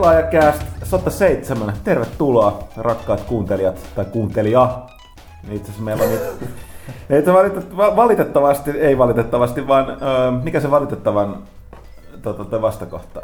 Pelaajakääst 107. Tervetuloa rakkaat kuuntelijat tai kuuntelija. Itse asiassa meillä on niitä valitettavasti, ei valitettavasti, vaan mikä se valitettavan vastakohtaa?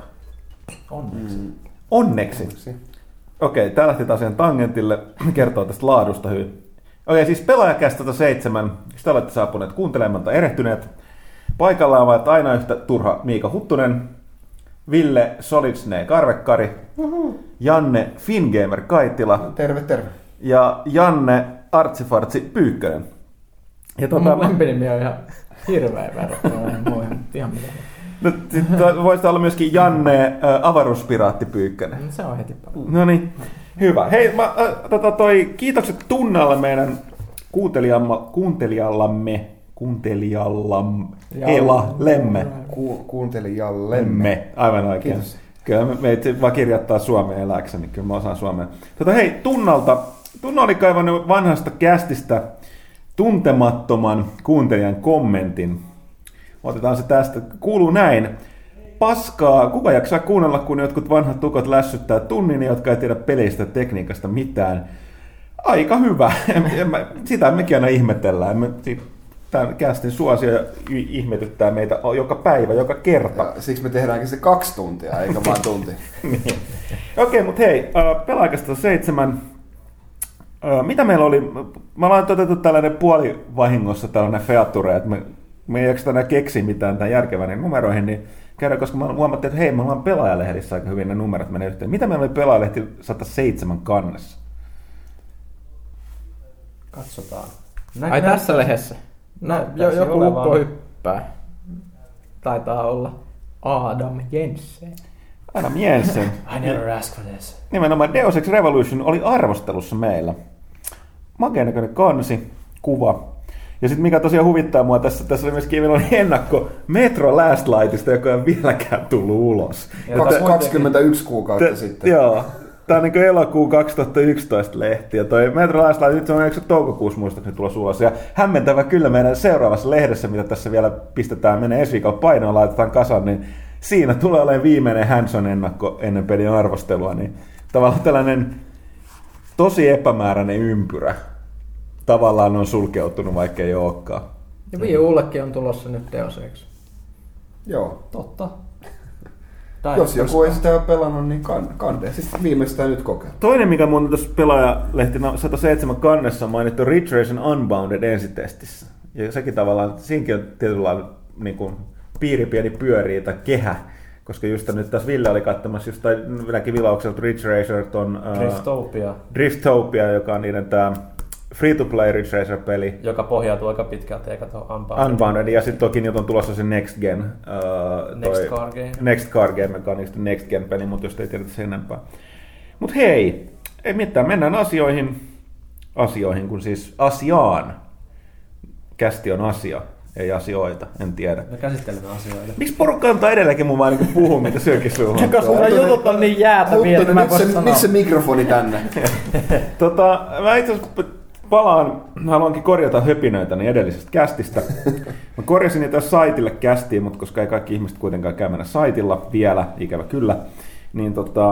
Onneksi. Okei, tää lähti taas ihan tangentille. Kertoo tästä laadusta hyvin. Okei, siis Pelaajakääst 107. Sitä olette saapuneet kuuntelemaan tai erehtyneet. Paikalla ovat aina yhtä turha Miika Huttunen, Ville Solid Snake Karvekkari, Janne Fingamer Kaitila. Terve. Ja Janne Artsifartsi Pyykkönen. Ja mun lempinimi on ihan hirveä verrattuna ihan mitä. No, voisi olla myöskin Janne Avaruuspiraatti Pyykkönen. Se on heti paljon. No niin, hyvä. Hei, kiitokset Tunnalle meidän kuuntelijallemme. Kuuntelijallemme. Aivan oikein. Kiitos. Kyllä me vaan kirjoittaa suomea eläkseni, niin kyllä mä osaan suomea. Hei, Tunna oli kaivannut vanhasta kästistä tuntemattoman kuuntelijan kommentin. Otetaan se tästä. Kuuluu näin. Paskaa, kuka jaksaa kuunnella, kun jotkut vanhat tukot lässyttää tunnin, jotka ei tiedä peleistä tekniikasta mitään. Aika hyvä. Sitä mekin aina ihmetellään. Tämän kästin suosio ihmetyttää meitä joka päivä, joka kerta. Ja siksi me tehdäänkin se 2 tuntia, eikä vaan tunti. Niin. Okei, mutta hei, Pelaajakääst 7. Mitä meillä oli? Me ollaan toteutettu tällainen puolivahingossa tällainen feature, että me ei jaksa enää keksiä mitään tämän järkevän numeroihin, niin käydään, koska me huomattiin, että hei, me ollaan Pelaajalehdissä aika hyvin, ne numerot menee yhteen. Mitä meillä oli Pelaajalehti 107 kannessa? Katsotaan. Ai tässä lehdessä? Joku lukko hyppää. Taitaa olla Adam Jensen. Adam Jensen. I never asked for this. Nimenomaan Deus Ex Revolution oli arvostelussa meillä. Makea näköinen kansi, kuva. Ja sitten mikä tosiaan huvittaa mua, tässä oli myöskin meillä oli ennakko Metro Last Lightista, joka ei vieläkään tullut ulos. 21 kuukautta sitten. Joo. Tämä on niin elokuun 2011 lehti, ja toi Metro Last Light, nyt se on toukokuussa muistaakseni tulossa ulos. Ja hämmentävä kyllä meidän seuraavassa lehdessä, mitä tässä vielä pistetään, menee ensi viikolla painoon, laitetaan kasan, niin siinä tulee olemaan viimeinen Hanson-ennakko ennen pelin arvostelua. Niin tavallaan tällainen tosi epämääräinen ympyrä tavallaan on sulkeutunut, vaikka ei olekaan. Ja Wii Ullekin on tulossa nyt Deus Ex. Joo. Totta. Jos joku ei sitä ole pelannut, niin kande. Sitten viimeistään nyt kokeilla. Toinen, mikä mun tuossa Pelaajalehti 107 kannessa on mainittu Ridge Racer Unbounded ensitestissä. Ja sekin tavallaan, siinäkin on tietynlainen niin kuin pieni pyörii tai kehä. Koska just nyt tässä Ville oli katsomassa just näki vilaukselta Ridge Racer ton Driftopia, joka on niiden tää free-to-play Ridge Racer-peli. Joka pohjautuu aika pitkälti eikä tuohon Unbounded. Ja sitten toki nyt on tulossa se Next Gen. Next Car Game, joka on niistä Next Gen-peli, mutta jos ei tiedetä sen enempää. Mut hei, ei mitään, mennään asioihin, kun siis asiaan. Kästi on asia, ei asioita, en tiedä. Me käsittelemme asioita. Miksi porukka antaa edelleenkin mun vaan niin puhua, mitä syökin suuhun? Koska jutut on niin jäätäviä, että mä voin sanoa. Nyt se mikrofoni tänne. Mä itse asiassa haluankin korjata höpinöitäni edellisestä kästistä. Mä korjasin niitä saitille kästiin, mutta koska ei kaikki ihmiset kuitenkaan käy mennä saitilla vielä, ikävä kyllä, niin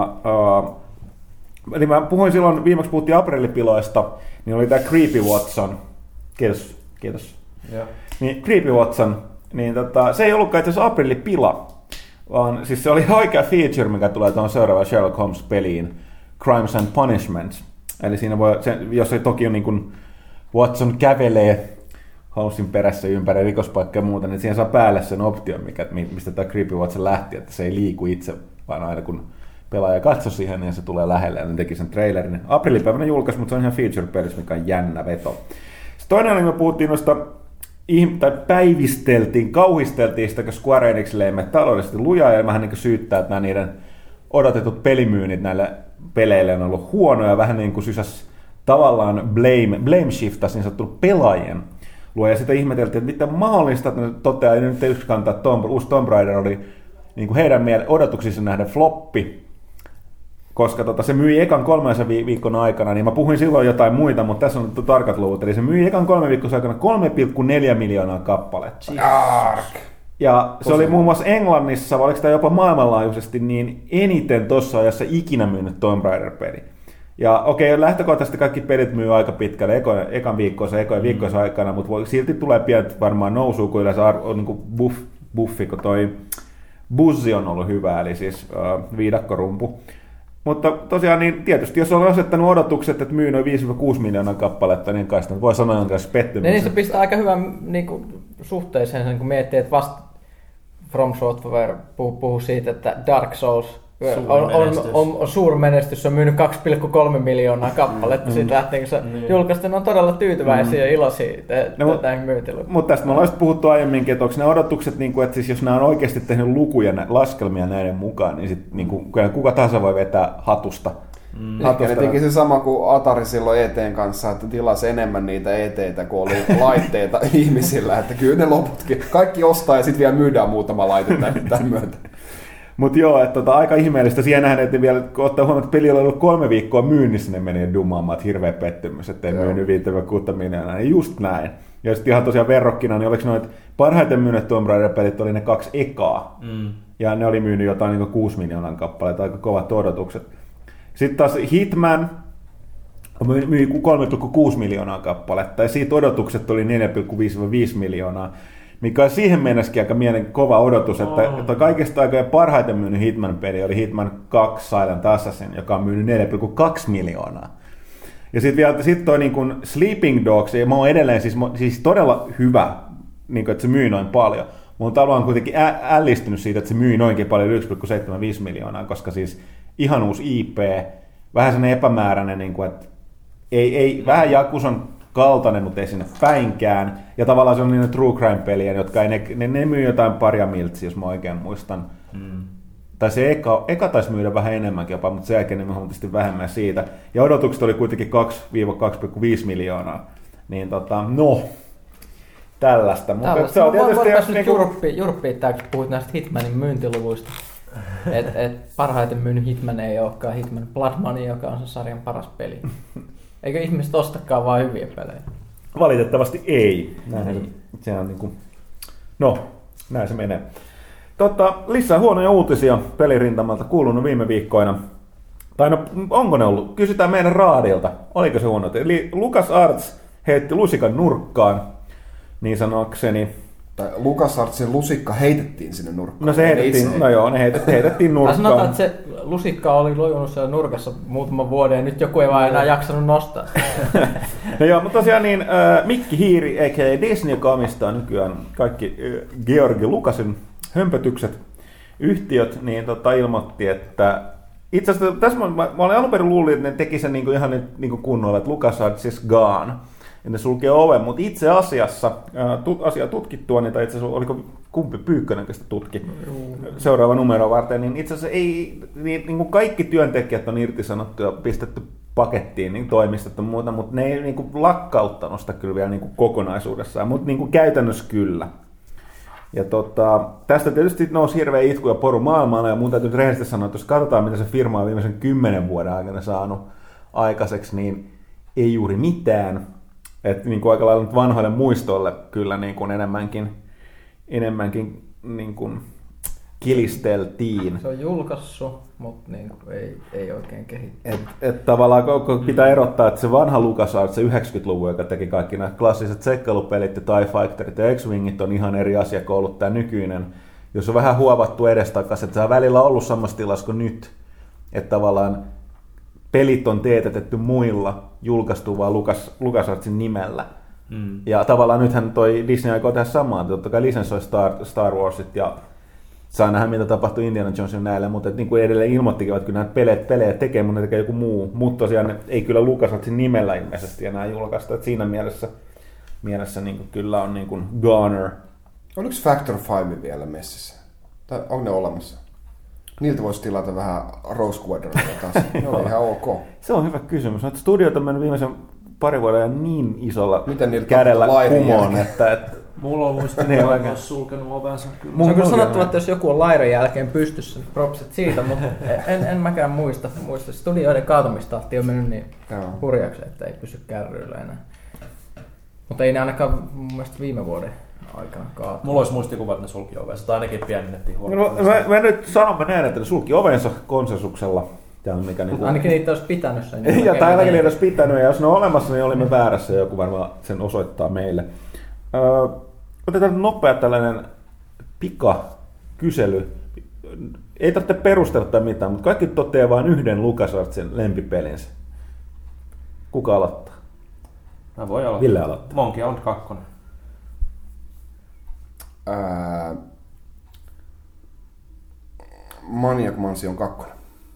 eli mä puhuin silloin, viimeksi puhuttiin Aprillipiloista, niin oli tää Creepy Watson. Kiitos. Joo. Niin Creepy Watson, niin se ei ollutkaan itse asiassa Aprillipila, vaan siis se oli oikea feature, mikä tulee tuohon seuraavaan Sherlock Holmes-peliin, Crimes and Punishments. Eli siinä voi, jos se toki on niin kuin Watson kävelee Holmesin perässä ympäri rikospaikkaa ja muuta, niin siihen saa päälle sen option, mistä tämä Creepy Watson lähti, että se ei liiku itse, vaan aina kun pelaaja katsoo siihen, niin se tulee lähelle ja ne teki sen trailerin. Aprillipäivänä julkaisi, mutta se on ihan feature-pelissä, mikä on jännä veto. Sitten toinen oli, me puhuttiin noista, tai kauhisteltiin sitä, kun Square Enixille ei mene taloudellisesti lujaa ja vähän niin kuin syyttää, että nämä niiden odotetut pelimyynnit näille peleille on ollut huonoja ja vähän niin kuin sysäs tavallaan blame shiftasi niin sanottu pelaajien luo. Ja sitten ihmeteltiin, että mitä mahdollista, että ne toteaa, että nyt yksi kantaa, että uusi Tomb Raider oli niin kuin heidän odotuksissa nähden floppi, koska se myi ekan 3 viikon aikana, niin mä puhuin silloin jotain muita, mutta tässä on tarkat luvut, eli se myi ekan 3 viikon aikana 3,4 miljoonaa kappaletta. Ja se oli muun muassa Englannissa, vai oliko tämä jopa maailmanlaajuisesti, niin eniten tuossa ajassa ikinä myynyt Tomb Raider-peli. Ja okei, lähtökohtaisesti kaikki pelit myy aika pitkälle ekan viikkoisen aikana, mutta silti tulee pientä varmaan nousua, kun yleensä on niin buffi, kun toi buzzi on ollut hyvä, eli siis viidakkorumpu. Mutta tosiaan niin tietysti, jos on asettanut odotukset, että myy noin 5-6 miljoonaa kappaletta, niin kai sitä voi sanoa jonkinlaisen pettymyksen. Niin se pistää aika hyvän niin suhteeseen, kun miettii, että vasta From Software puhuu siitä, että Dark Souls on suurmenestys, se on myynyt 2,3 miljoonaa kappaletta siitä lähtien, kun se julkaisten on todella tyytyväisiä ja iloisia näihin myyntilukuihin. Mutta tästä me ollaan puhuttu aiemminkin, että onko ne odotukset, että siis jos nämä on oikeasti tehnyt lukuja, laskelmia näiden mukaan, niin sitten niin kuka tahansa voi vetää hatusta. Ehkä ne teki se sama kuin Atari silloin ET:n kanssa, että tilasi enemmän niitä ET:tä kuin oli laitteita ihmisillä, että kyllä ne loputkin. Kaikki ostaa ja sitten vielä myydään muutama laite tämän myötä. Mutta joo, että aika ihmeellistä. Siihen nähdään, että vielä kun ottaa huomioon, että peli on ollut 3 viikkoa myynnissä, ne meni dumaamaan, että hirveä pettymys, että ei myynyt 5-6 miljoonaa. Niin just näin. Ja sitten ihan tosiaan verrokkina, niin oliko noit parhaiten myynyt Tomb Raider-pelit oli ne 2 ekaa. Ja ne oli myynyt jotain niin 6 miljoonan kappaleita, aika kovat odotukset. Sitten taas Hitman myi 3,6 miljoonaa kappaletta, ja siitä odotukset oli 4,5-5 miljoonaa. Mikä on siihen mennessäkin aika kova odotus, että kaikista aikojen parhaiten myynyt Hitman-peli oli Hitman 2 Silent Assassin, joka on myynyt 4,2 miljoonaa. Ja sitten vielä toi niin kuin Sleeping Dogs, ja mä oon edelleen siis todella hyvä, niin kuin, että se myy noin paljon. Mutta on kuitenkin ällistynyt siitä, että se myy noinkin paljon 1,75 miljoonaa, koska siis ihan uusi IP, vähän sellainen epämääräinen, niin kuin, että ei vähän Yakusan kaltainen, mutta ei sinne päinkään. Ja tavallaan se on niitä true crime-peliä, jotka ne myy jotain paria miltsiä, jos mä oikein muistan. Tai se eka taisi myydä vähän enemmänkin jopa, mutta sen jälkeen niin huomattavasti vähemmän siitä. Ja odotukset oli kuitenkin 2-2,5 miljoonaa. Niin tällaista. Tällaista. Se on tietysti nyt jurppia tää, kun puhuit näistä Hitmanin myyntiluvuista. Et parhaiten myynyt Hitman ei olekaan Hitman Blood Money, joka on sen sarjan paras peli. Eikö ihmiset ostakaan vaan hyviä pelejä? Valitettavasti ei. Se on niinku, näin se menee. Lisää huonoja uutisia pelirintamalta kuulunut viime viikkoina. Tai onko ne ollut? Kysytään meidän raadilta. Oliko se huono? Eli LucasArts heitti lusikan nurkkaan, niin sanokseni. Tai LucasArtsin lusikka heitettiin sinne nurkkaan. No se heitettiin, ne heitettiin nurkkaan. Sanotaan, että se lusikka oli lojunut siellä nurkassa muutaman vuoden ja nyt joku ei vaan enää jaksanut nostaa. No joo, mutta tosiaan niin Mikki Hiiri, a.k.a. Disney, joka omistaa nykyään kaikki Georgi Lucasin hömpötykset, yhtiöt, niin ilmoitti, että itse asiassa tässä mä olin alun perin luullut, että ne teki sen ihan kunnolla, että LucasArts is gone. Ja ne sulkee oven, mutta itse asiassa asiaa tutkittua, niin tai itse asiassa oliko kumpi Pyykkönen, joka sitä tutki seuraava numero varten, niin itse asiassa ei, niin kuin kaikki työntekijät on irtisanottu ja pistetty pakettiin niin toimistot ja muuta, mutta ne ei niin kuin lakkauttanut sitä kyllä vielä niin kuin kokonaisuudessaan, mutta niin kuin käytännössä kyllä. Ja tästä tietysti nousi hirveä itku ja poru maailmalla, ja mun täytyy rehellisesti sanoa, että jos katsotaan, mitä se firma on viimeisen 10 vuoden aikana saanut aikaiseksi, niin ei juuri mitään. Että niin kuin aika lailla nyt vanhoille muistoille kyllä niin kuin enemmänkin niin kuin kilisteltiin. Se on julkaissut, mutta niin kuin ei oikein kehittynyt. Et tavallaan pitää erottaa, että se vanha LucasArts, se 90-luvun, joka teki kaikki nämä klassiset seikkailupelit ja TIE Fighterit ja X-Wingit on ihan eri asia kuin ollut tämä nykyinen. Jos on vähän huovattu edestakaisin, että se on välillä ollut samassa tilassa kuin nyt. Että tavallaan pelit on teetätetty muilla, julkaistu vaan LucasArtsin nimellä. Ja tavallaan nythän toi Disney aikoo tehdä samaa, totta kai lisenssoi Star Warsit ja saa nähdä, mitä tapahtui Indiana Jonesin näille, mutta niin kuin edelleen ilmoittikin, että kyllä nämä pelejä tekee, mutta ne tekee joku muu. Mutta tosiaan ei kyllä LucasArtsin nimellä ilmeisesti enää julkaista, että siinä mielessä niin kuin kyllä on niin kuin goner. Oliko Factor 5 vielä messissä? Tai on ne olemassa? Niiltä voisi tilata vähän Rose Squadronia taas. Ne oli ihan ok. Se on hyvä kysymys. Noita studioita on mennyt viimeisen pari vuoden niin isolla kädellä kumoon, että mulla on muistunut oikein sulkenut ovensa. Se on kyllä sanottava, että jos joku on lairan jälkeen pystyssä, niin propsit siitä, mutta en mäkään muista. Studioiden kaatumistahti on mennyt niin hurjaksi, että ei pysy kärryillä enää. Mutta ei ne ainakaan mun mielestä viime vuoden aikana kaatua. Mulla olisi muistikuva, että ne sulki ovensa, tai ainakin pienennettiin huomattavasti. Mä nyt sanomme näin, että ne sulki ovensa konsensuksella. Mikä niinku... Ainakin niitä olisi pitänyt sen. Tai ainakin niitä olisi pitänyt, ja jos ne on olemassa, niin olimme väärässä, ja joku varmaan sen osoittaa meille. Otetaan nopea tällainen pikakysely. Ei tarvitse perustella tai mitään, mutta kaikki toteaa vain yhden LucasArtsin lempipelinsä. Kuka aloittaa? Mä voin aloittaa. Ville aloittaa. Monkey Island 2. Maniac Mansion 2.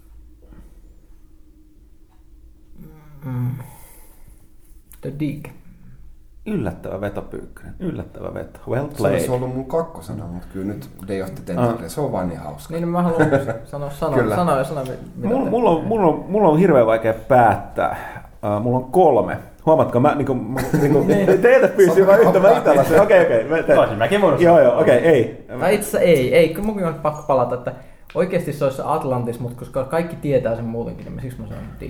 The Dig. Yllättävä veto, Pyykkönen. Yllättävä veto. Well played. Se olisi ollut mun kakkosena, mutta kyllä nyt Day of the Tentacle, se on vain niin hauska. Niin, mä haluan sanoa mulla on hirveän vaikea päättää. Mulla on 3. Huomatko, mä teiltä pyysin vain yhtä väitällä. Okei. Mäkin voinut Joo, ei. Tai itse asiassa ei. Kyllä munkin on pakko palata, että oikeasti se olisi Atlantis, mutta koska kaikki tietää sen muutenkin, niin siksi mä sanon Dig.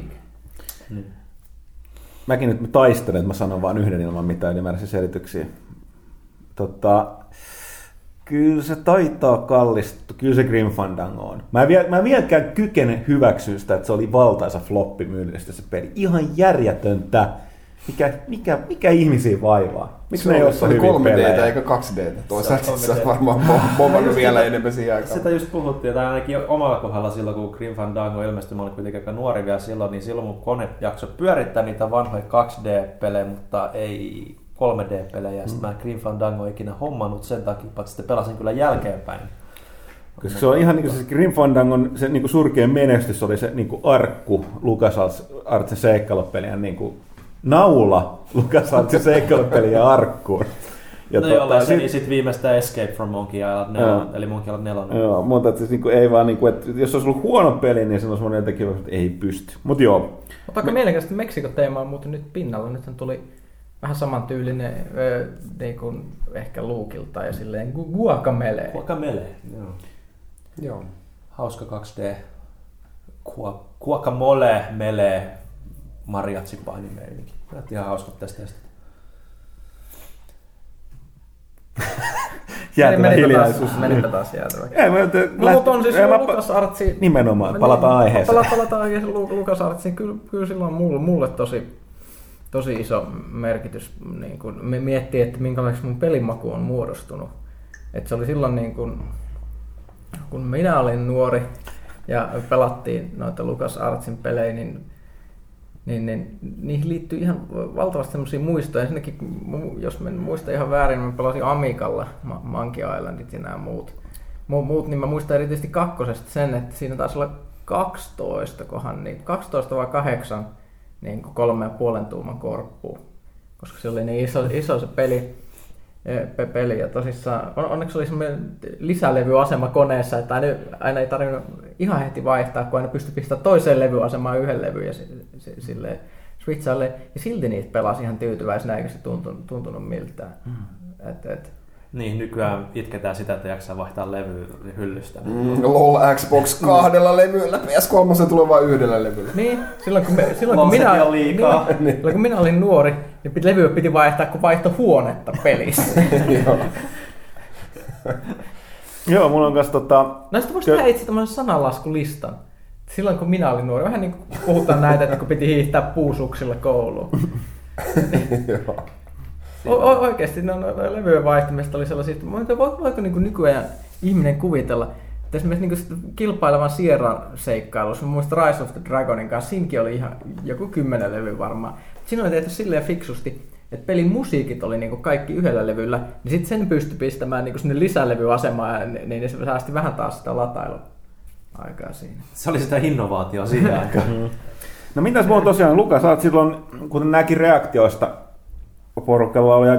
Mäkin nyt taistelen, että mä sanon vain yhden ilman mitään ylimääräisiä selityksiä. Kyllä se taitaa kallistua. Kyllä se Grim Fandango on. Mä en vieläkään kykene hyväksyä sitä, että se oli valtaisa floppi myynnistä se peli. Ihan järjetöntä. Mikä ihmisiä vaivaa? Miksi ne ei ole hyvin 3D:tä pelejä? eikä 2D:tä. Toisaalta se on varmaan bombannut vielä enemmän siihen aikaan. Sitä just puhuttiin, että ainakin omalla kohdalla silloin, kun Grim Fandango ilmestyi, mä olin kuitenkin aika nuori vielä silloin, niin silloin mun kone jaksoi pyörittää niitä vanhoja 2D-pelejä, mutta ei 3D-pelejä. Sitten mä Grim Fandango ikinä hommannut sen takia, että sitten pelasin kyllä jälkeenpäin. Koska se on ihan niin kuin se Grim Fandangon se niin kuin surkein menestys oli se niin kuin arkku LucasArtsin seikkailupelien niin kuin naula LucasArtsin seikkailupelien arkkuun. Ja jollain se niin sitten viimeistä Escape from Monkey Island 4, eli Monkey Island 4. Joo, mutta siis niin ei vaan, niin kuin, että jos olisi ollut huono peli, niin se olisi monen tekijä, että ei pysty. Mutta joo. Mutta aika mielenkiintoista Meksikon-teema on muuten nyt pinnalla. Nythän tuli vähän samantyylinen niin kuin ehkä Luukilta ja silleen Guacamele. Guacamele, joo. Hauska 2D. Guacamole, mele, mariatsipainimeininki. Näytti ihan hauska tästä testata. Jäätävä hiljaisuus. Menipä taas jäätävä. Mutta on siis LucasArtsin... Nimenomaan, palataan aiheeseen. Palataan aiheeseen LucasArtsin. Kyllä sillä on mulle tosi iso merkitys niin kun me miettii, että minkälaiseksi mun pelimaku on muodostunut. Et se oli silloin, niin kun minä olin nuori ja pelattiin noita LucasArtsin pelejä, niin niihin liittyy ihan valtavasti sellaisia muistoja. Ensinnäkin, jos en muista ihan väärin, mä pelasin Amigalla Monkey Islandit ja nämä muut, niin mä muistan erityisesti kakkosesta sen, että siinä taisi olla 12 vai 8 niin 3,5 tuuman korppua, koska se oli niin iso se peli ja tosissaan onneksi oli semmoinen lisälevyasema koneessa, että aina ei tarvinnut ihan heti vaihtaa, kun aina pystyi pistämään toiseen levyasemaan yhden levyn ja silleen switchaille, ja silti niitä pelasi ihan tyytyväisenä, eikä se tuntunut miltään. Niin, nykyään itketään sitä, että jaksaa vaihtaa levyä hyllystä. LOL Xbox 2 levyllä, PS3 tulee vain yhdellä levyllä. Niin, silloin kun minä olin nuori, niin levyä piti vaihtaa, kun vaihtoi huonetta pelissä. Joo, mulla on kanssa No sitten voisi tehdä itse tämmöisen sananlaskulistan. Silloin kun minä olin nuori, vähän niin kuin puhutaan näitä, että kun piti hiihtää puusuksilla kouluun. Oikeasti levyjen vaihtamista oli sellaisia, että voiko niin nykyään ihminen kuvitella, että esimerkiksi niin kilpailevan Sierran seikkailussa, mä muistan Rise of the Dragonin kanssa, siinkin oli ihan joku 10 levyä varmaan. Siinä oli tehty silleen fiksusti, että pelin musiikit oli niin kaikki yhdellä levyllä, niin sitten sen pystyi pistämään niin sinne lisälevyasemaan, niin se säästi vähän taas sitä latailuaikaa siinä. Se oli sitä innovaatiota siinä aikaa. No mitäs mulla tosiaan, Lukas, sä oot silloin, kuten näkin reaktioista, porukalla oli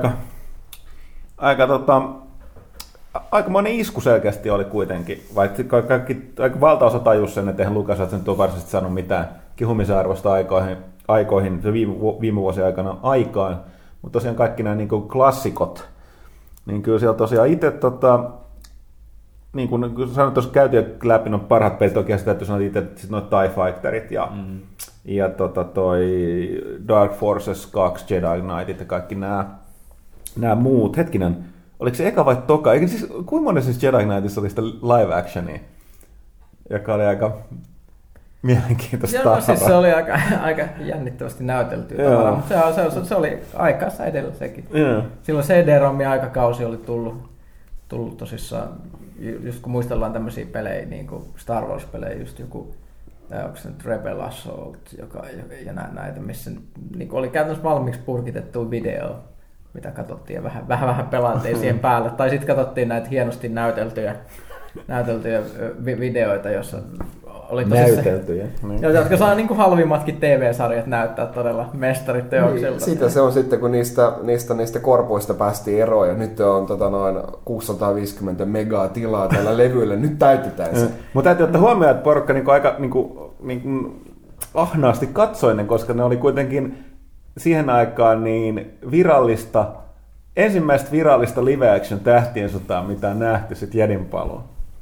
aikamoinen isku selkeästi oli kuitenkin, vaikka aika valtaosa tajus sen, että eihän LucasArts nyt ole varsinaisesti sanonut mitään kehumisen-arvosta aikoihin se viime vuosien aikana aikaan, mutta tosiaan kaikki nämä niin kuin klassikot, niin kyllä siellä tosiaan itse, niin kuin sanoin tuossa käytiin läpi, no parhaat pelit oikeasti täytyy sanoa itse, noin TIE Fighterit ja toi Dark Forces 2, Jedi Knightit ja kaikki nämä muut. Hetkinen, oliko se eka vai toka? Eikä siis, kuinka monessa Jedi Knightissa oli sitä live actionia, joka oli aika mielenkiintoista. Joo, no, siis se oli aika jännittävästi näytelty tavara, mutta se oli aikaansa edellä sekin. Yeah. Silloin CD-ROM-aikakausi oli tullut tosissaan, just kun muistellaan tämmöisiä pelejä, niin kuin Star Wars-pelejä, just joku, onko se nyt Rebel Assault, ja näitä, missä niin oli käytännössä valmiiksi purkitettu video, mitä katsottiin ja vähän pelailtiin siihen päälle. Tai sitten katsottiin näitä hienosti näyteltyjä videoita, jossa oli näyteltyjä. Jotka saa niin kuin halvimmatkin TV-sarjat näyttää todella mestariteoksilta. Sitä se on sitten, kun niistä korpoista päästiin eroon ja nyt on noin 650 megaa tilaa tällä levyllä. Nyt täytetään se. Mutta täytyy ottaa huomioon, että porukka aika ahnaasti katsoinen, koska ne oli kuitenkin siihen aikaan niin ensimmäistä virallista live action tähtien sotaa, mitä on nähty sitten Jedinpaloon.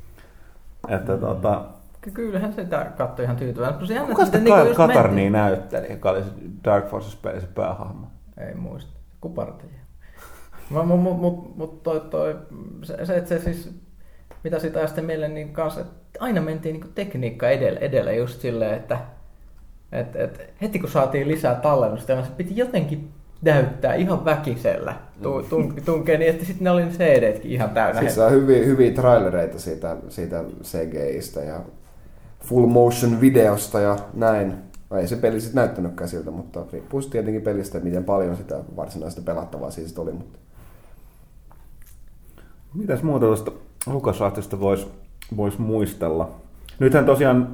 Kyllähän sitä katsoi ihan tyytyväinen. Kuka sitä Katarnia näytteli, joka oli Dark Forces pelissä päähahmo? Ei muista. Kupartaja. Mutta se siis, mitä sitä ajasti meille, niin kanssa, että aina mentiin niin tekniikka edellä just silleen, että heti kun saatiin lisää tallennusta, se piti jotenkin näyttää ihan väkisellä tunkeen, niin että sitten ne oli ne CD-tkin ihan täynnä. Siis on hyviä trailereita siitä CGI:stä ja full motion videosta ja näin. Ei se peli sitten näyttänytkään siltä, mutta riippuu tietenkin pelistä, miten paljon sitä varsinaista pelattavaa siitä oli. Mutta mitäs muuta tuosta LucasArtsista vois muistella? Nythän tosiaan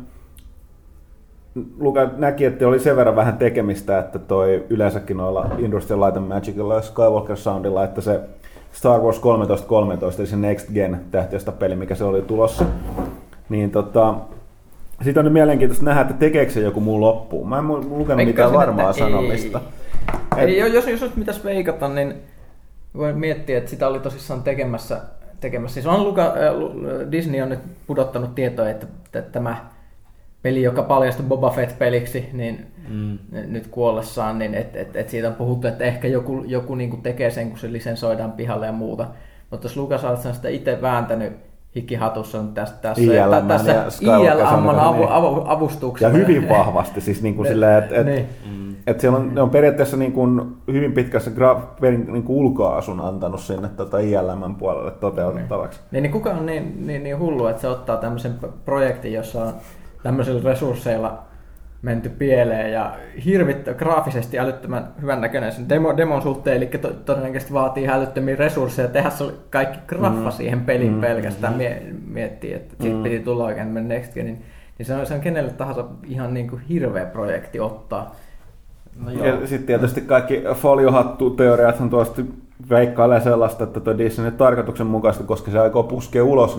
Luka näki, että oli sen verran vähän tekemistä, että toi yleensäkin noilla Industrial Light and Magicilla ja Skywalker Soundilla, että se Star Wars 1313, eli se Next Gen tähtiöstä peli, mikä se oli tulossa, niin siitä on nyt mielenkiintoista nähdä, että tekeekö se joku muu loppuun. Mä en lukenut mitään varmaa sanomista. Jos nyt mitäs veikata, niin voi miettiä, että sitä oli tosissaan tekemässä. Siis Disney on nyt pudottanut tietoa, että tämä peli, joka paljastui Boba Fett-peliksi, niin nyt kuollessaan, niin et siitä on puhuttu, että ehkä joku niin kuin tekee sen, kun se lisensoidaan pihalle ja muuta. Mutta jos LucasArts on sitä itse vääntänyt hikihatussa on tässä ILM:n avustuksella. Ja hyvin vahvasti, siis niin kuin silleen, että siellä on periaatteessa niin kuin hyvin pitkässä niin kuin ulkoasun antanut sinne ILM:n puolelle toteutettavaksi. Niin kuka on niin hullu, että se ottaa tämmöisen projektin, jossa on tämmöisillä resursseilla menty pieleen ja graafisesti älyttömän hyvän näköinen sen demon suhteen, eli todennäköisesti vaatii älyttömiä resursseja tehdä kaikki graffa siihen peliin pelkästään miettii, että siitä piti tulla oikein Next Genin, niin se on kenelle tahansa ihan niin kuin hirveä projekti ottaa. No ja sitten tietysti kaikki foliohattu-teoriat on tuosta veikkailee sellaista, että tuo Disney on tarkoituksen mukaista, koska se aikoo puskea ulos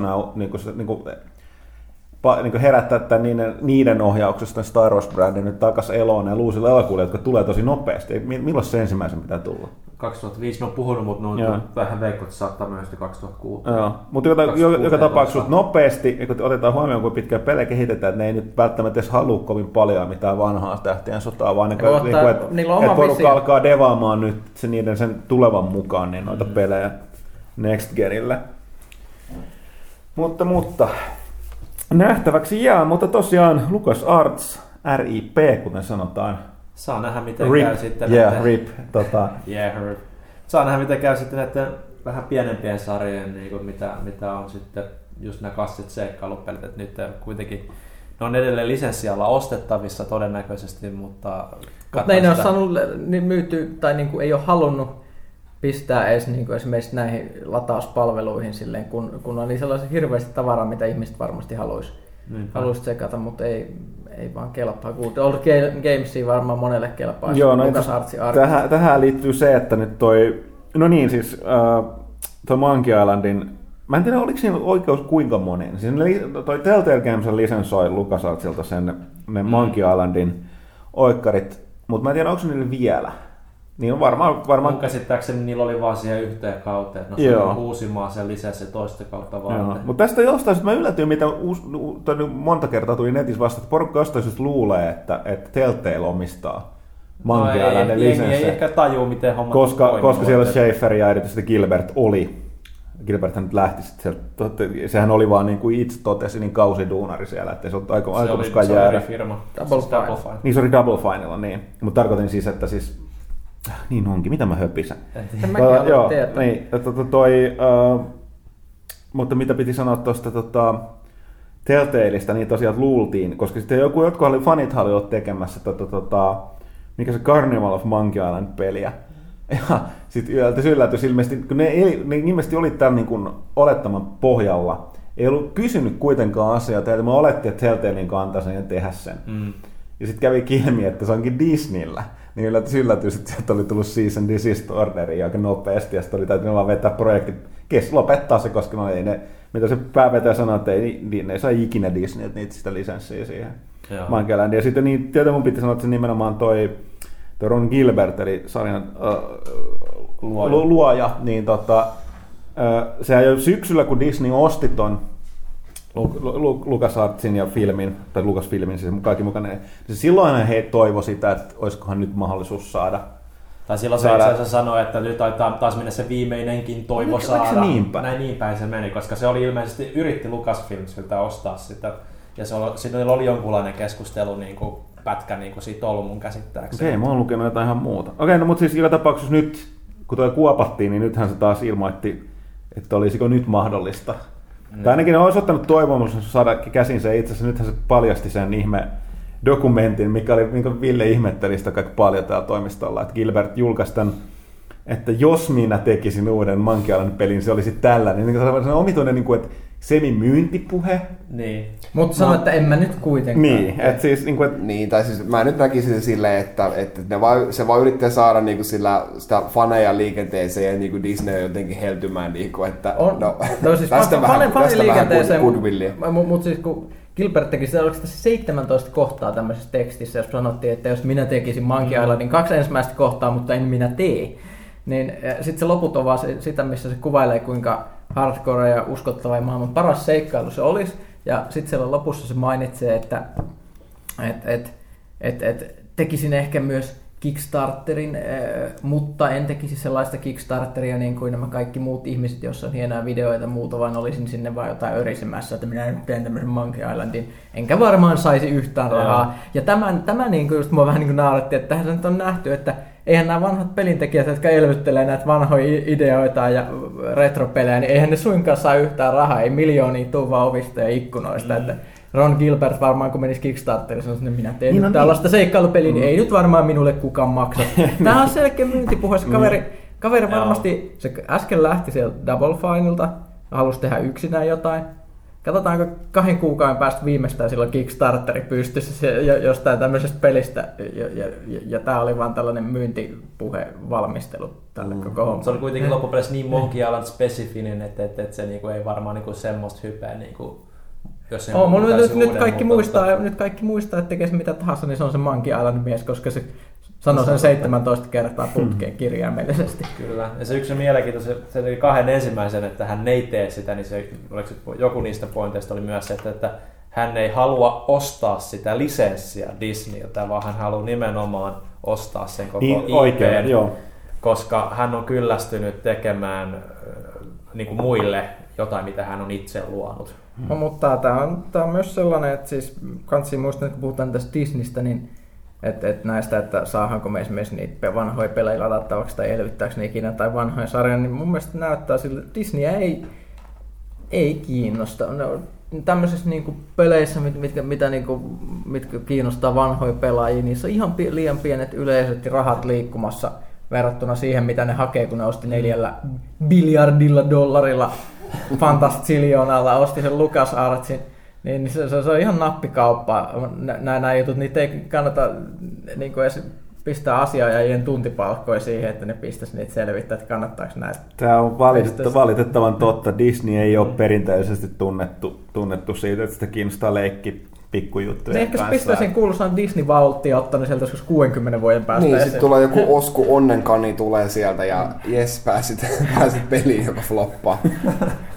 niin herättää tämän niiden ohjauksesta Star Wars-brändin nyt takaisin eloon ja uusille elokuille, jotka tulee tosi nopeasti. Milloin se ensimmäisen pitää tulla? 2005 mä oon puhunut, mutta ne vähän veikko, että saattaa myös 2006. Joo, mutta joka tapauksessa nopeasti, ja kun otetaan huomioon, kuinka pitkään pelejä kehitetään, että ne ei nyt välttämättä edes halua kovin paljon mitään vanhaa tähtien sotaa, vaan että porukka alkaa devaamaan nyt sen tulevan mukaan niin noita pelejä Next Genille. Mutta nähtäväksi jää, mutta tosiaan LucasArts, RIP, kuten sanotaan. Saa nähdä, miten käy sitten. RIP. RIP. Saa nähdä, miten käy sitten näiden vähän pienempien sarjojen, niin mitä on sitten just nämä klassit seikkailupelit. Että nyt kuitenkin ne on edelleen lisenssialla ostettavissa todennäköisesti, mutta ne ei ole saanut myytyä tai niin kuin ei ole halunnut pistää edes niin kuin esimerkiksi näihin latauspalveluihin silleen, kun on niin sellaisia hirveästi tavaraa, mitä ihmiset varmasti haluaisi tsekata, mutta ei vaan kelpaa. Old Gamesia varmaan monelle kelpaa. Joo, no tähän liittyy se, että nyt toi Monkey Islandin, mä en tiedä oliko siinä oikeus kuinka monen. Siis toi Telltale Games lisensoi LucasArtsilta ne Monkey Islandin oikkarit, mutta mä en tiedä onko niille vielä. Niin varmaan. Mun käsittääkseni niillä oli vaan siihen yhteen kauteen, että ne on uusimaan sen lisenssi toista kautta varten. Mutta tästä jostain, mä yllätyin, mitä monta kertaa tuli netissä vasta, että porukka jostain luulee, että Telltale omistaa Monkey Islandin lisenssejä. Ei ehkä tajua, miten hommat koska siellä Schafer ja erityisesti Gilbert oli Gilbert nyt lähti sitten sehän oli vaan niin kuin itse totesi, niin kausiduunari siellä, ettei se ollut aikomuskaan jäädä. Se oli firma. Double Fine. Niin se oli Double Finella, niin. Mutta tarkoitin siis, että siis, niin onkin, mitä mä höpisän. Joo, niin, mutta mitä piti sanoa tuosta Telltaleista, niin tosiaan luultiin, koska sitten jotkut fanit olivat tekemässä mikä se Carnival of Monkey Island-peliä. Ja sitten yllätys ilmeisesti, kun ne ilmeisesti oli tämän niin kuin olettaman pohjalla, ei ollut kysynyt kuitenkaan asioita, ja me olettiin, että Telltalein kantaa sen ja tehdä sen. Ja sitten kävi ilmi, että se onkin Disneyllä. Niin yllätys, että sieltä oli tullut cease and desist orderi aika nopeasti, ja sitten oli täytynyt vaan vetää projekti, lopettaa se, koska no ei ne, mitä se päävetäjä sanoi, että ne ei saa ikinä Disneyltä niitä sitä lisenssiä siihen Monkey Islandiin. Ja sitten niin, tietysti mun piti sanoa, että se nimenomaan toi Ron Gilbert, eli sarjan luoja, niin sehän jo syksyllä, kun Disney osti ton LucasArtsin ja filmin, tai Lucasfilmin, siis kaikki mukana, niin silloin he toivoi sitä, että olisikohan nyt mahdollisuus saada. Tai silloin se itse asiassa sanoi, että nyt taitaa taas mennä se viimeinenkin toivo saada. Se niinpä? Näin niin päin se meni, koska se oli ilmeisesti, yritti Lucasfilmsiltä ostaa sitä. Ja siinä oli jonkunlainen keskustelu niin kuin pätkä niin kuin siitä ollut mun käsittääkseni. Okei, mä oon lukenut jotain ihan muuta. Okei, no mutta siis joka tapauksessa nyt, kun toi kuopattiin, niin nythän se taas ilmoitti, että olisiko nyt mahdollista. Tai ainakin olisi ottanut toivomus saada käsin se itse asiassa. Nythän se paljasti sen ihme dokumentin, mikä Ville ihmetteli sitä kaikki paljon täällä toimistolla, että Gilbert julkaisi tämän, että jos minä tekisin uuden Monkey Island-pelin, se olisi tällainen. Niin se on omituinen, niin kuin, että semi-myyntipuhe. Niin. Mutta sano, että en mä nyt kuitenkaan. Niin, että siis... Niin, tai siis mä nyt näkisin silleen, että se vaan yrittää saada niinku sitä faneja liikenteeseen ja niinku Disney jotenkin heltymään, niinku, että siis tästä vähän goodwillia. Mutta siis kun Gilbert teki sitä, oliko sitä 17 kohtaa tämmöisessä tekstissä, jos sanottiin, että jos minä tekisin Monkey Islandin 2 ensimmäistä kohtaa, mutta en minä tee. Niin sitten se loput on vaan sitä, missä se kuvailee, kuinka hardcore ja uskottava ja maailman paras seikkailu se olisi. Ja sitten siellä lopussa se mainitsee, että tekisin ehkä myös Kickstarterin, mutta en tekisi sellaista Kickstarteria niin kuin nämä kaikki muut ihmiset, joissa on hienoja videoita ja muuta, vaan olisin sinne vaan jotain örisemässä, että minä nyt teen tämmöisen Monkey Islandin, enkä varmaan saisi yhtään rahaa. Ja tämä niin kuin just mua vähän niin kuin naurettiin, että tähän nyt on nähty, että eihän nämä vanhat pelintekijät, jotka elvyttelee näitä vanhoja ideoita ja retropelejä, niin eihän ne suinkaan saa yhtään rahaa, ei miljoonia tuu vaan ovista ja ikkunoista. Että Ron Gilbert varmaan kun menisi Kickstarterissa, sanoi, että minä teen nyt tällaista seikkailupeliä, niin ei nyt varmaan minulle kukaan maksa. Tämä on selkeä myyntipuhe. Se kaveri varmasti, se äsken lähti sieltä Double Finelta, halusi tehdä yksinään jotain. Katsotaanko 2 kuukauden päästä viimeistään silloin Kickstarteri pystyssä jostain tämmöisestä pelistä, ja tämä oli vaan tällainen myyntipuhe valmistelu tälle koko hommalle. Se oli kuitenkin loppupeleissä niin Monkey Island spesifinen, että se niinku ei varmaan niinku semmoista hypeä, niinku, jos se nyt kaikki muistaa, että tekee mitä tahansa, niin se on se Monkey Island mies, koska se sanoi sen 17 kertaa putkeen kirjaimellisesti. Kyllä. Ja se yksi mielenkiintoinen, se oli 2 ensimmäisen, että hän ei tee sitä, niin joku niistä pointeista oli myös se, että hän ei halua ostaa sitä lisenssiä Disneyltä, vaan hän haluaa nimenomaan ostaa sen koko IP:n, koska hän on kyllästynyt tekemään niin kuin muille jotain, mitä hän on itse luonut. No, mutta tämä on myös sellainen, että siis kansi muistaa, kun puhutaan tästä Disneystä, niin että näistä, että saadaanko me esimerkiksi niitä vanhoja pelejä ladattavaksi tai elvyttääkö ne ikinä tai vanhoja sarjoja, niin mun mielestä näyttää sille, että Disney ei kiinnosta. Tämmöisissä niinku peleissä, mitkä kiinnostaa vanhoja pelaajia, niissä on ihan liian pienet yleisöt ja rahat liikkumassa verrattuna siihen, mitä ne hakee, kun ne osti $4 biljardilla fantastiljoonalla, osti sen LucasArtsin. Niin se on ihan nappikauppaa. Nämä jutut, niitä ei kannata niin edes pistää asiaajien tuntipalkkoja siihen, että ne pistäisi niitä selvittää, että kannattaako näitä. Tämä on valitettavan totta. Disney ei ole perinteisesti tunnettu siitä, että sitä kiinnostaa leikki pikkujuttuja. Ehkä se pistää sen kuuluisaan Disney-valttiin ja ottaa ne sieltä joskus 60 vuoden päästä. Niin, sitten tulee joku Osku Onnenkani tulee sieltä ja jes, pääsit peliin, joka floppaa.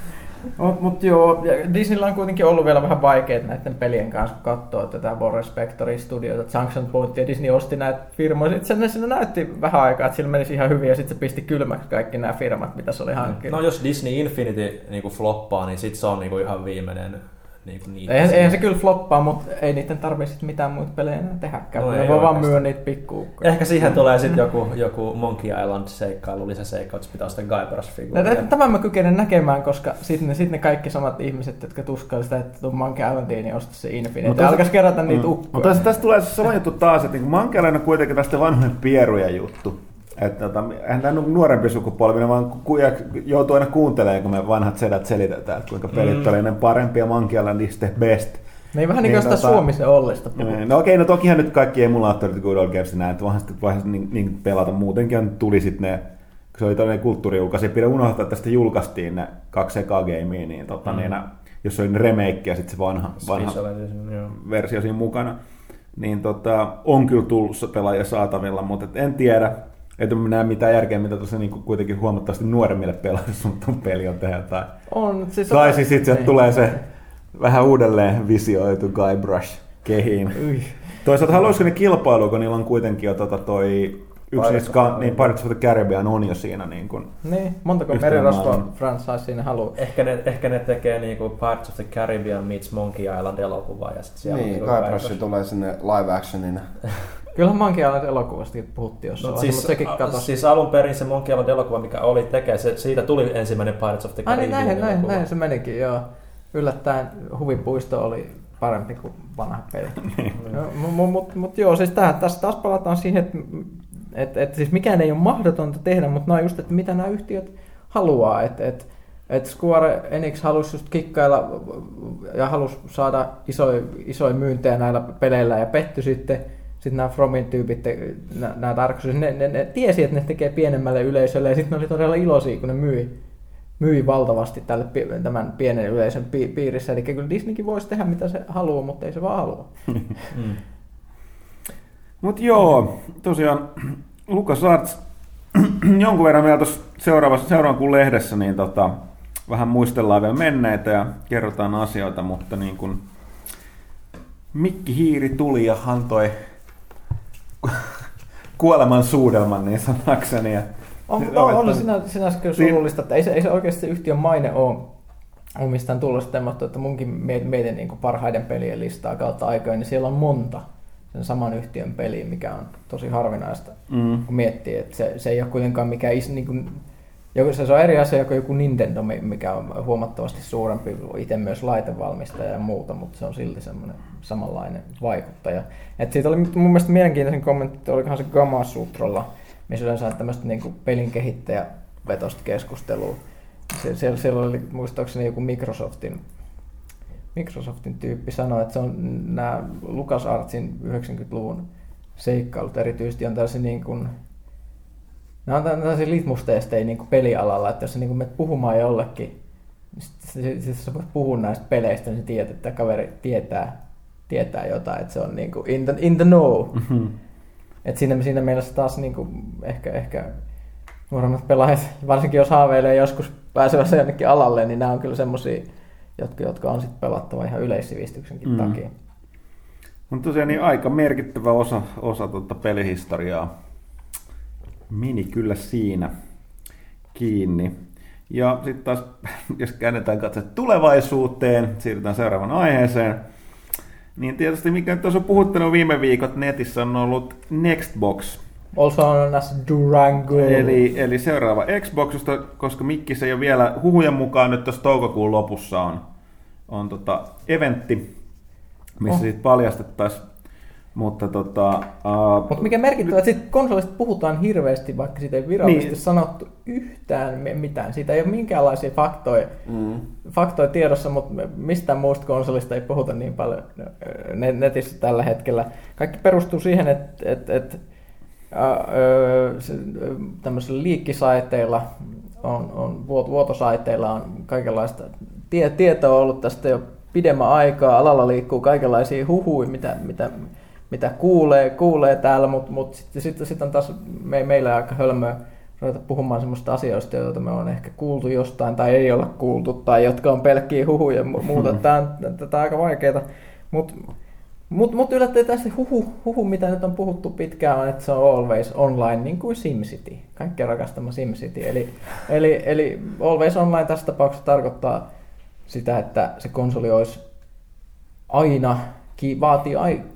Mut joo, Disneyllä on kuitenkin ollut vielä vähän vaikeet näiden pelien kanssa, kun katsoo tätä Warren Spectorin studioita, Junction Point ja Disney osti näitä firmoja. Sitten se näytti vähän aikaa, että sillä menisi ihan hyvin ja sitten se pisti kylmäksi kaikki nämä firmat, mitä se oli hankkinut. No jos Disney Infinity niinku floppaa, niin sitten se on niinku ihan viimeinen. Eihän se kyllä floppaa, mutta ei niiden tarvitse mitään muita pelejä enää tehdäkään. No ne voi vaan myydä niitä pikkuukkoja. Ehkä siihen tulee sitten joku Monkey Island-seikkailu, lisäseikkailu, että pitää sitä Guybrush-figuuria. Tämän mä kykenen näkemään, koska sitten ne kaikki samat ihmiset, jotka tuskailevat sitä, että tuon Monkey Islandiin, niin ostaa se Infinity. Ja alkaisi kerätä niitä ukkoja. Mutta tässä tulee se sama juttu taas, että niin Monkey Island on kuitenkin tästä vanhojen pieruja juttu. Että eihän tämä nuorempi sukupolvi, vaan joutuu aina kuuntelemaan, kun me vanhat sedät selitetään, että kuinka pelit oli ennen parempi ja Monkey Island is the best. Niin vähän niin kuin sitä Suomisen Ollista puhutaan. No okei, no tokihan nyt kaikki emulaattorit, Good Old Games näin, että vaiheessa niin pelata. Muutenkin tuli sitten ne, kun se oli toinen kulttuurijulkaisu, ja pidä unohtaa, että tästä julkaistiin ne 2 eka-gamea, niin, niin jos oli ne remake ja sitten se vanha versio siinä mukana, niin on kyllä tullut pelaajia saatavilla, mutta en tiedä. Ei näe mitään järkeä, mitä tuossa niin kuitenkin huomattavasti nuoremmille pelaajille sun peli on tehdä. Tai siis sitten tulee se vähän uudelleen visioitu Guybrush kehiin. Toisaalta haluaisiko ne kilpailua, kun niillä on kuitenkin jo toi Pirates of the Caribbean on jo siinä. Niin montako merirosvoa franchise siinä haluaa. Ehkä ne tekee niinku Pirates of the Caribbean meets Monkey Island -elokuvaa. Ja sit siellä niin, Guybrush tulee sinne live actionina. Kyllähän Monkey Island -elokuvastakin puhuttiin jossain vaiheessa, mutta sekin katosi. Siis alun perin se Monkey Island -elokuva, mikä oli tekee, siitä tuli ensimmäinen Pirates of the Caribbean -elokuva. Näin se menikin, joo. Yllättäen Huvipuisto oli parempi kuin vanha peli. Mutta joo, siis tässä taas palataan siihen, että siis mikään ei ole mahdotonta tehdä, mutta nämä just, että mitä nämä yhtiöt haluaa. Että Square Enix halusi just kikkailla ja halusi saada isoja myyntejä näillä peleillä ja petty sitten nämä Fromin tyypit, nämä Dark Souls, ne tiesi, että ne tekee pienemmälle yleisölle ja sitten ne oli todella iloisia, kun ne myi valtavasti tämän pienen yleisön piirissä. Eli kyllä Disneykin voisi tehdä mitä se haluaa, mutta ei se vaan halua. Mutta joo, tosiaan LucasArts jonkun verran vielä tuossa seuraavan kuun lehdessä, niin vähän muistellaan vielä menneitä ja kerrotaan asioita, mutta niin kun Mikki Hiiri tuli ja antoi kuoleman suudelman niin sanakseni. On sinänsä kyllä surullista, että ei se oikeasti se yhtiön maine ole mistään tullut sitten, että munkin mietin niin parhaiden pelien listaa kautta aikoina, niin siellä on monta sen saman yhtiön peliä, mikä on tosi harvinaista, kun miettii, että se ei ole kuitenkaan mikään se on eri asia kuin joku Nintendo, mikä on huomattavasti suurempi, itse myös laitevalmistaja ja muuta, mutta se on silti semmoinen samanlainen vaikuttaja. Et siitä oli mun mielestä mielenkiintoinen kommentti, että olikohan se Gamasutrolla, missä yleensä tämmöistä niin pelin kehittäjävetosta keskustelua. Siellä oli muistaakseni joku Microsoftin tyyppi sanoi, että se on nämä LucasArtsin 90-luvun seikkailut erityisesti on tällaisia niin kuin nämä on tällaisia litmustestejä niin kuin pelialalla, että jos sä niin menet puhumaan jollekin, niin sitten sä voit puhua näistä peleistä, niin sä tiedät, että kaveri tietää jotain, että se on niin kuin in the know. Mm-hmm. Että siinä mielessä taas niin kuin ehkä nuoremmat pelaajat, varsinkin jos haaveilee joskus pääsevänsä jonnekin alalle, niin nämä on kyllä semmosia, jotka on sitten pelattava ihan yleissivistyksenkin takia. On tosiaan niin aika merkittävä osa pelihistoriaa. Meni kyllä siinä kiinni. Ja sitten taas, jos käännetään katse tulevaisuuteen, siirrytään seuraavaan aiheeseen, niin tietysti mikä tuossa on puhuttanut viime viikot netissä on ollut Nextbox. Also known as Durango. Eli seuraava Xboxista, koska Mikkis ei ole vielä huhujen mukaan nyt tuossa toukokuun lopussa on eventti, missä siitä paljastettaisiin. Mutta mikä merkittävä, että siitä konsolista puhutaan hirveästi, vaikka siitä ei virallisesti sanottu yhtään mitään. Siitä ei ole minkäänlaisia faktoja tiedossa, mutta mistään muusta konsolista ei puhuta niin paljon netissä tällä hetkellä. Kaikki perustuu siihen, että tämmöisillä liikkisaiteilla, vuotosaiteilla on kaikenlaista tietoa ollut tästä jo pidemmän aikaa. Alalla liikkuu kaikenlaisia huhuja, mitä kuulee täällä, mutta sitten on taas meillä aika ruveta puhumaan semmoista asioista, joita me on ehkä kuultu jostain tai ei olla kuultu, tai jotka on pelkkiä huhuja ja muuta. Tämä on aika vaikeaa. Mut yllättäen tässä huhu, mitä nyt on puhuttu pitkään, on, että se on always online, niin kuin SimCity. Kaikki rakastama SimCity. Eli always online tässä tapauksessa tarkoittaa sitä, että se konsoli olisi aina, vaatii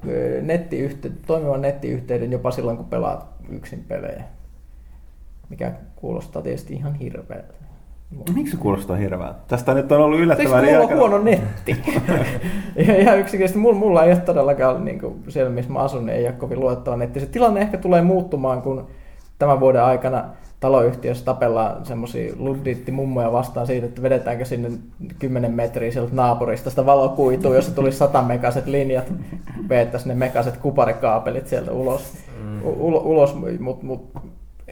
toimivan nettiyhteyden jopa silloin, kun pelaat yksin pelejä. Mikä kuulostaa tietysti ihan hirveältä. Miksi se kuulostaa hirveältä? Tästä nyt on ollut yllättävän mulla on huono netti. Ihan yksinkertaisesti mulla ei ole todellakaan, niin kuin siellä missä mä asun, niin ei ole kovin luotettava netti. Se tilanne ehkä tulee muuttumaan, kun tämän vuoden aikana taloyhtiössä tapellaan semmoisia ludditti-mummoja vastaan siitä, että vedetäänkö sinne 10 metriä sieltä naapurista sitä valokuitua, jossa tulisi 100 megaset linjat, veettäisiin ne megaset kuparikaapelit sieltä ulos, mutta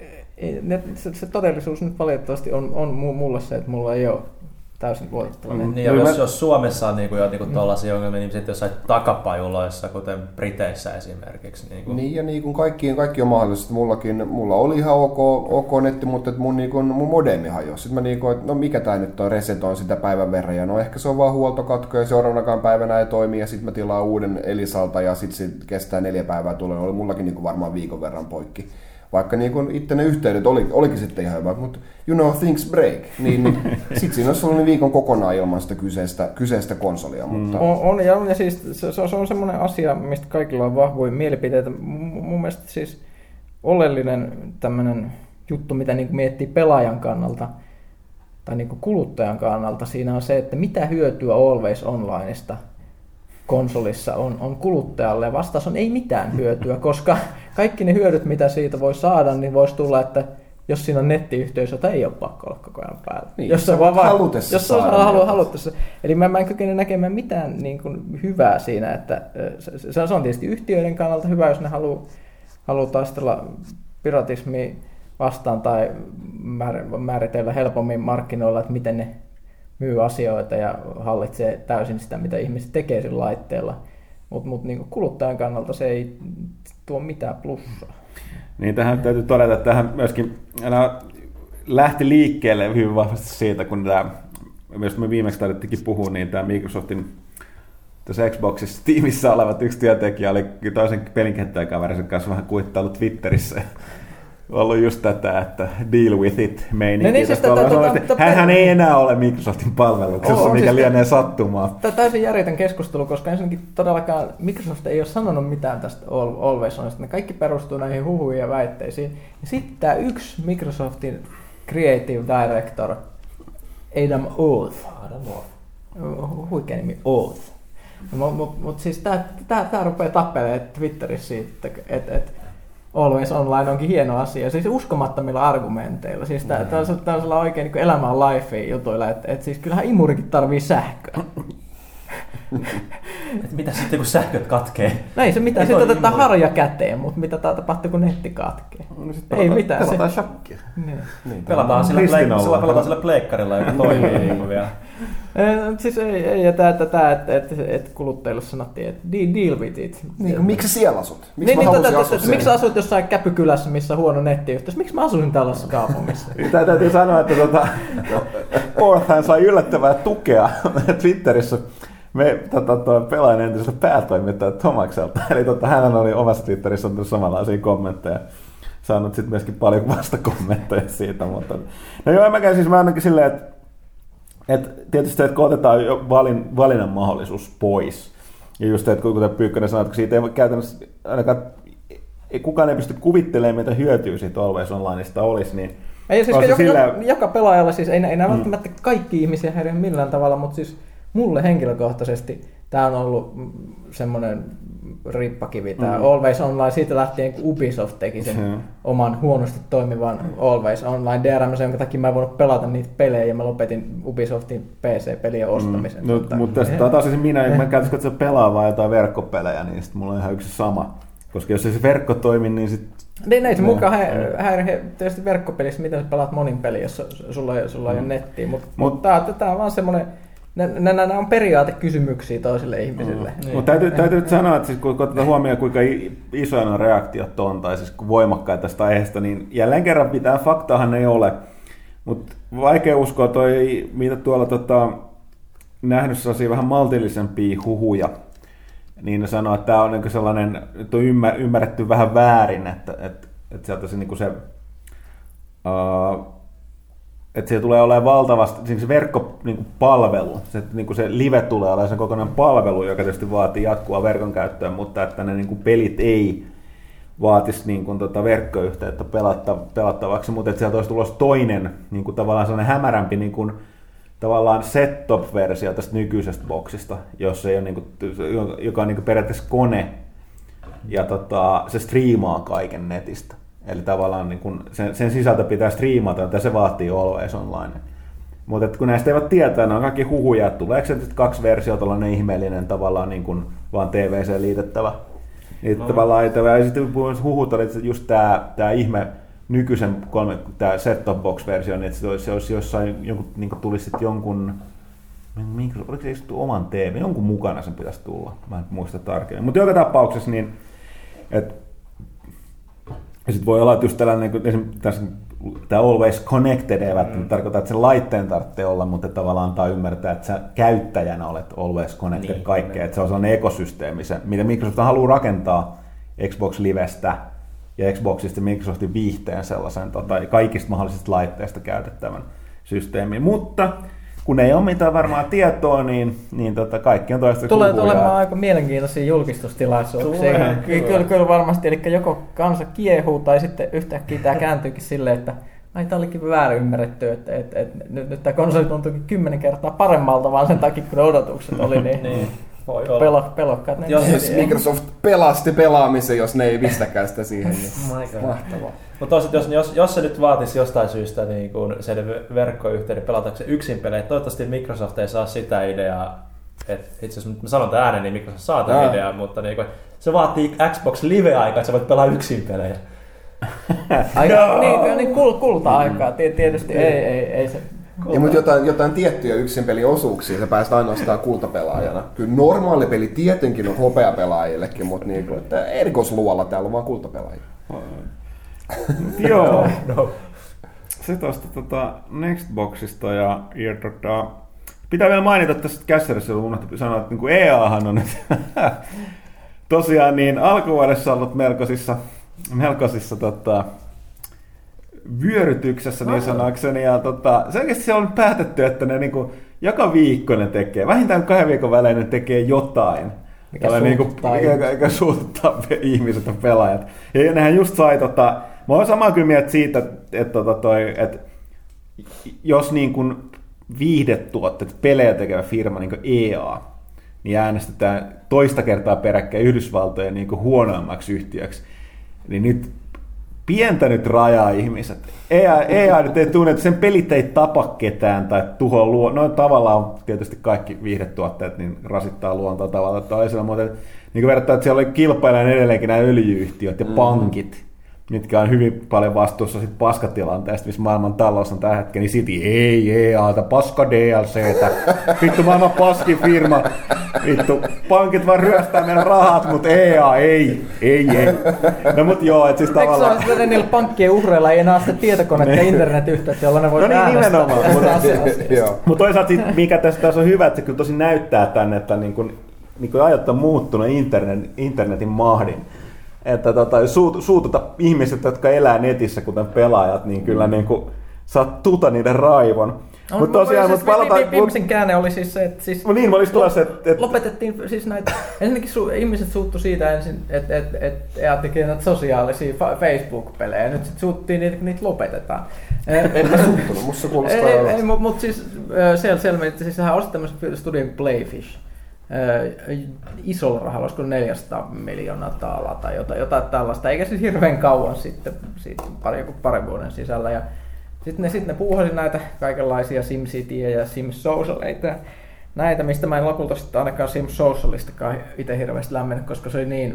se todellisuus nyt valitettavasti on mulle se, että mulla ei ole täysin luotettava. Niin, jos Suomessa on niinku tuollaisia ongelmia, niin sitten jossain takapajuloissa, kuten Briteissä esimerkiksi. Niin, ja niin kuin kaikki on mahdollista. Mulla oli ihan ok netti, mutta mun modemi hajosi. Sitten mä että no mikä tää nyt on, resetoin sitä päivän verran. Ja no ehkä se on vaan huoltokatko ja seuraavanakaan päivänä ei toimi. Ja sitten mä tilaan uuden Elisalta ja sitten se kestää 4 päivää tulee. Oli mullakin varmaan viikon verran poikki. Vaikka itse ne yhteydet olikin sitten ihan hyvä, mutta things break. Niin sitten siinä olisi ollut viikon kokonaan ilman sitä kyseistä konsolia. Mutta... On ja siis se on semmoinen asia, mistä kaikilla on vahvoja mielipiteitä. Mun mielestä siis oleellinen tämmöinen juttu, mitä miettii pelaajan kannalta tai kuluttajan kannalta, siinä on se, että mitä hyötyä Always Onlineista konsolissa on kuluttajalle. Vastaus on ei mitään hyötyä, koska kaikki ne hyödyt, mitä siitä voi saada, niin voisi tulla, että jos siinä on nettiyhteys, jota ei ole pakko olla koko ajan päällä. Niin, jos on halutessa. Eli mä en kykene näkemään mitään hyvää siinä, että se on tietysti yhtiöiden kannalta hyvä, jos ne haluaa taistella piratismia vastaan tai määritellä helpommin markkinoilla, että miten ne myy asioita ja hallitsee täysin sitä, mitä ihmiset tekee sillä laitteella. Mutta kuluttajan kannalta se ei tuo mitään plussaa. Niin, tähän täytyy todeta, että tähän myöskin lähti liikkeelle hyvin vahvasti siitä, kun jos me viimeksi taidettikin puhua, niin tämä Microsoftin tässä Xboxissa tiimissä olevat yksi työntekijä oli toisen pelinkehittäjäkaverisen kanssa vähän kuittailu Twitterissä. Ollut just tätä, että deal with it meininki. Hänhän ei enää ole Microsoftin palveluksessa, mikä lienee sattumaa. Tämä täysin järjetön keskustelu, koska ensinnäkin todellakaan Microsoft ei ole sanonut mitään tästä Always Onista. Ne kaikki perustuu näihin huhuihin ja väitteisiin. Ja sitten tämä yksi Microsoftin Creative Director, Adam Oath. Huikea nimi, Oath. Mutta siis tämä rupeaa tappelemaan Twitterissä siitä, että Always Online onkin hieno asia, siis uskomattomilla argumenteilla. Siis tää on sellainen oikein niin elämä on life jutuilla, että siis kyllähän imurikin tarvii sähköä. Mitä sitten kun sähköt katkee? Näin se mitään, sitten otetaan harja käteen, mutta mitä tapahtuu kun netti katkee? No, ei mitään. Pelataan shakkia. Niin, pelataan sillä pleikkarilla, joka toimii vielä. Siis ei, ja tämä, että kuluttajille sanottiin, että deal with it. Niin, miksi siellä asut? Miksi asut jossain käpykylässä, missä on huono nettiyhteys? Miksi mä asuisin tällaisessa kaupungissa? Tämä täytyy sanoa, että Orthan sai yllättävää tukea Twitterissä pelaajan entiseltä päätoimittaja Tomakselta. Eli hän oli omassa Twitterissä antanut samanlaisia kommentteja. Saanut sitten myöskin paljon vastakommentteja siitä. Mutta... No joo, mä ainakin silleen, että tietysti, että kun otetaan jo valinnan mahdollisuus pois, ja just, että kuten Pyykkönen sanoi, että siitä ei käytännössä ainakaan kukaan ei pysty kuvittelemaan, mitä hyötyä siitä Always Onlineista olisi, niin ei, siis joka pelaajalla, siis ei välttämättä kaikki ihmisiä häiriä millään tavalla, mutta siis mulle henkilökohtaisesti tämä on ollut semmoinen rippakivi, tämä Always Online, siitä lähtien kun Ubisoft teki sen oman huonosti toimivan Always Online DRM, jonka takia mä en voinut pelata niitä pelejä ja mä lopetin Ubisoftin PC-pelien ostamisen. Mutta taas siis mä käytännössä katsoa pelaa vaan jotain verkkopelejä, niin sitten mulla on ihan yksi sama. Koska jos ei se verkko toimi, niin sitten... Ei se mukaan häiriä tietysti verkkopelissä, miten sä pelaat monin peli, jos sulla ei ole nettiä. Mutta tämä on vaan semmoinen Nämä on periaatekysymyksiä toisille ihmisille. Mutta täytyy nyt sanoa, että siis, kun otetaan huomioon, kuinka isoja nuo reaktiot on, tai siis voimakkaita tästä aiheesta, niin jälleen kerran pitää, faktaahan ei ole. Mutta vaikea uskoa mitä tuolla nähnyt sellaisia vähän maltillisempia huhuja, niin ne sanoo, että tämä on niin sellainen, että on ymmärretty vähän väärin, että sieltä se, niin se että se tulee olemaan valtavasti, se verkkopalvelu, se live tulee olemaan sen kokonainen palvelu, joka tietysti vaatii jatkuvaa verkon käyttöä, mutta että ne pelit ei vaatisi verkkoyhteyttä pelattavaksi, mutta että sieltä olisi tulossa toinen tavallaan sellainen hämärämpi tavallaan set-top-versio tästä nykyisestä boksista, jossa ei ole, joka on periaatteessa kone ja se striimaa kaiken netistä. Eli tavallaan sen sisältö pitää striimata, että se vaatii always online. Mutta kun näistä eivät tietää, ne on kaikki huhuja, että tuleeko se 2 versiota, tällainen ihmeellinen tavallaan vaan TVC liitettävä. Niin tavallaan, ja sitten huhut oli just tämä ihme nykyisen tämä set-top box-versio, niin että se olisi jossain, tulisi sitten jonkun, oliko se oman TV, jonkun mukana sen pitäisi tulla, mä en muista tarkemmin. Mutta joka tapauksessa, niin, ja sitten voi olla, että just tällainen, tämä always connected ei välttämättä tarkoita, että sen laitteen tarvitsee olla, mutta tavallaan antaa ymmärtää, että sä käyttäjänä olet always connected kaikkea, että se on sellainen ekosysteemi, mitä Microsoft haluaa rakentaa Xbox Livestä ja Xboxista Microsoftin viihteen sellaisen kaikista mahdollisista laitteista käytettävän systeemiin, mutta kun ei ole mitään varmaa tietoa, niin kaikki on toistaiseksi tulee olemaan aika mielenkiintoisia julkistustilaisuuksia. Kyllä varmasti, eli joko kansa kiehuu tai sitten yhtäkkiä tämä kääntyykin silleen, että tämä olikin väärin ymmärretty, että nyt tämä konsoli tuntuukin 10 kertaa paremmalta, vaan sen takia, kun odotukset oli niin pelokkaat. Jos Microsoft pelasti pelaamisen, jos ne ei pistäkään sitä siihen, niin mahtavaa. Mutta jos se nyt vaatisi jostain syystä niin sen verkkoyhteyden pelatakseen yksin pelejä, toivottavasti Microsoft ei saa sitä ideaa, että itse asiassa mä sanon tämän ääneen, niin Microsoft saa tämän ideaa, mutta niin se vaatii Xbox Live-aikaa, että sä voit pelaa yksin pelejä. Niin kulta-aikaa, tietysti ei se. Ja, mutta jotain tiettyjä yksinpeliosuuksia sä pääset ainoastaan kultapelaajana. Kyllä normaali peli tietenkin on hopeapelaajillekin, mutta niin, että erikoisluvalla täällä on vaan kultapelaajia. Joo. Se tuosta Nextboxista ja pitää vielä mainita tästä kässärissä, kun unohtu sanoa, että niin EAhan on nyt tosiaan niin alkuvuodessa ollut melkoisissa vyörytyksessä niin sanoakseni, ja selkeästi se on päätetty, että ne niinku joka viikko ne tekee, vähintään 2 viikon välein ne tekee jotain, mikä suututtaa ihmiset ja pelaajat. Ja nehän just sai, mä oon samaa kyllä mieltä siitä, että jos niin kuin viihdetuotteet, pelejä tekevä firma niin kuin EA, niin äänestetään toista kertaa peräkkäin Yhdysvaltojen niin kuin huonoimmaksi yhtiöksi, niin nyt pientä nyt rajaa ihmiset. EA nyt ei tunne, että sen pelit ei tapa ketään tai tuhoa luontoa. No tavallaan tietysti kaikki viihdetuotteet niin rasittaa luontoa tavalla toisella, mutta niin kuin verrattuna, että siellä oli kilpailijan edelleenkin nämä öljy-yhtiöt ja pankit, mitkä on hyvin paljon vastuussa sit paskatilanteesta, missä maailman talous on tällä hetkellä, niin City ei EA:ta, paska DLC:tä, vittu maailman paskin firma, vittu pankit vaan ryöstää meidän rahat, mutta EA ei. No mut joo, et siis tavallaan. Eikö se ole, että niillä pankkien uhreilla ei enää sitä tietokonetta ja internetyhteyttä, jolla ne voi äänestää tästä asiasta. Mutta toisaalta mikä tässä on hyvä, että se kyllä tosi näyttää tänne, että niin ajat on muuttunut internetin mahdin. Että suututa ihmiset, jotka elää netissä, kuten pelaajat, niin kyllä niin kuin, saat tuta niiden raivon. Mutta tosiaan, viimeisen käänne oli siis se, että siis niin, lopetettiin siis näitä, ensinnäkin ihmiset suuttu siitä ensin, että EA tekee näitä sosiaalisia Facebook-pelejä, ja nyt sitten suuttiin niitä lopetetaan. En mä suuttunut, musta kuulostaa ei, mutta siis selvästi, siis sehän osti tämmöisen studion kuin Playfish. Isolla rahalla, olisiko 400 miljoonaa taalaa tai jotain tällaista, eikä siis hirveän kauan sitten siitä parin vuoden sisällä. Ja sitten ne puuhasi näitä kaikenlaisia SimCityjä ja Sims Socialeita. Näitä, mistä mä en lopulta sitten ainakaan Sims Socialistakaan itse hirveästi lämmennyt, koska se oli niin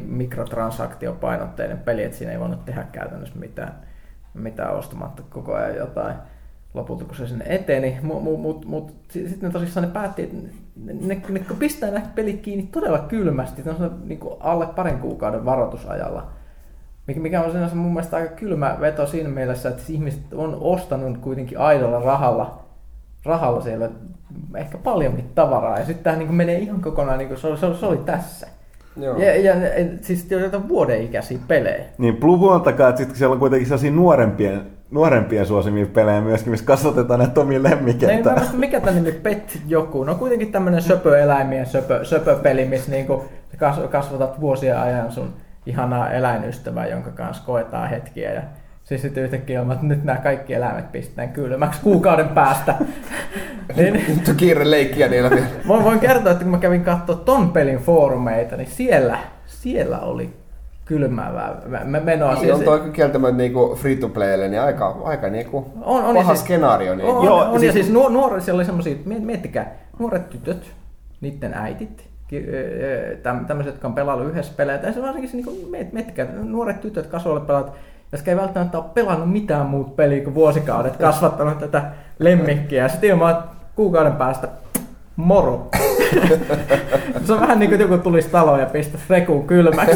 mikrotransaktiopainotteinen peli, että siinä ei voinut tehdä käytännössä mitään ostamatta koko ajan jotain. lopulta kun se sinne eteni, mutta sitten ne tosissaan ne päätti, että ne pistää nämä pelit kiinni todella kylmästi, niin kuin alle parin kuukauden varoitusajalla. Mikä on sinänsä mun mielestä aika kylmä veto siinä mielessä, että ihmiset on ostanut kuitenkin aidolla rahalla siellä ehkä paljonkin tavaraa, ja sitten tämä niin menee ihan kokonaan, niin kuin se oli tässä. Joo. Ja siis jotain vuoden ikäisiä pelejä. Niin, puhumattakaan, että sitten siellä on kuitenkin sellaisia nuorempien suosimia pelejä myöskin, missä kasvatetaan näitä omia lemmikeitä. Mikä tämä nimi Pet joku? No kuitenkin tämmöinen söpöeläimien söpöpeli, missä niinku kasvatat vuosien ajan sun ihanaa eläinystävää, jonka kanssa koetaan hetkiä. Ja siis sitten yhtäkkiä on, että nyt nämä kaikki eläimet pistetään kylmäksi kuukauden päästä. Nyt on kiire leikkiä niillä vielä. Voin kertoa, että kun mä kävin katsoa ton pelin foorumeita, niin siellä oli kylmäävää menoa. Niin, on toi kieltämättä niinku free-to-playlle, niin aika niinku paha siis, skenaario. Niin. On siis nuoret, siellä oli semmosia, miettikää, nuoret tytöt, niiden äitit, tämmöiset, jotka on pelaillut yhdessä pelejä, tai se varsinkin se, niin miettikää, nuoret tytöt, kasuaalipelaat, jotka ei välttämättä ole pelannut mitään muuta peliä kuin vuosikaudet, kasvattanut tätä lemmikkiä, ja sitten ilman kuukauden päästä moro. Se on vähän niin kuin joku tulisi taloon ja pistäisi rekun kylmäksi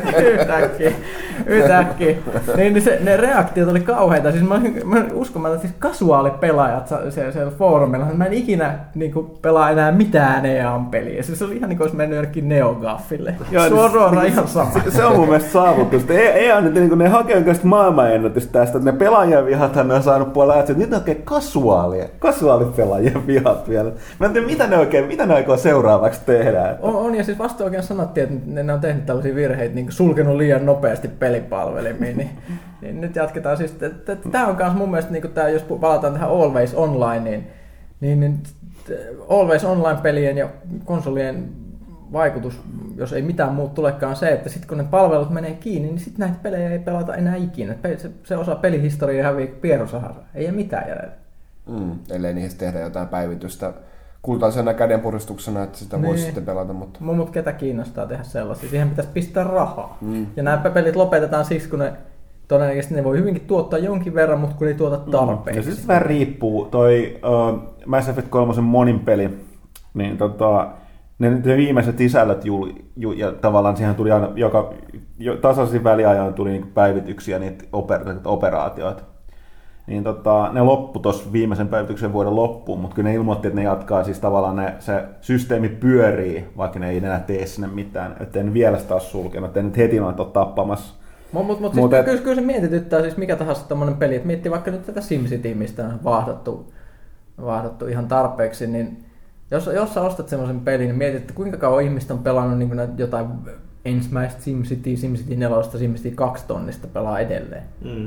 yhtäkkiä. Niin ne reaktiot oli kauheita. Siis mä uskon, että siis kasuaalipelaajat siellä foorumilla, mä en ikinä niin kuin, pelaa enää mitään EA-peliä. Siis se oli ihan niin kuin olisi mennyt jonnekin NeoGaffille. Suoraan ihan sama. Se on mun mielestä saavutus. EA nyt niin ne hakee oikeasti maailmanennätystä tästä, että ne pelaajien vihathan ne on saanut puolella, että nyt ne oikein kasuaalipelaajien vihat vielä. Mä en tiedä, mitä ne aikoo seuraavaksi tehdä. On, ja siis vasta oikein sanottiin, että ne on tehnyt tällaisia virheitä, niin sulkenut liian nopeasti pelipalvelimiin, niin nyt jatketaan. Siis, tämä on myös mun mielestä, niin tämä, jos palataan tähän Always Online, niin Always Online-pelien ja konsolien vaikutus, jos ei mitään muuta tulekaan se, että sitten kun ne palvelut menee kiinni, niin sitten näitä pelejä ei pelata enää ikinä. Se osa pelihistoriaa häviää pierusahara. Ei ole mitään jäljellä. Ellei niistä tehdä jotain päivitystä kultaisena kädenpuristuksena, että sitä voisi sitten pelata. Mutta ketä kiinnostaa tehdä sellaisia? Siihen pitäisi pistää rahaa. Ja nämä pelit lopetetaan siksi, kun ne todennäköisesti ne voi hyvinkin tuottaa jonkin verran, mutta kun ei tuota tarpeeksi. Ja siis vähän riippuu. Toi Mass Effect 3 monin peli, niin ne viimeiset sisällöt ja tavallaan siihen tuli aina tasaisin väliajoin tuli niinku päivityksiä, niitä operaatioita. Niin ne loppu tuossa viimeisen päivityksen vuoden loppuun, mutta kyllä ne ilmoitti, että ne jatkaa, siis tavallaan se systeemi pyörii, vaikka ne ei enää tee sinne mitään, ettei ne vielä taas sulkenut, ettei nyt heti noita ole tappamassa. Mutta siis kyllä se mietityttää siis mikä tahansa tommonen peli, että miettii vaikka nyt tätä SimCityä, mistä on vaahdottu ihan tarpeeksi, niin jos sä ostat semmoisen pelin, niin mietit, että kuinka kauan ihmiset on pelannut niin jotain ensimmäistä SimCity 4, SimCity 2 tonnista pelaa edelleen.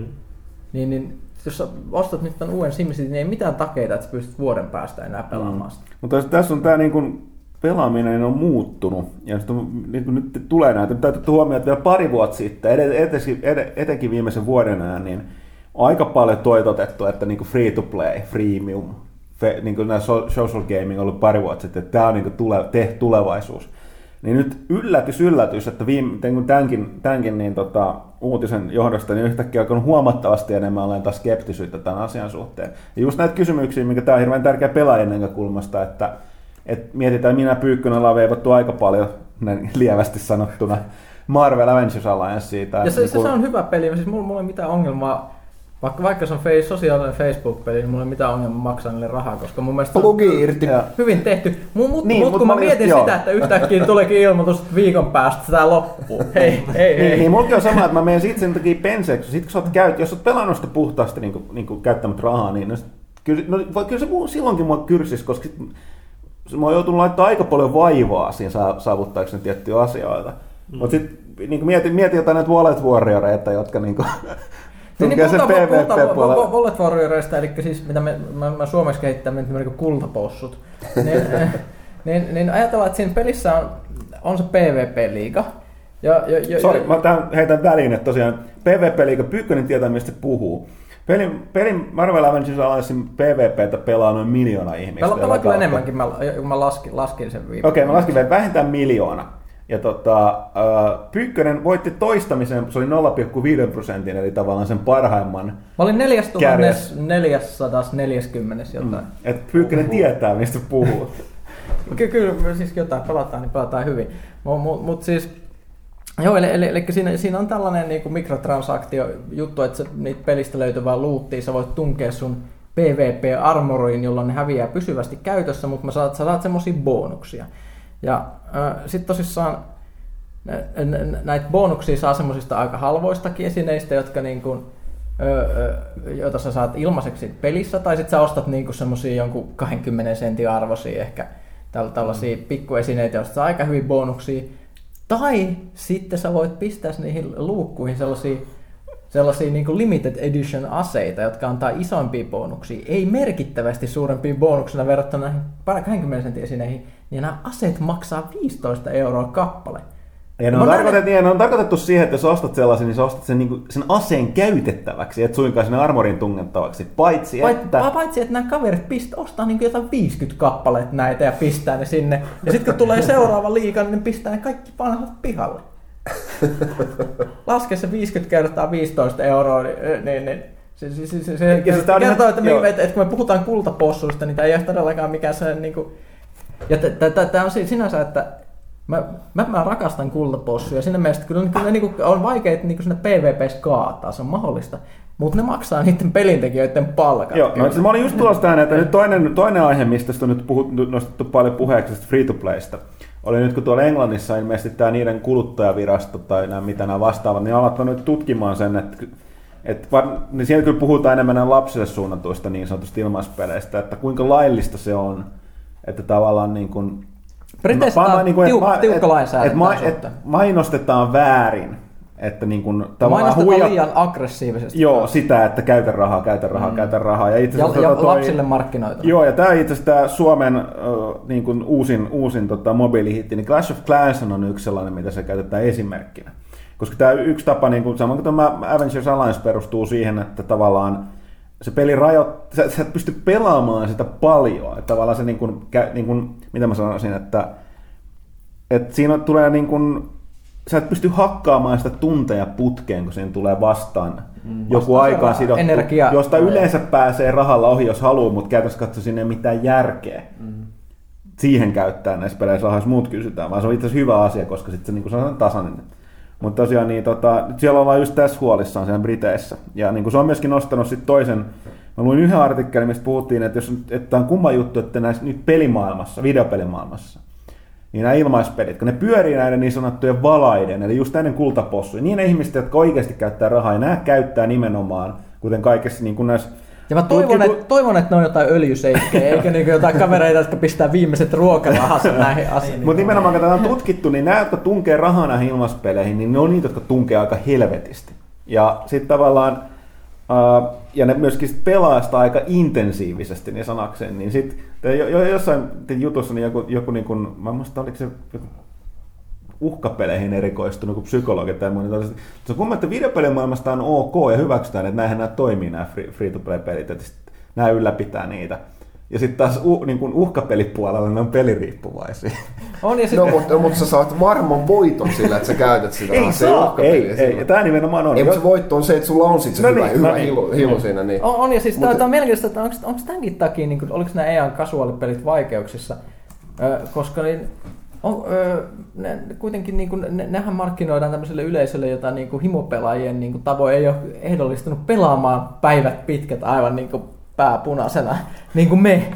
Niin jos sä ostat nyt tämän uuden SimCity, niin ei mitään takeita, että sä pystyt vuoden päästä enää pelaamaan sitä. Mutta tässä on tämä niin pelaaminen on muuttunut, ja nyt tulee näitä. Täytyy huomioon, että vielä pari vuotta sitten, etenkin viimeisen vuoden ajan, niin on aika paljon toitotettu, että niin free to play, freemium, niin kuin nämä social gaming on ollut pari vuotta sitten, että tämä on niin tulevaisuus. Niin nyt yllätys, että tämänkin niin uutisen johdosta niin yhtäkkiä on huomattavasti enemmän olen taas skeptisyyttä tämän asian suhteen. Ja just näitä kysymyksiä, mikä tämä on hirveän tärkeä pelaajien näkökulmasta, että mietitään, minä Pyykkönen ollaan veivattu aika paljon, näin lievästi sanottuna, Marvel Avengers Alliance siitä. Ja se on hyvä peli, siis mulla ei ole mitään ongelmaa, vaikka se on sosiaalinen Facebook-peli, niin mulla ei ole mitään ongelmaa maksaa niille rahaa, koska mun mielestä se on hyvin tehty. Mutta kun mä mietin sitä, että yhtäkkiä tuleekin ilmoitus, että viikon päästä tämä loppuu. Niin, mullakin on sama, että mä menen sitten sen takia penseeksi. Jos olet pelannut sitä puhtaasti niin käyttämättä rahaa, niin kyllä se silloinkin mua kyrsisi, koska mä oon joutunut laittamaan aika paljon vaivaa siinä saavuttaakseni tiettyjä asioita. Mutta sitten niin mietin jotain näitä Wallet Warrioreita, jotka Wallet Warriorista, eli siis mitä mä suomeksi kehittämme niin kultapossut, niin ajatellaan, että siinä pelissä on se PvP-liiga. Sori, mä heitän väliin, että tosiaan PvP-liiga, Pyykkönen tietää, mistä se puhuu. Pelin Marvel Avengers Alliancein PvP:tä pelaa noin 1 000 000 ihmistä. Pelaa kyllä enemmänkin, kun mä laskin sen viime. Okei, mä laskin vähintään 1 000 000. Ja Pyykkönen voitti toistamisen, se oli 0,5%, eli tavallaan sen parhaimman. Mä olin 4440 jotain. Et Pyykkönen tietää, mistä puhuu. Kyllä, siis jotain pelataan hyvin. Mut siis, joo, eli siinä on tällainen niinku mikrotransaktio-juttu, että niitä pelistä löytyvää loottia sä voit tunkea sun PvP-armoriin, jolloin ne häviää pysyvästi käytössä, mutta sä saat semmosia bonuksia. Ja sitten tosissaan näitä bonuksia saa semmosista aika halvoistakin esineistä, jotka niinku, joita sä saat ilmaiseksi pelissä, tai sitten sä ostat niinku semmosia jonkun 20 sentin arvoisia ehkä tällaisia pikkuesineitä, joista saa aika hyvin bonuksia. Tai sitten sä voit pistää niihin luukkuihin sellaisia niin kuin limited edition aseita, jotka antaa isompia bonuksia, ei merkittävästi suurempia bonuksina verrattuna näihin 20 sentin esineihin, niin nämä aseet maksaa 15 € kappale. Ja ne on tarkoitettu siihen, että jos ostat sellaisen, niin sä ostat sen, niin sen aseen käytettäväksi, et suinkaan sinne armorin tungettavaksi. Paitsi että nämä kaverit ostaa niin jotain 50 kappaletta näitä ja pistää ne sinne. Ja sitten kun tulee seuraava liiga, niin ne pistää ne kaikki vanhat pihalle. Laske se 50 kertaa 15 €, niin se kertoo, että kun me puhutaan kultapossuista, niin tämä ei ole todellakaan mikään se niinku. Ja tämä on sinänsä, että mä rakastan kultapossuja. Siinä mielessä kyllä niinku on vaikea niinku sinne PvP:ssä kaataa, se on mahdollista. Mutta ne maksaa niiden pelintekijöiden palkat. Joo, no, mä olin just tulossa tähän, että nyt toinen aihe, mistä on nyt nostettu paljon puheeksi free-to-playsta, oli nyt kun tuolla Englannissa ilmeisesti tämä niiden kuluttajavirasto tai mitä nämä vastaavat, niin on alettanut nyt tutkimaan sen, niin siellä kyllä puhutaan enemmän lapsille suunnatuista niin sanotusta ilmaispeleistä, että kuinka laillista se on, että tavallaan niin kuin tiukka lainsäädäntö. Että mainostetaan väärin. Että niin kuin mainostetaan liian aggressiivisesti. Joo, sitä, että käytä rahaa. Ja, itse asiassa lapsille markkinoita. Joo, ja tämä itse asiassa tämä Suomen niin kuin uusin mobiilihitti, niin Clash of Clans on yksi sellainen, mitä se käytetään esimerkkinä. Koska tämä yksi tapa, niin kuin, samoin kuin tämä Avengers Alliance perustuu siihen, että tavallaan se peli sä et pysty pelaamaan sitä paljon. Että tavallaan se, niin kuin, mitä mä sanoisin, että siinä tulee niin kuin, sä et pysty hakkaamaan sitä tunteja putkeen, kun siihen tulee vastaan joku aikaan sidottu, josta yleensä pääsee rahalla ohi, jos haluaa, mutta käytännössä katsoa sinne ei mitään järkeä siihen käyttää näissä peleissä rahaa, jos muut kysytään, vaan se on itse asiassa hyvä asia, koska sitten se, niin se on tasainen. Mutta tosiaan niin, siellä ollaan just tässä huolissaan siellä Briteissä. Ja niin se on myöskin nostanut sitten toisen, mä luin yhden artikkelin, mistä puhuttiin, että on kumma juttu, että näissä nyt pelimaailmassa, videopelimaailmassa, niin nämä ilmaispelit, kun ne pyörii näiden niin sanottujen valaiden, eli just näiden kultapossuja, niin ne ihmiset, jotka oikeasti käyttää rahaa, ja nämä käyttää nimenomaan, kuten kaikessa niin kuin näissä. Ja mä toivon, että ne on jotain öljyseikkejä, eikä niin jotain kavereita, jotka pistää viimeiset ruokarahassa näihin asioihin. Mutta nimenomaan, kun tätä on tutkittu, niin nämä, jotka tunkee rahaa näihin ilmaispeleihin, niin ne on niitä, jotka tunkee aika helvetisti. Ja sitten tavallaan, ja ne myöskin pelaa sitä aika intensiivisesti, niin sanakseen, niin sitten jossain jutussa niin joku niin kuin, mä muistan, oliko se joku uhkapeleihin erikoistunut, kuin psykologi tai muuta. Se on kumma, että videopelimaailmasta on ok ja hyväksytään, että näinhän nämä toimii, nämä free-to-play-pelit, että nämä ylläpitää niitä. Ja sitten taas niin uhkapelipuolella ne on peliriippuvaisia. On, ja mutta sä saat varman voiton sillä, että sä käytät sitä. Ei. Tämä nimenomaan on. Ei, mutta se voitto on se, että sulla on sitten se hyvä hilu siinä. Niin. On, ja siis tämä on mielenkiintoista, että onko tämänkin takia, niin oliko nämä EA:n casual-pelit vaikeuksissa, koska kuitenkin niin kuin, nehän markkinoidaan tämmöiselle yleisölle, jota niin kuin himopelaajien niin kuin tavoin ei ole ehdollistunut pelaamaan päivät pitkät aivan niin kuin pääpunaisena, niin kuin me.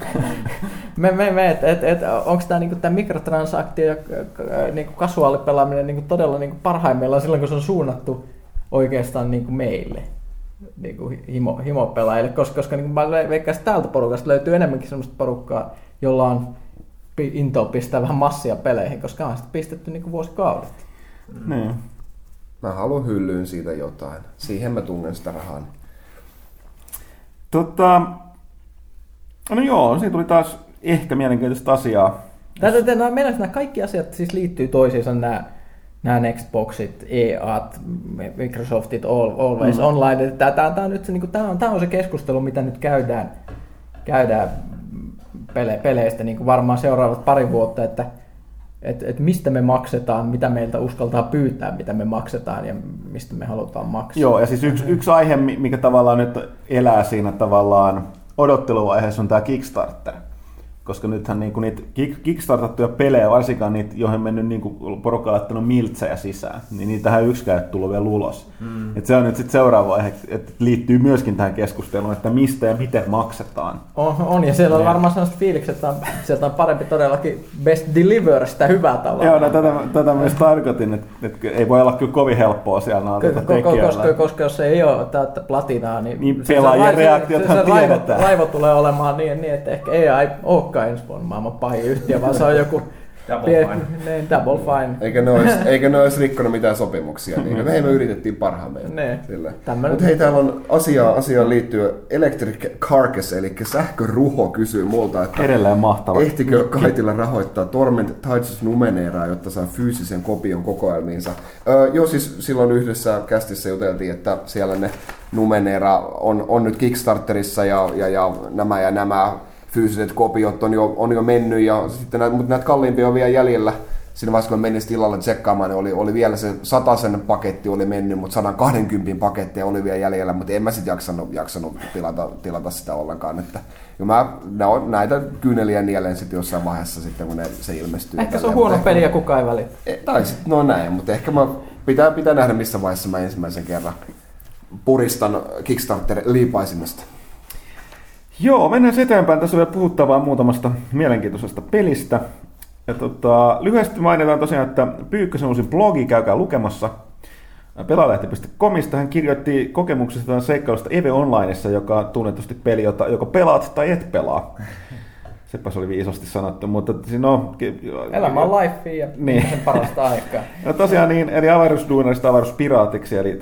Onko tämä niin mikrotransaktio ja niin kasuaalipelaaminen niin todella niin parhaimmillaan silloin, kun se on suunnattu oikeastaan niin meille, niin himopelaajille, koska niin mä veikkaan, että täältä porukasta löytyy enemmänkin sellaista porukkaa, jolla on intoa pistää vähän massia peleihin, koska on sitä pistetty niin vuosikaudet. Niin. Mä haluan hyllyyn siitä jotain. Siihen mä tungen sitä rahaa. No joo, siinä tuli taas ehkä mielenkiintoista asiaa. Nämä kaikki asiat siis liittyy toisiinsa, nämä Nextboxit, EA:t, Microsoftit, Always Online. Tämä on nyt se, tämä on se keskustelu, mitä nyt käydään peleistä niin kuin varmaan seuraavat pari vuotta, että että mistä me maksetaan, mitä meiltä uskaltaa pyytää, mitä me maksetaan ja mistä me halutaan maksaa. Joo, ja siis yksi aihe, mikä tavallaan nyt elää siinä tavallaan odotteluvaiheessa on tämä Kickstarter. Koska nythän niinku niitä kickstartattuja pelejä, varsinkaan niitä, joihin on mennyt niinku porukka laittanut miltsejä sisään, niin niitähän yksikään ei tullut vielä ulos. Et se on nyt sitten seuraava vaihe, että liittyy myöskin tähän keskusteluun, että mistä ja miten maksetaan. On ja siellä on varmaan sellaiset fiilikset, että sieltä on parempi todellakin best deliver sitä hyvää tavalla. Joo, no tätä myös tarkoitin, että ei voi olla kyllä kovin helppoa siellä nautata tekijöillä. Koska jos ei ole täyttä platinaa, niin pelaajien reaktiothan tiedetään. Raivo tulee olemaan niin, että ehkä AI olekaan ensi vuonna maailman pahin yhtiö, vaan se on joku double fine. Eikä ne olisi rikkonut mitään sopimuksia, niin me yritettiin parhaamme. Mutta hei, täällä on asiaan liittyen Electric Carcass, eli sähköruho kysyy multa, että edelleen mahtava. Ehtikö Kaitila rahoittaa Torment Tides of Numeneraa, jotta saa fyysisen kopion kokoelmiinsa? Joo, siis silloin yhdessä kästissä juteltiin, että siellä ne Numenera on nyt Kickstarterissa ja nämä fyysiset kopiot on jo mennyt, mutta näitä kalliimpia on vielä jäljellä. Siinä vaiheessa, kun menin tilalla tsekkaamaan, niin oli vielä se 100 paketti oli mennyt, mutta 120 pakettia oli vielä jäljellä, mutta en mä sitten jaksanut tilata sitä ollenkaan. Että, näitä kyyneliä nielen sitten jossain vaiheessa, sitten, kun se ilmestyy. Ehkä se on huono peli ja kukaan ei väli. Tai sitten no näin, mutta ehkä pitää nähdä, missä vaiheessa mä ensimmäisen kerran puristan Kickstarter-liipaisimesta. Joo, mennään eteenpäin. Tässä on vielä puhuttavaa muutamasta mielenkiintoisesta pelistä. Ja lyhyesti mainitaan tosiaan, että Pyykkösen uusi blogi, käykää lukemassa pelaalehti.comista. Hän kirjoitti kokemuksesta seikkailusta EVE Onlineissa, joka on tunnetusti peli, jota joko pelaat tai et pelaa. Sepä se oli viisasti sanottu, mutta elämä on life ja niin. Sen parasta aikaa. No tosiaan niin, eli avaruusduunarista avaruuspiraatiksi, eli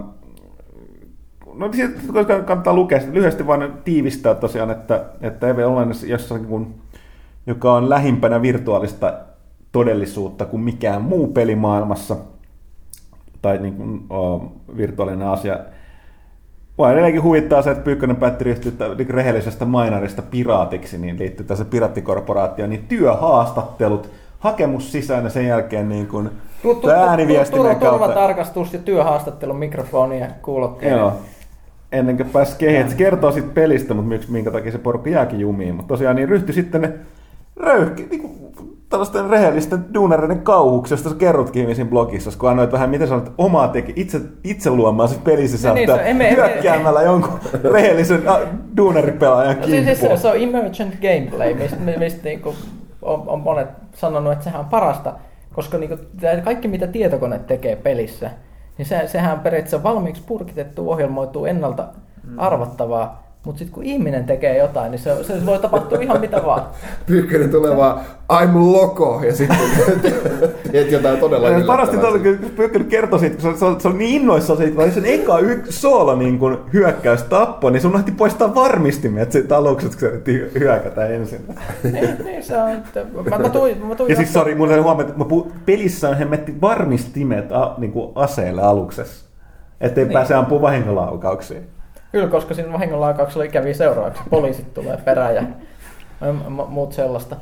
no siitä kannattaa lukea, lyhyesti vain tiivistää tosiaan, että EVE Online jossakin, joka on lähimpänä virtuaalista todellisuutta kuin mikään muu peli maailmassa, tai niin kuin, virtuaalinen asia. Mua edelleenkin huvittaa se, että Pyykkönen päätti ryhtyä rehellisestä mainarista piraatiksi, niin liittyy tässä piraattikorporaatioon, niin työhaastattelut, hakemus sisään ja sen jälkeen niin kuin ääniviestimen kautta. Turvatarkastus ja työhaastattelun mikrofoni ja kuulokkeet. Joo. Ennen kuin pääsi kehiin. Se kertoo sitten pelistä, mutta minkä takia se porukka jääkin jumiin. Mutta tosiaan niin ryhtyi sitten ne tällaisten rehellisten duunareiden kauhuksi, josta sä kerrotkin siinä blogissa, kun annoit vähän, miten sä olet omaa itse luomaan sit pelisisältöä hyökkäämällä jonkun rehellisen duunaripelaajan kimppuun. Siis se on emergent gameplay, mistä niinku on monet sanonut, että sehän on parasta, koska niinku kaikki mitä tietokone tekee pelissä, niin sehän on periaatteessa valmiiksi purkitettu, ohjelmoituu ennalta arvattavaa, mutta sitten kun ihminen tekee jotain, niin se voi tapahtua ihan mitä vaan. Pyykkönen tulee vaan, I'm loco, ja sitten teet jotain todella yllättävää. Parasti kun Pyykkönen kertoi siitä, kun se oli niin innoissaan siitä, että sen eka soolo niin hyökkäys tappoi, niin sun lähti poistaa varmistimet, että siitä aluksi hyökätä ensin. Niin se on. Ja siis sori, mun huomioon, että pelissä on hemmetti varmistimet niin aseelle aluksessa, ettei pääse ampumaan vahingonlaukauksiin. Kyllä, koska siinä vahingonlaukauksella ikäviä seurauksia. Poliisit tulee perään ja muut sellaista.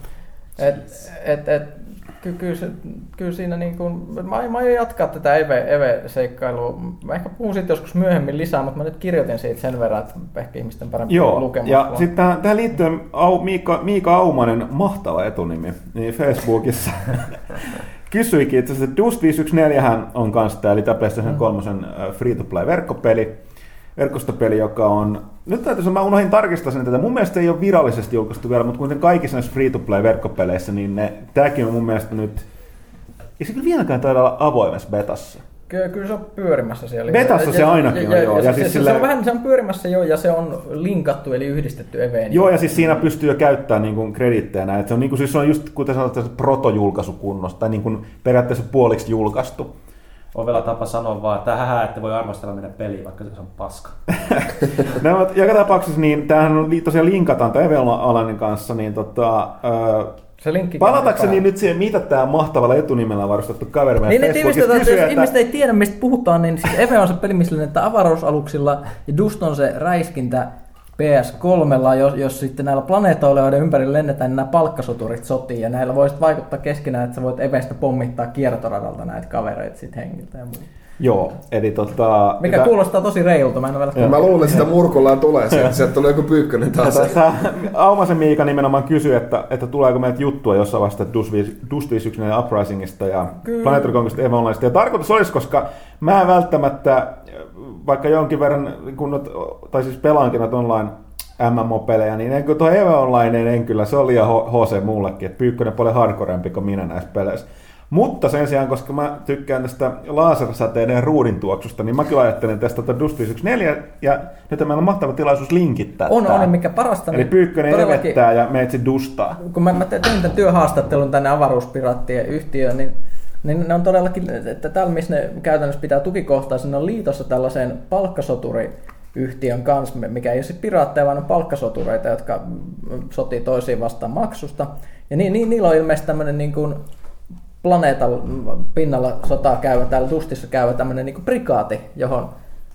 Kyllä siinä niin kuin, mä aion jatkaa tätä EVE-seikkailua. Mä ehkä puhun siitä joskus myöhemmin lisää, mutta mä nyt kirjoitin siitä sen verran, että ehkä ihmisten parempi lukemaan. Ja sitten tähän liittyen Miika Aumanen, mahtava etunimi, niin Facebookissa kysyikin itse asiassa, että Dust 514 on kanssa tämä, eli tämä PlayStation 3 free-to-play verkostopeli, joka on... Nyt täytyy sanoa, mä unohdin tarkistaa sen tätä. Mun mielestä se ei ole virallisesti julkaistu vielä, mutta kuten kaikissa näissä free-to-play-verkkopeleissä, niin tämäkin on mun mielestä nyt... Ei se kyllä vieläkään taida olla avoimessa betassa. Kyllä se on pyörimässä siellä. Betassa se ainakin on, joo. Se on pyörimässä jo, ja se on linkattu, eli yhdistetty eveen. Joo, ja siis siinä pystyy jo käyttämään niin kredittejä näin. Se on, niin kuin, siis se on just, kuten sanotaan, proto-julkaisukunnosta, tai niin kuin periaatteessa puoliksi julkaistu. Ovela tapa sanoa vaan, että voi arvostella meidän peliä, vaikka se on paska. No, joka tapauksessa, niin tämähän tosiaan linkataan tämän EVE-alainen kanssa, niin palatakseni nyt siihen, mitä tämä mahtavalla etunimellä varustettu kaveri meidän Facebookissa kysyy, jos ihmiset ei tiedä, mistä puhutaan, niin siis EVE on se peli, missä avaruusaluksilla ja Dust on se räiskintä PS3, jos sitten näillä planeetoilla, joiden ympäri lennetään, niin nämä palkkasoturit sotii, ja näillä voisit vaikuttaa keskenään, että sä voit evestä pommittaa kiertoradalta näitä kavereita sit hengiltä ja muuta. Joo, eli mikä kuulostaa tosi reilulta, mä mä luulen, että sitä murkullaan tulee sieltä tulee joku Pyykkönen taas. Aumasen Miika nimenomaan kysyi, että tuleeko meiltä juttua jossain vasta Dust 51 Uprisingista ja Planetary Conquest EVE Onlineista. Ja tarkoitus olisi, koska mä en välttämättä, vaikka jonkin verran, tai siis pelaankin noita online MMO-pelejä, niin enkö tuo EVE Online en kyllä, se on liian HC mullekin, että Pyykkönen on paljon hardcorempi kuin minä näissä peleissä. Mutta sen sijaan, koska mä tykkään tästä lasersäteiden ruudin tuoksusta, niin mä kyllä ajattelin tästä Dust 54, ja nyt meillä on mahtava tilaisuus linkittää on, mikä parasta. Eli Pyykkönen evettää ja meitsi dustaa. Kun mä tein tämän työhaastattelun tänne avaruuspiraattien yhtiöön, niin ne on todellakin, että täällä missä ne käytännössä pitää tukikohtaisesti, ne on liitossa tällaiseen palkkasoturiyhtiön kanssa, mikä ei ole sitten piraatteja, vaan on palkkasotureita, jotka sotii toisiin vastaan maksusta. Ja niillä on ilmeisesti tämmöinen niin kuin planeetan pinnalla sotaa käyvä, täällä Dustissa käyvä tämmöinen niin kuin prikaati, johon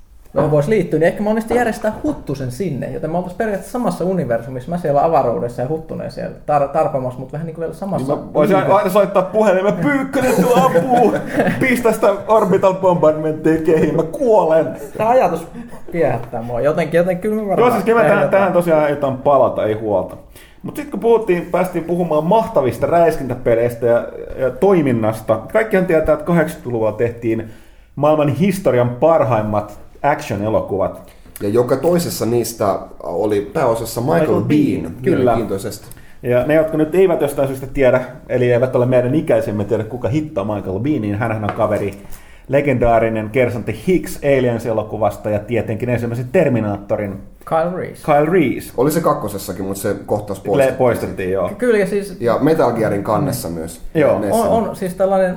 voisi liittyä, niin ehkä mä onnistin järjestää Huttusen sinne, joten me oltaisiin periaatteessa samassa universumissa, mä siellä avaruudessa ja Huttunen siellä tarpamassa, mutta vähän niin kuin vielä samassa. Mä voisin aina soittaa puhelimeen, Pyykkönen tuo apuu, pistä sitä orbital bombardmenttia kehiin, mä kuolen. Tämä ajatus viehättää mua, jotenkin kyllä mä varmaan. Joo, siis tähän tosiaan aiotaan palata, ei huolta. Mutta sitten kun päästiin puhumaan mahtavista räiskintäpeleistä ja toiminnasta, kaikkihan tietää, että 80-luvulla tehtiin maailman historian parhaimmat action-elokuvat. Ja joka toisessa niistä oli pääosassa Michael Biehn, mielenkiintoisesti. Ja ne, jotka nyt eivät jostain syystä tiedä, eli eivät ole meidän ikäisemme tiedä, kuka hittaa Michael Biehn, niin hänhän on kaveri, legendaarinen kersantti Hicks Aliens-elokuvasta ja tietenkin ensimmäisen Terminaattorin Kyle Reese. Oli se kakkosessakin, mutta se kohtaus poistettiin. Joo. Kyllä, siis ja Metal Gearin kannessa myös. Joo. On siis tällainen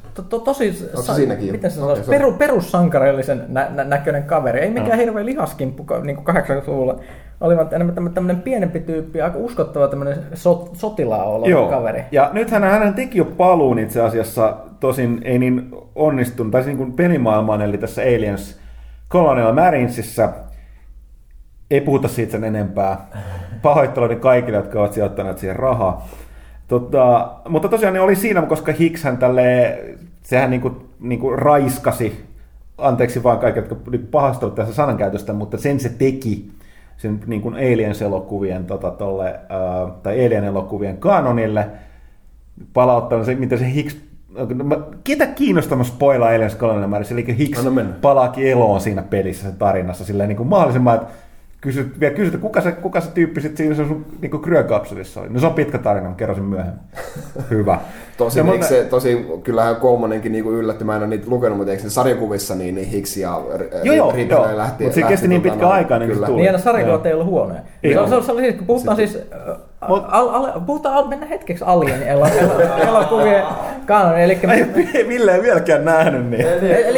tosi miten se perussankarillisen näköinen kaveri. Ei mikään hirveä lihaskimppu niin kuin 80-luvulla. Olivat enemmän tämmöinen pienempi tyyppi, aika uskottava tämmöinen sotilaan oleva kaveri. Ja nythän hän teki jo paluun itse asiassa, tosin ei niin onnistunut, tai niin kuin pelimaailmaan, eli tässä Aliens Colonial Marinesissa. Ei puhuta siitä sen enempää. Pahoitteluni kaikille, jotka ovat sijoittaneet siihen rahaa. Mutta tosiaan ne oli siinä, koska Hicks hän sehän niinku raiskasi, anteeksi vaan kaikki, jotka pahastelut tässä sanankäytöstä, mutta sen se teki sen niin kuin Aliens-elokuvien tai Alien-elokuvien kanonille, palauttanut se, mitä se Hicks, ketä kiinnostaa spoilaa Aliens Colonial Marines, eli Hicks palaakin eloon siinä pelissä, se tarinassa, silleen niin kuin mahdollisimman, että kysyt, kuka se tyyppi sitten siinä sun niin kryökapselissa oli. No se on pitkä tarina, kerron sen myöhemmin. Hyvä. Kyllähän kolmonenkin niin yllätti, mä en ole niitä lukenut, mutta eikö ne sarjakuvissa niin Hicks ja Ripley lähti. Mutta se kesti niin pitkä aikaa, niin tuli. Niin, ja sarjakuvat ei ollut huonoja. Kun puhutaan siis, mennään hetkeksi Alienin elokuvien kanon. Ville ei vieläkään nähnyt niin.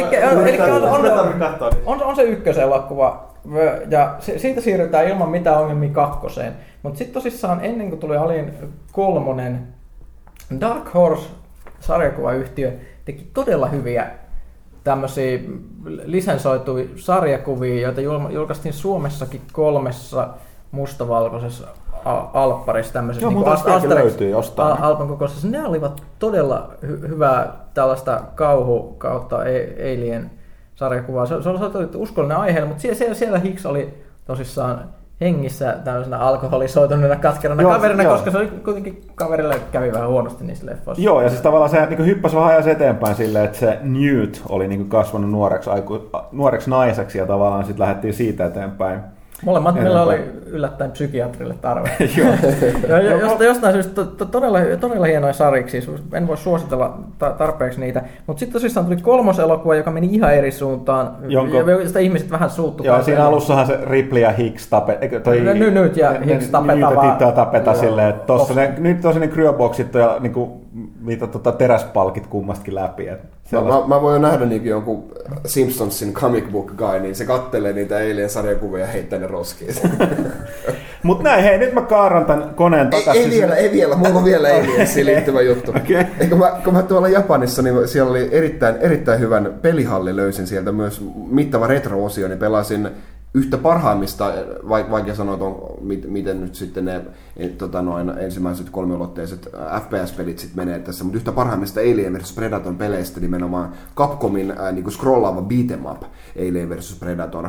On se ykköselokuva. Ja siitä siirrytään ilman mitään ongelmia kakkoseen. Mutta sitten tosissaan ennen kuin tuli Alien 3, Dark Horse-sarjakuvayhtiö teki todella hyviä tämmöisiä lisensoituja sarjakuvia, joita julkaistiin Suomessakin 3 mustavalkoisessa alpparissa tämmöisessä niin Alpan kokoisessa. Ne olivat todella hyvää tällaista kauhu kautta Alien sarjakuvaa. Se oli uskollinen aihe, mutta siellä Hicks oli tosissaan hengissä tämmöisenä alkoholisoituneena katkerana kaverina, koska se oli kuitenkin kaverille kävi vähän huonosti niissä leffoissa. Joo, ja siis tavallaan se niin hyppäsi vähän ajas eteenpäin silleen, että se Newt oli niin kasvanut nuoreksi naiseksi ja tavallaan sitten lähdettiin siitä eteenpäin. Molemmat meillä oli yllättäen psykiatrille tarve. Jostain syystä todella hienoja sarjiksi, siis en voi suositella tarpeeksi niitä. Mutta sitten tosissaan tuli 3. elokuva, joka meni ihan eri suuntaan, josta ihmiset vähän suuttu. Joo, siinä alussahan se Ripley ja Hicks Nyt ja Hicks tapeta silleen, että nyt on ne kryöboksit ja niinku, mitä teräspalkit kummastakin läpi. Mä voin jo nähdä niin jonkun Simpsonsin comic book guy, niin se kattelee niitä Alien-sarjakuvia ja heittää ne roskiin. Mut näin, hei, nyt mä kaaran tän koneen takaisin. Ei vielä, mulla on vielä Aliensiin liittyvä juttu. Okay. Kun mä tuolla Japanissa, niin siellä oli erittäin hyvän pelihalli, löysin sieltä myös mittava retro-osio, niin pelasin yhtä parhaimmista, vaikea sanoa, miten nyt sitten ne ensimmäiset kolmiolotteiset FPS-pelit sitten menee tässä, mutta yhtä parhaimmista Alien vs. Predator peleistä nimenomaan Capcomin niin scrollaava beat'em up Alien vs. Predator.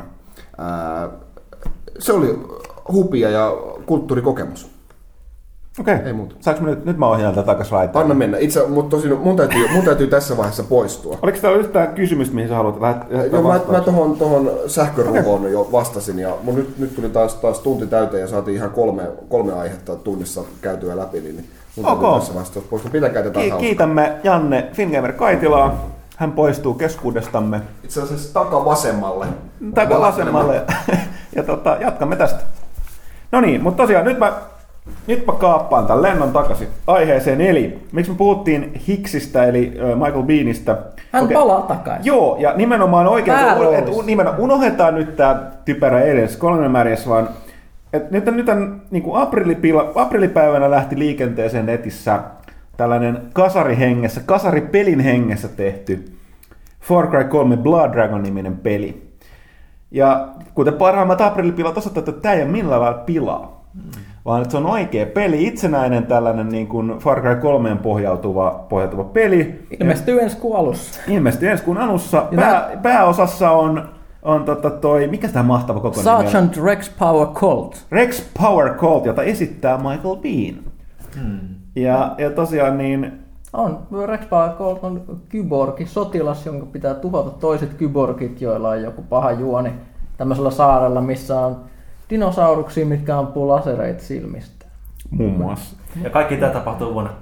Se oli hupia ja kulttuurikokemus. Okei. Ei muuta. Saanko nyt mä ohjaan tätä takaisin raitaan? Anna mennä. Mutta tosin mun täytyy tässä vaiheessa poistua. Oliko täällä yhtään kysymystä, mihin sä haluat lähettää mä tuohon sähkörukoon jo vastasin. Ja nyt tuli taas tunti täyteen ja saatiin ihan kolme aihetta tunnissa käytyä läpi. Niin mun täytyy tässä vaiheessa poistua. Pitäkää tätä hauskaa. Kiitämme Janne Fingamer Kaitilaa. Hän poistuu keskuudestamme. Itse asiassa takavasemmalle. Takavasemmalle. Ja jatkamme tästä. No niin, mutta tosiaan nyt mä kaappaan tämän lennon takaisin aiheeseen, eli miksi me puhuttiin Hicksistä, eli Michael Bihnistä. Hän palaa takaisin. Joo, ja nimenomaan oikein, unohdetaan nyt tämä typerä Aliens Colonial vaan nyt niin kuin aprillipäivänä lähti liikenteeseen netissä tällainen kasaripelin hengessä tehty Far Cry 3 Blood Dragon-niminen peli. Ja kuten parhaimmat aprillipilat osoittavat, että tämä ei ole millään lailla pilaa. Vaan että se on oikea peli, itsenäinen tällainen niin kuin Far Cry 3 pohjautuva peli. Ilmestyy ensi kuun alussa. Pääosassa on mikä tämä mahtava koko nimi? Sergeant Rex Power Colt. Rex Power Colt, jota esittää Michael Biehn. Ja tosiaan niin... Rex Power Colt on kyborgi, sotilas, jonka pitää tuhota toiset kyborgit, joilla on joku paha juoni tämmöisellä saarella, missä on dinosauruksia, mitkä ampuu lasereita silmistä. Muun muassa. Ja kaikki tämä tapahtuu vuonna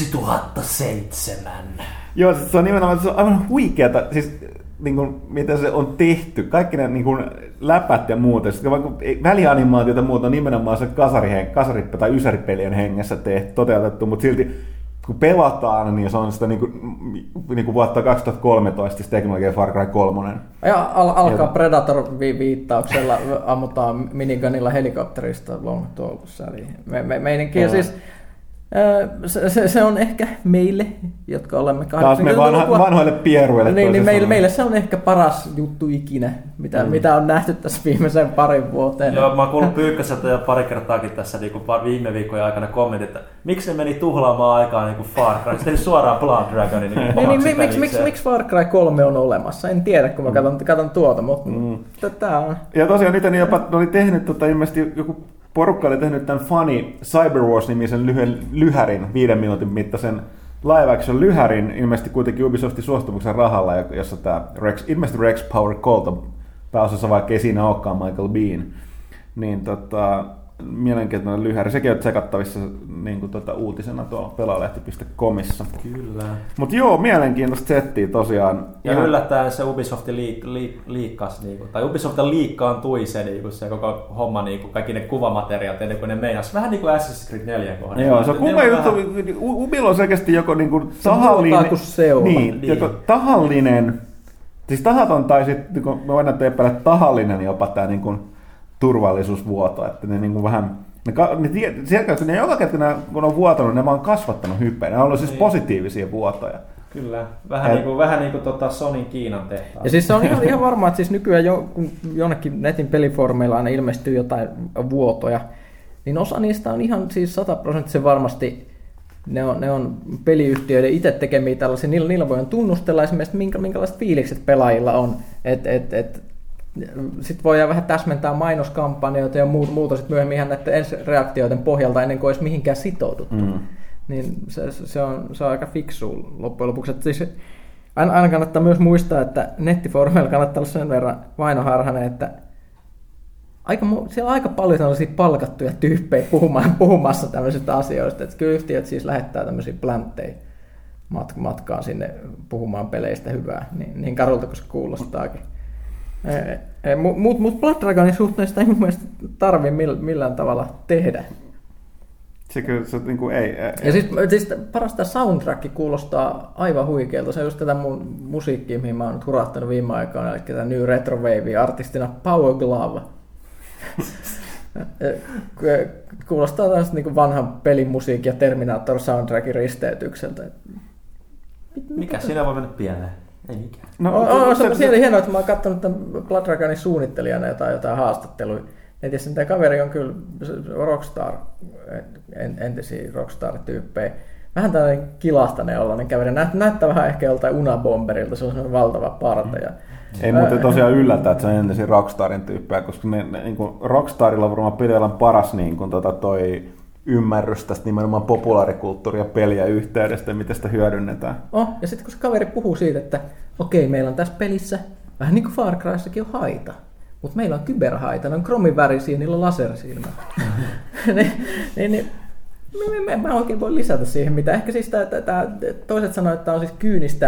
2007. Joo, se on nimenomaan se on aivan huikeata, siis niin kuin, miten se on tehty. Kaikki ne niin kuin, läpät ja muut. Välianimaatiot ja muut on nimenomaan se kasari- tai ysäripelien hengessä toteutettu, mutta silti kun pelataan, niin se on sitä niin kuin vuotta 2013 teknologia Far Cry 3. Ja alkaa Predator-viittauksella, ammutaan minigunilla helikopterista Long Tall's Sally. Meidänkin siis se on ehkä meille, jotka olemme 80-luvun vanhoille pieruille. Niin meille se on ehkä paras juttu ikinä, mitä on nähty tässä viimeisen parin vuoteen. Joo, mä oon kuullut Pyykköseltä jo pari kertaakin tässä viime viikkojen aikana kommentit, että miksi ne meni tuhlaamaan aikaa niin kuin Far Cry, se suoraan Blood Dragonin miksi Far Cry 3 on olemassa? En tiedä, kun mä katson tuota, mutta tää on. Ja tosiaan niitä oli tehnyt ilmeisesti joku porukka oli tehnyt tämän Funny Cyber Wars-nimisen lyhyen lyhärin, 5 minuutin mittaisen live action lyhärin, ilmeisesti kuitenkin Ubisoftin suostumuksen rahalla, jossa tämä ilmeisesti Rex Power Colt on pääosassa, vaikka ei siinä olekaan Michael Biehn. Niin mielenkiintoinen lyhäri. Sekin on tsekattavissa niin kuin uutisena tuolla pelaalehti.comissa. Kyllä. Mutta joo, mielenkiintoista settiä tosiaan. Ja yllättäen se Ubisoftin liikkas, tai Ubisoftin liikkaantui se koko homma, kaikki ne kuvamateriaalit, ennen kuin ne meinas. Vähän niin kuin Assassin's Creed 4 kohdalla. Joo, se on kumma juttu. Ubilla on selkeästi joko tahallinen. Joko tahallinen, siis tahaton tai sitten me voidaan epäillä tahallinen jopa tämä turvallisuusvuoto, että ne niinku vähän ne joka kerta kun on vuotanut, ne vaan kasvattanut hyppeen. Ne on ollut siis positiivisia vuotoja. Kyllä, vähän niin kuin Sonin Kiinan tehtaan. Ja siis se on ihan varmaa, että siis nykyään kun jonnekin netin pelifoorumeilla aina ilmestyy jotain vuotoja, niin osa niistä on ihan siis 100% varmasti ne on peliyhtiöiden itse tekemiä tällaisia, niillä voidaan tunnustella esimerkiksi minkälaiset fiilikset pelaajilla on, sitten voidaan vähän täsmentää mainoskampanjoita ja muuta sitten myöhemmin ihan näiden ensireaktioiden pohjalta ennen kuin olisi mihinkään sitouduttu. Niin se on aika fiksua loppujen lopuksi. Siis aina kannattaa myös muistaa, että nettifoorumeilla kannattaa olla sen verran vainoharhainen, että siellä on aika paljon tällaisia palkattuja tyyppejä puhumassa tämmöisistä asioista. Että kyllä yhtiöt siis lähettää tämmöisiä pläntejä matkaan sinne puhumaan peleistä hyvää, niin karulta kuin se kuulostaakin. Mutta Blood Dragonin suhteen sitä ei mun mielestä tarvitse millään tavalla tehdä. Se niin kuin ei. Ja siis parasta soundtrack kuulostaa aivan huikealta. Se on just tätä mun musiikkia, mihin mä oon nyt hurahtanut viime aikoina, eli tätä New Retro Wave artistina Power Glove. Kuulostaa tällaista niin vanhan pelin musiikin ja Terminator soundtrackin risteytykseltä. Mikä siinä voi mennä pieleen? Ei mikään. On siellä hienoa, että mä oon katsonut tämän Blood Draganin suunnittelijana jotain haastatteluja. Netissä tämä kaveri on kyllä rockstar, entisiä rockstar-tyyppejä. Vähän tällainen kilahtainen ollainen kaveri. Näyttää vähän ehkä joltain Unabomberilta, se on sellainen valtava parta. Ei muuten tosiaan yllätä, että se on entisiä Rockstarin tyyppejä, koska niin Rockstarilla on varmaan pelialan paras niin kuin, toi ymmärrys tästä nimenomaan populaarikulttuuria ja peliä yhteydestä ja miten sitä hyödynnetään. Ja sitten kun se kaveri puhuu siitä, että okei, meillä on tässä pelissä, vähän niin kuin Far Cryssakin on haita, mutta meillä on kyberhaita, ne on kromin värisiä, niillä on lasersilmä. Mä oikein voi lisätä siihen mitä. Ehkä siis toiset sanoivat, että tämä on siis kyynistä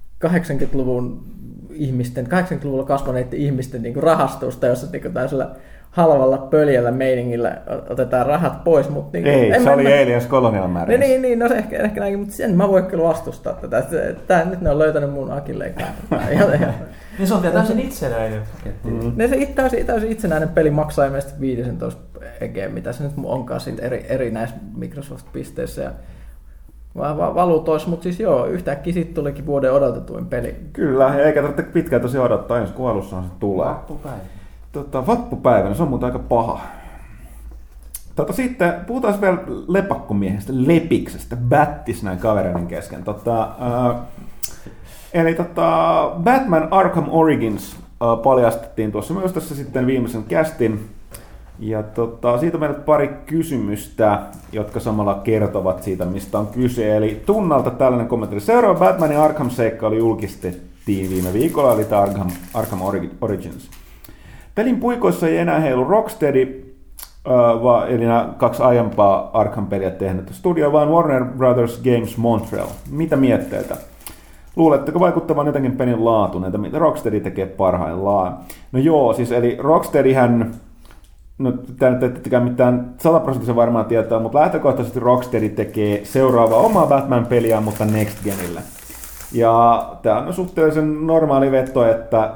80-luvulla kasvaneiden ihmisten niin kuin rahastusta, jossa niin kuin tällaisella halvalla pöljällä meiningillä otetaan rahat pois. Mutta niin, ei, se oli Aliens Colonial Marines. Niin, no se ehkä näinkin, mutta sen mä voin kyllä vastustaa tätä. Nyt ne on löytänyt mun akilleen kantaa. Niin se on vielä täysin itsenäinen. Täysin itsenäinen peli maksaa ilmeisesti 15 EG, mitä se nyt onkaan eri näissä Microsoft-pisteissä. Ja valuutoissa, mutta siis joo, yhtäkkiä siitä tulikin vuoden odotetuin peli. Kyllä, eikä tarvitse pitkään tosiaan odottaa, ensi kun alussahan se tulee. Vappupäivänä, se on muuten aika paha. Sitten puhutaan vielä lepakkomiehestä, Lepiksestä, Battis näin kavereiden kesken. Batman Arkham Origins paljastettiin tuossa myös tässä sitten viimeisen castin. Ja siitä meillä pari kysymystä, jotka samalla kertovat siitä, mistä on kyse. Eli Tunnalta tällainen kommentti. Seuraava Batmanin Arkham-seikkailu julkistettiin viime viikolla, eli Arkham Origins. Pelin puikoissa ei enää heilu Rocksteady, eli nämä kaksi aiempaa Arkham-peliä tehnyt studio, vaan Warner Brothers Games Montreal. Mitä mietteitä? Luuletteko vaikuttavan jotenkin pelin laatuun, että mitä Rocksteady tekee parhaillaan? No joo, siis eli Rocksteadyhän, no tämä nyt ei mitään 100% varmaan tietoa, mutta lähtökohtaisesti Rocksteady tekee seuraavaa omaa Batman-peliä, mutta Next Genille. Ja tämä on suhteellisen normaali veto, että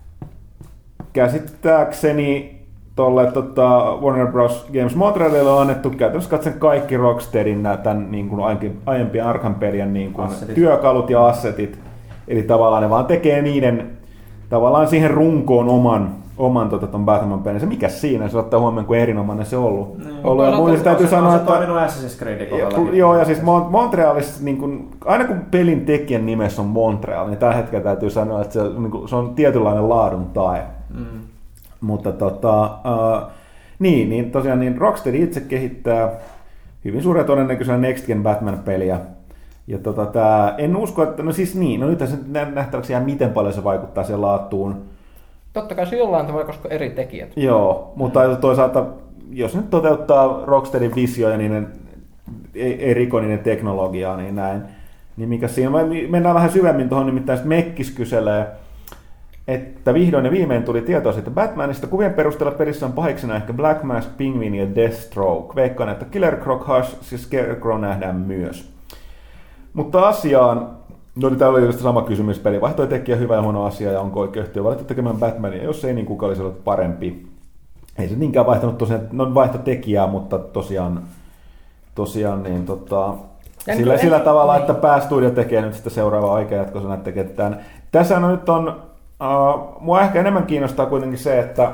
käsittääkseni tuolle Warner Bros. Games Montrealille on annettu käytännössä katsoen kaikki Rocksteadin tämän niin kuin aiempien Arkham-pelien niin kuin työkalut ja assetit. Eli tavallaan ne vaan tekee niiden tavallaan siihen runkoon oman ton Batman-pelin. Se mikä siinä, se ottaa huomioon, kuin erinomainen se on ollut. Mulle täytyy sanoa, että toiminut Assassin's Creedin kohdalla. Joo, ja siis Montrealissa, niin kun, aina kun pelin tekijän nimessä on Montreal, niin tällä hetkellä täytyy sanoa, että se on tietynlainen laadun tae. Mutta niin tosiaan niin Rocksteady itse kehittää hyvin suuren todennäköisellä Next Gen Batman-peliä. Ja en usko, että nyt se nähtäväksi jää, miten paljon se vaikuttaa sen laatuun. Totta kai se jollain tavalla, koska eri tekijät. Joo, mutta toisaalta, jos nyt toteuttaa Rocksteadin visio ja niiden ei riko niiden teknologiaa, niin näin. Niin mikä siinä, mennään vähän syvemmin tuohon, nimittäin Mekkis kyselee, että vihdoin ja viimein tuli tietoa siitä Batmanista. Kuvien perusteella pelissä on pahiksena ehkä Black Mask, Penguin ja Deathstroke. Veikkaan, että Killer Croc, Hush ja Scarecrow nähdään myös. Mutta asiaan, täällä oli just sama kysymys, peli vaihtoi tekijä hyvä ja huono asia, ja onko oikein yhtiö valittu tekemään Batmania, jos ei, niin kuka olisi ollut parempi. Ei se niinkään vaihtanut tosiaan, vaihto tekijää, mutta tosiaan niin sillä tavalla, että päästudio tekee nyt sitä seuraavaa oikea jatkoisena tekemään. Tässä nyt on, mua ehkä enemmän kiinnostaa kuitenkin se, että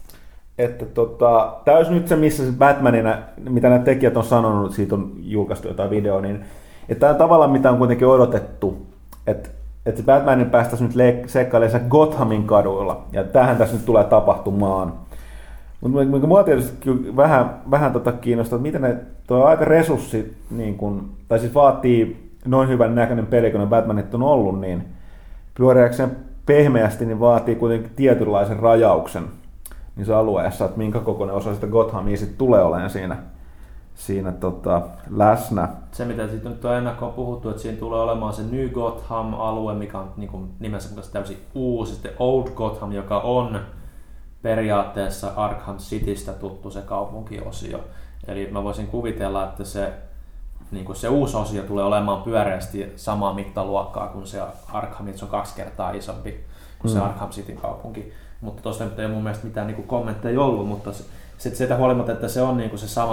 täys nyt se, missä se Batmanina, mitä nämä tekijät on sanonut, siitä on julkaistu jotain videoa, niin että tämä on tavallaan mitä on kuitenkin odotettu, että se Batmanin päästäisiin nyt seikkailemaan Gothamin kaduilla, ja tämähän tässä nyt tulee tapahtumaan. Mutta mua tietysti vähän kiinnostaa, että miten tuo aika resurssi, niin kun, tai siis vaatii noin hyvän näköinen peli, kun ne Batmanit on ollut, niin pyöreäkseen pehmeästi niin vaatii kuitenkin tietynlaisen rajauksen niissä alueessa, että minkä kokoinen osa sitä Gothamia sitten tulee olemaan siinä läsnä. Se mitä sitten nyt on ennakkoon puhuttu, että siinä tulee olemaan se New Gotham-alue, mikä on niin nimensä täysin uusi, sitten Old Gotham, joka on periaatteessa Arkham Citystä tuttu se kaupunkiosio. Eli mä voisin kuvitella, että se uusi osio tulee olemaan pyöreästi samaa mittaluokkaa kuin se Arkham, se on 2 kertaa isompi kuin se Arkham Cityn kaupunki. Mutta tuosta nyt ei mun mielestä mitään kommentteja ollut, mutta sitä huolimatta, että se on se sama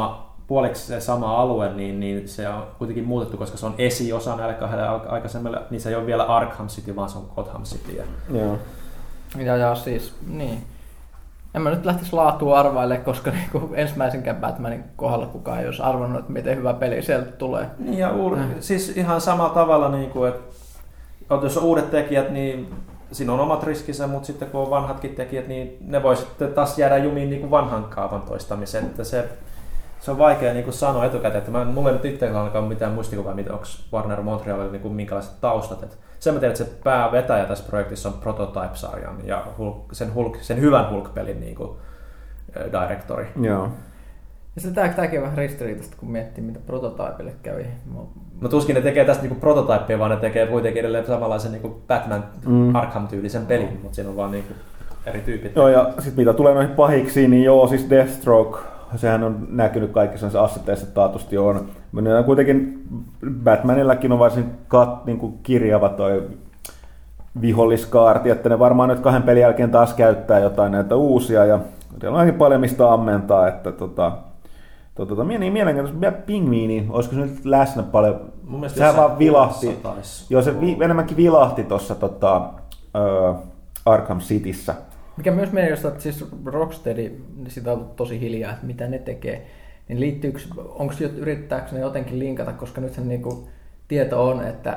puoliksi se sama alue, niin se on kuitenkin muutettu, koska se on esiosa näille kahdelle aikaisemmille, niin se ei ole vielä Arkham City, vaan se on Gotham City. Joo. Ja siis, niin. En mä nyt lähtisi laatua arvailemaan, koska niinku ensimmäisenkään Batmanin kohdalla kukaan ei olisi arvannut, että miten hyvä peli sieltä tulee. Ja siis ihan samalla tavalla, niinku, että jos on uudet tekijät, niin siinä on omat riskinsä, mutta sitten kun on vanhatkin tekijät, niin ne voi sitten taas jäädä jumiin niin kuin vanhan kaavan toistamiseen. Että se on vaikea niin kuin sanoa etukäteen, että mulla ei nyt itseään ainakaan mitään muistikuvaa, onko Warner Montrealilla niin kuin minkälaiset taustat. Että sen mä tiedän, että se päävetäjä tässä projektissa on Prototype-sarjan ja sen hyvän Hulk-pelin niin kuin directori. Joo. Ja tämäkin on vähän ristiriitaista, kun miettii, mitä Prototypelle kävi. No tuskin ne tekee tästä niinku prototypea, vaan ne tekee kuitenkin edelleen samanlaisen niinku Batman Arkham-tyylisen pelin, mutta siinä on vaan niinku eri tyypit. Joo, ja sitten mitä tulee noihin pahiksiin, niin joo, siis Deathstroke, sehän on näkynyt kaikissa assetteissa taatusti on. Mutta kuitenkin Batmanillakin on varsin niinku kirjava toi viholliskaarti, että ne varmaan nyt 2 pelin jälkeen taas käyttää jotain näitä uusia, ja siellä on aika paljon mistä ammentaa, että niin mielenkiintoista. Pingviini, olisiko se nyt läsnä paljon? Sehän vaan vilahti. Joo, se enemmänkin vilahti tuossa Arkham Cityssä. Mikä myös menee jostain, että siis Rocksteady, sitä on ollut tosi hiljaa, että mitä ne tekee. Niin yrittääkö ne jotenkin linkata, koska nythän niinku tieto on, että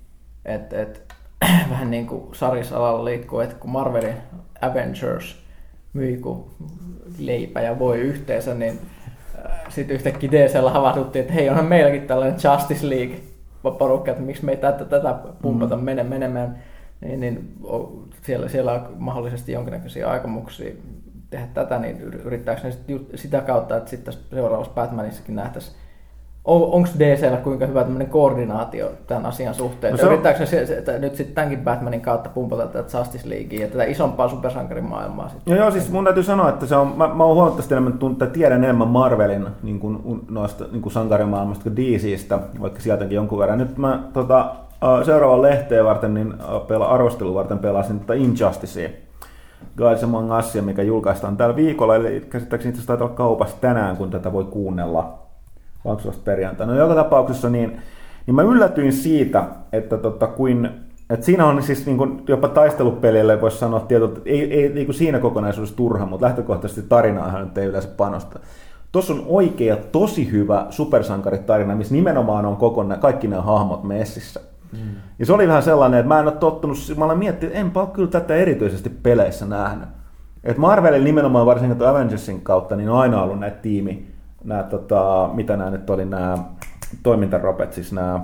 vähän niin kuin sarjisalalla liikkuu, että kun Marvelin Avengers myi kuin leipä ja voi yhteensä, niin sitten yhtäkkiä DC:llä havahduttiin, että hei, onhan meilläkin tällainen Justice League-porukka, että miksi me ei tätä pumpata menemään. Niin siellä on mahdollisesti jonkinnäköisiä aikomuksia tehdä tätä, niin yrittääkö ne sitä kautta, että sitten seuraavassa Batmanissakin nähtäisiin, onko DC:llä kuinka hyvä tämmöinen koordinaatio tämän asian suhteen? No yrittääkö ne nyt sitten tämänkin Batmanin kautta pumpata tätä Justice Leaguea ja tätä isompaa supersankarimaailmaa? Joo, siis mun täytyy sanoa, että se on, mä oon huomattavasti tiedän enemmän Marvelin niin kuin noista niin kuin sankarimaailmasta kuin DC:stä, vaikka sieltäkin jonkun verran. Nyt mä seuraavan lehteen varten, niin arvostelun varten pelasin Injusticea. Gods Among Us, mikä julkaistaan tällä viikolla, eli käsittääkseni itse taitaa olla kaupassa tänään, kun tätä voi kuunnella. Onko se perjantaina? No joka tapauksessa niin mä yllätyin siitä, että siinä on siis niin kuin jopa taistelupelille voisi sanoa tietysti, että ei niin kuin siinä kokonaisuudessa turha, mutta lähtökohtaisesti tarinaahan nyt ei yleensä panosta. Tuossa on oikea, tosi hyvä supersankaritarina, missä nimenomaan on kaikki nämä hahmot messissä. Ja se oli vähän sellainen, että mä en ole tottunut, mä olen miettinyt, että enpä ole kyllä tätä erityisesti peleissä nähnyt. Että Marvelin nimenomaan varsinkin Avengersin kautta niin on aina ollut näitä mitä nämä nyt oli, nämä toimintaropet, siis nämä,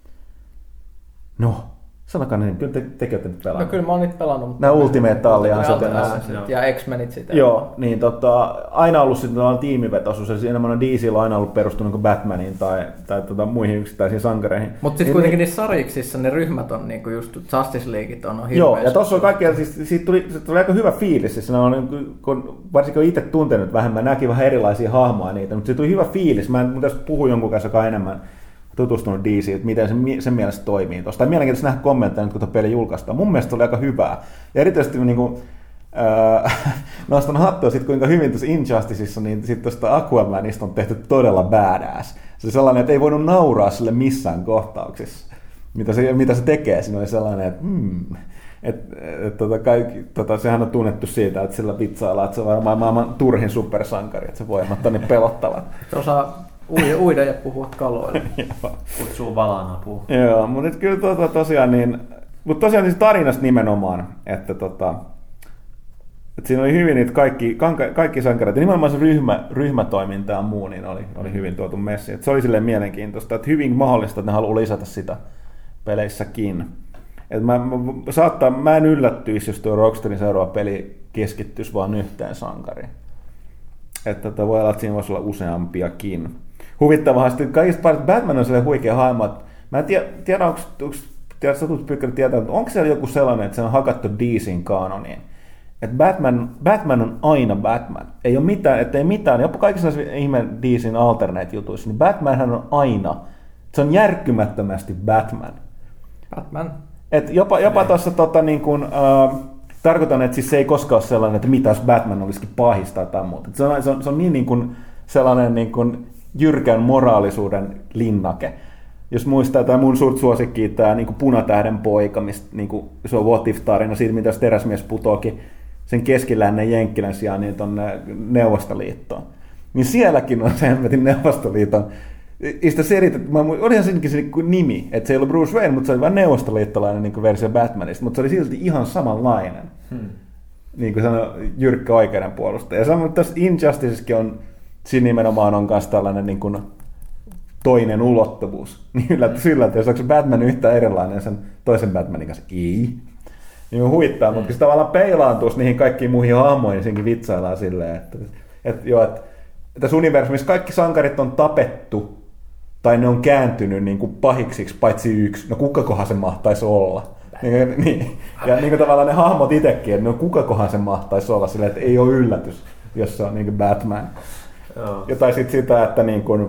sanokaa niin, kyllä tekin olette nyt pelannut. No kyllä mä oon nyt pelannut. Nämä Ultimate Alliancet ja X-Menit sitä. Joo, niin aina ollut sitten tiimivetoisuus, eli enemmän DC:llä on aina ollut perustunut niin Batmaniin tai muihin yksittäisiin sankareihin. Mutta sitten kuitenkin niissä sarjiksissa ne ryhmät on niinku just Justice Leagueit on hirveä. Joo, ja tuossa on kaikkea, siis siitä tuli aika hyvä fiilis, siis kun varsinkin itse tuntenut vähemmän, näki vähän erilaisia hahmoja niitä, mutta se tuli hyvä fiilis, mä en tässä puhu jonkun kanssa joka enemmän tutustunut DC, että miten sen mielestä toimii tuossa. Tai mielenkiintoista nähdä kommentteja, kun tuo peli julkaistaan. Mun mielestä se oli aika hyvää. Ja erityisesti nostan hattua siitä, kuinka hyvin tuossa Injusticeissa, niin sitten tuosta Aquamanista on tehty todella badass. Se on sellainen, että ei voinut nauraa sille missään kohtauksissa. Mitä se tekee, siinä oli sellainen, että sehän on tunnettu siitä, että sillä vitsaillaan, että se on varmaan maailman turhin supersankari, että se voimat on niin pelottavat. Se osaa uida ja puhua kaloille. Kutsuu valaan apuun. Joo, mutta nyt kyllä tosiaan siis tarinasta nimenomaan, että siinä oli hyvin niitä kaikki sankareita. Nimenomaan se ryhmätoiminta ja muu niin oli hyvin tuotu messi. Että se oli silleen mielenkiintoista, että hyvin mahdollista, että ne haluaa lisätä sitä peleissäkin. Että mä en yllättyisi, jos tuo Rocksteadin seuraava peli keskittyisi vaan yhteen sankariin. Että voi olla, että siinä voisi olla useampiakin. Huvittavahan sitten kaikista paljon, Batman on sellainen huikea hahmo. Mä en tiedä, onko siellä joku sellainen, että se on hakattu DC:n kanoniin. Että Batman on aina Batman. Ei ole mitään, ettei mitään. Jopa kaikissa ihmeen DC:n alternate-jutuissa, niin Batmanhan on aina. Se on järkkymättömästi Batman. Et jopa tuossa tarkoitan, että siis se ei koskaan ole sellainen, että mitä jos Batman olisikin pahista tai muuta. Se on niin kuin sellainen niin kuin jyrkän moraalisuuden linnake. Jos muistaa tämä mun suurt suosikki, tämä niin kuin Punatähden poika, mistä niin kuin, se on What If-tarina siitä, mitä teräsmies putoakin sen keskilännen Jenkkilän sijaan niin tuonne Neuvostoliittoon. Niin sielläkin on se hemmetin Neuvostoliiton. Sitä olihan senkin se nimi, että se ei ollut Bruce Wayne, mutta se oli vain neuvostoliittolainen niin versio Batmanista, mutta se oli silti ihan samanlainen. Niin kuin sanoi jyrkkä oikeudenpuolustaja. Ja samoin tässä Injusticeskin on, siinä nimenomaan on myös tällainen niin kuin toinen ulottuvuus. Niin yllätys, jos onko se Batman yhtä erilainen sen toisen Batmanin kanssa? Ei. Niin me huittaa, mutta kun se tavallaan peilaantuu niihin kaikkiin muihin hahmoihin, niin senkin vitsaillaan silleen, että tässä universumissa kaikki sankarit on tapettu, tai ne on kääntynyt niin kuin pahiksiksi, paitsi yksi. No kukakohan se mahtaisi olla? Niin. Ja niin kuin tavallaan ne hahmot itsekin, että no kukakohan se mahtaisi olla silleen, että ei ole yllätys, jos se on niin kuin Batman. Ja tai sitten sitä, että niin kuin,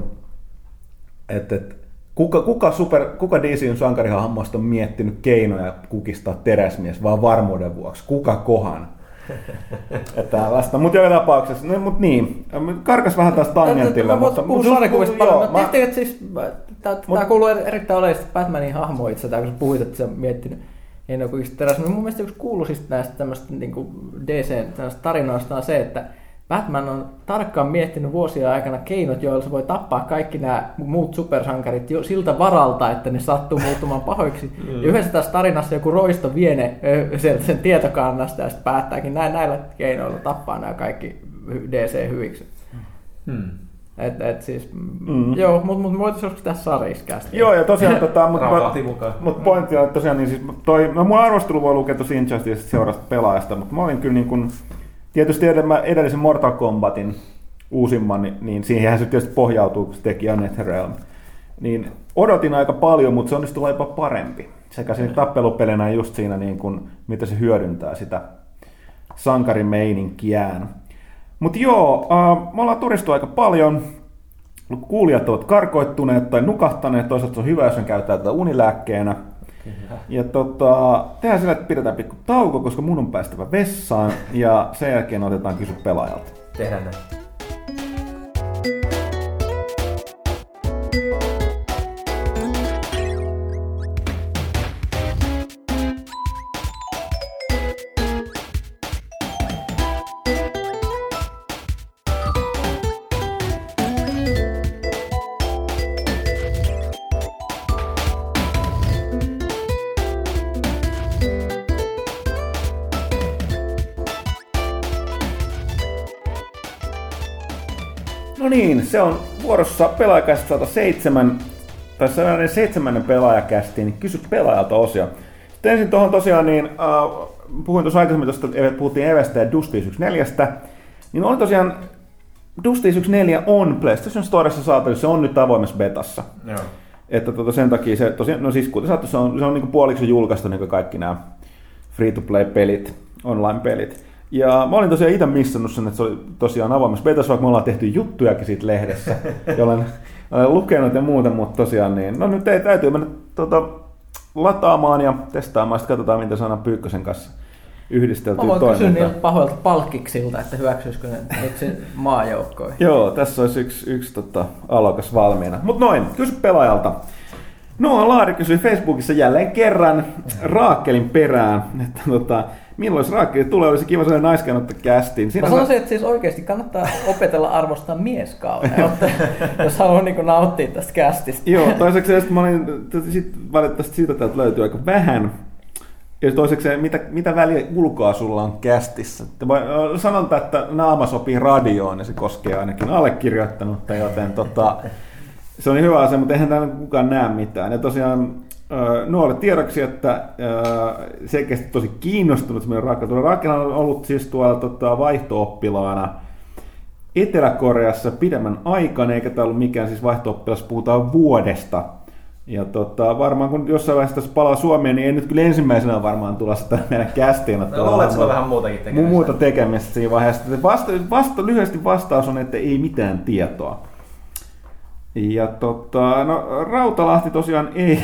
kuka DC:n sankarihahmoista on miettinyt keinoja kukistaa teräsmies vaan varmuuden vuoksi? Kuka kohan? Tällaista. Mutta joka tapauksessa, mutta niin, karkas vähän taas tangentilla. Mutta puhun sarjakuvista paljon. Tämä kuuluu erittäin oleellisesti Batmanin hahmoon itse, kun sä puhuit, että sä oot miettinyt hienoa kukista teräsmies. Mun mielestä yksi kuuluisista näistä tämmöistä niin DC:n tarinoista on se, että Batman on tarkkaan miettinyt vuosien aikana keinot, joilla se voi tappaa kaikki nämä muut supersankarit jo siltä varalta, että ne sattuu muuttumaan pahoiksi. Ja yhdessä tässä tarinassa joku roisto vie ne sen tietokannasta ja sitten päättääkin näillä keinoilla tappaa nämä kaikki DC-hyviksi. Joo, mutta me voitaisiin joskus tässä sarjissa käsittää. Joo, ja tosiaan, mutta pointti on, että tosiaan, niin siis mun arvostelu voi lukea tosi Injusticesta seurasta pelaajasta, mutta mä olin kyllä niin kuin tietysti edellisen Mortal Kombatin uusimman, niin siihenhän se tietysti pohjautuu, kun se teki NetherRealm. Niin odotin aika paljon, mutta se onnistui jopa parempi. Sekä siinä tappelupelinä just siinä, niin kuin, mitä se hyödyntää sitä sankarimeininkiään. Mutta joo, me ollaan turistu aika paljon. Kuulijat ovat karkoittuneet tai nukahtaneet. Toisaalta se on hyvä, jos sen käyttää tätä unilääkkeenä. Ja tehdään sillä, että pidetään pikku tauko, koska mun on päästävä vessaan. Ja sen jälkeen otetaan kysy pelaajalta. Tehdään näin. No niin, se on vuorossa pelaajakästä 107, tai 7. pelaajakästi, niin kysy pelaajalta osio. Sitten ensin tuohon tosiaan, niin puhuin tuossa aikaisemmin, puhuttiin Evestä ja Dust 514, niin on tosiaan, Dust 514 on PlayStation Storessa saatavissa, se on nyt avoimessa betassa. Joo. Että sen takia se tosiaan, no siis kuten sanottu, se on niin kuin puoliksi julkaistu niin kuin kaikki nämä free-to-play-pelit, online-pelit. Ja mä olin tosiaan itse missannut sen, että se oli tosiaan avoimessa betassa, vaikka me ollaan tehty juttujakin siitä lehdessä, jolla olen lukenut ja muuta, mutta tosiaan niin. No nyt täytyy mennä lataamaan ja testaamaan, sitten katsotaan, mitä saadaan Pyykkösen kanssa yhdisteltyä toimintaa. Mä voin kysyä niiltä pahoilta palkkiksilta, että hyväksyisikö ne itse maajoukkoihin. Joo, tässä olisi yksi alokas valmiina. Mutta noin, kysy pelaajalta. Noa Laari kysyi Facebookissa jälleen kerran Raakkelin perään, että milloin Raakkeli tulee, olisi kiva sellainen naiskannutta kästiin. Mä sanoisin, että siis oikeasti kannattaa opetella arvostaa mieskauneutta, jos haluaa niin nauttia tästä kästistä. Joo, toiseksi valitettavasti siitä täältä löytyy aika vähän. Ja toiseksi, mitä väliä ulkoa sulla on kästissä? Sanonta, että naama sopii radioon, ja se koskee ainakin allekirjoittanutta, joten se on hyvä asia, mutta eihän täällä kukaan näe mitään. Ja tosiaan Noalle tiedoksi, että selkeästi tosi kiinnostunut meidän Raakka. Raakka on ollut siis tuolla vaihto-oppilaana Etelä-Koreassa pidemmän aikana, eikä tämä ollut mikään siis vaihto-oppilas, puhutaan vuodesta. Ja varmaan kun jossain vaiheessa tässä palaa Suomeen, niin ei nyt kyllä ensimmäisenä varmaan tulossa meidän kästiin. Luulen, että vähän muutakin tekemistä. Muuta tekemistä siinä vaiheessa. Lyhyesti vastaus on, että ei mitään tietoa. Ja no Rautalahti tosiaan ei.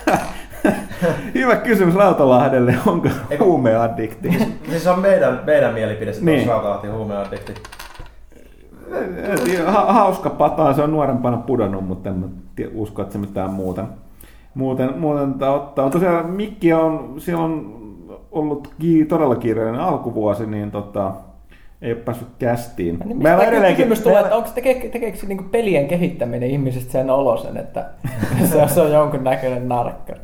Hyvä kysymys Rautalahdelle, onko huumeaddikti? Siis on meidän mielipide, että niin. On Rautalahti huumeaddikti. Hauska pataan, se on nuorempana pudonnut, mutta en usko, että se mitään muuten ottaa. Tosiaan Mikki siellä on ollut todella kiireinen alkuvuosi, niin ei ole päässyt kästiin. Kysymys tulee, että onko tekeekö niinku pelien kehittäminen ihmisistä sen olosen, että se on jonkun näköinen narkkari?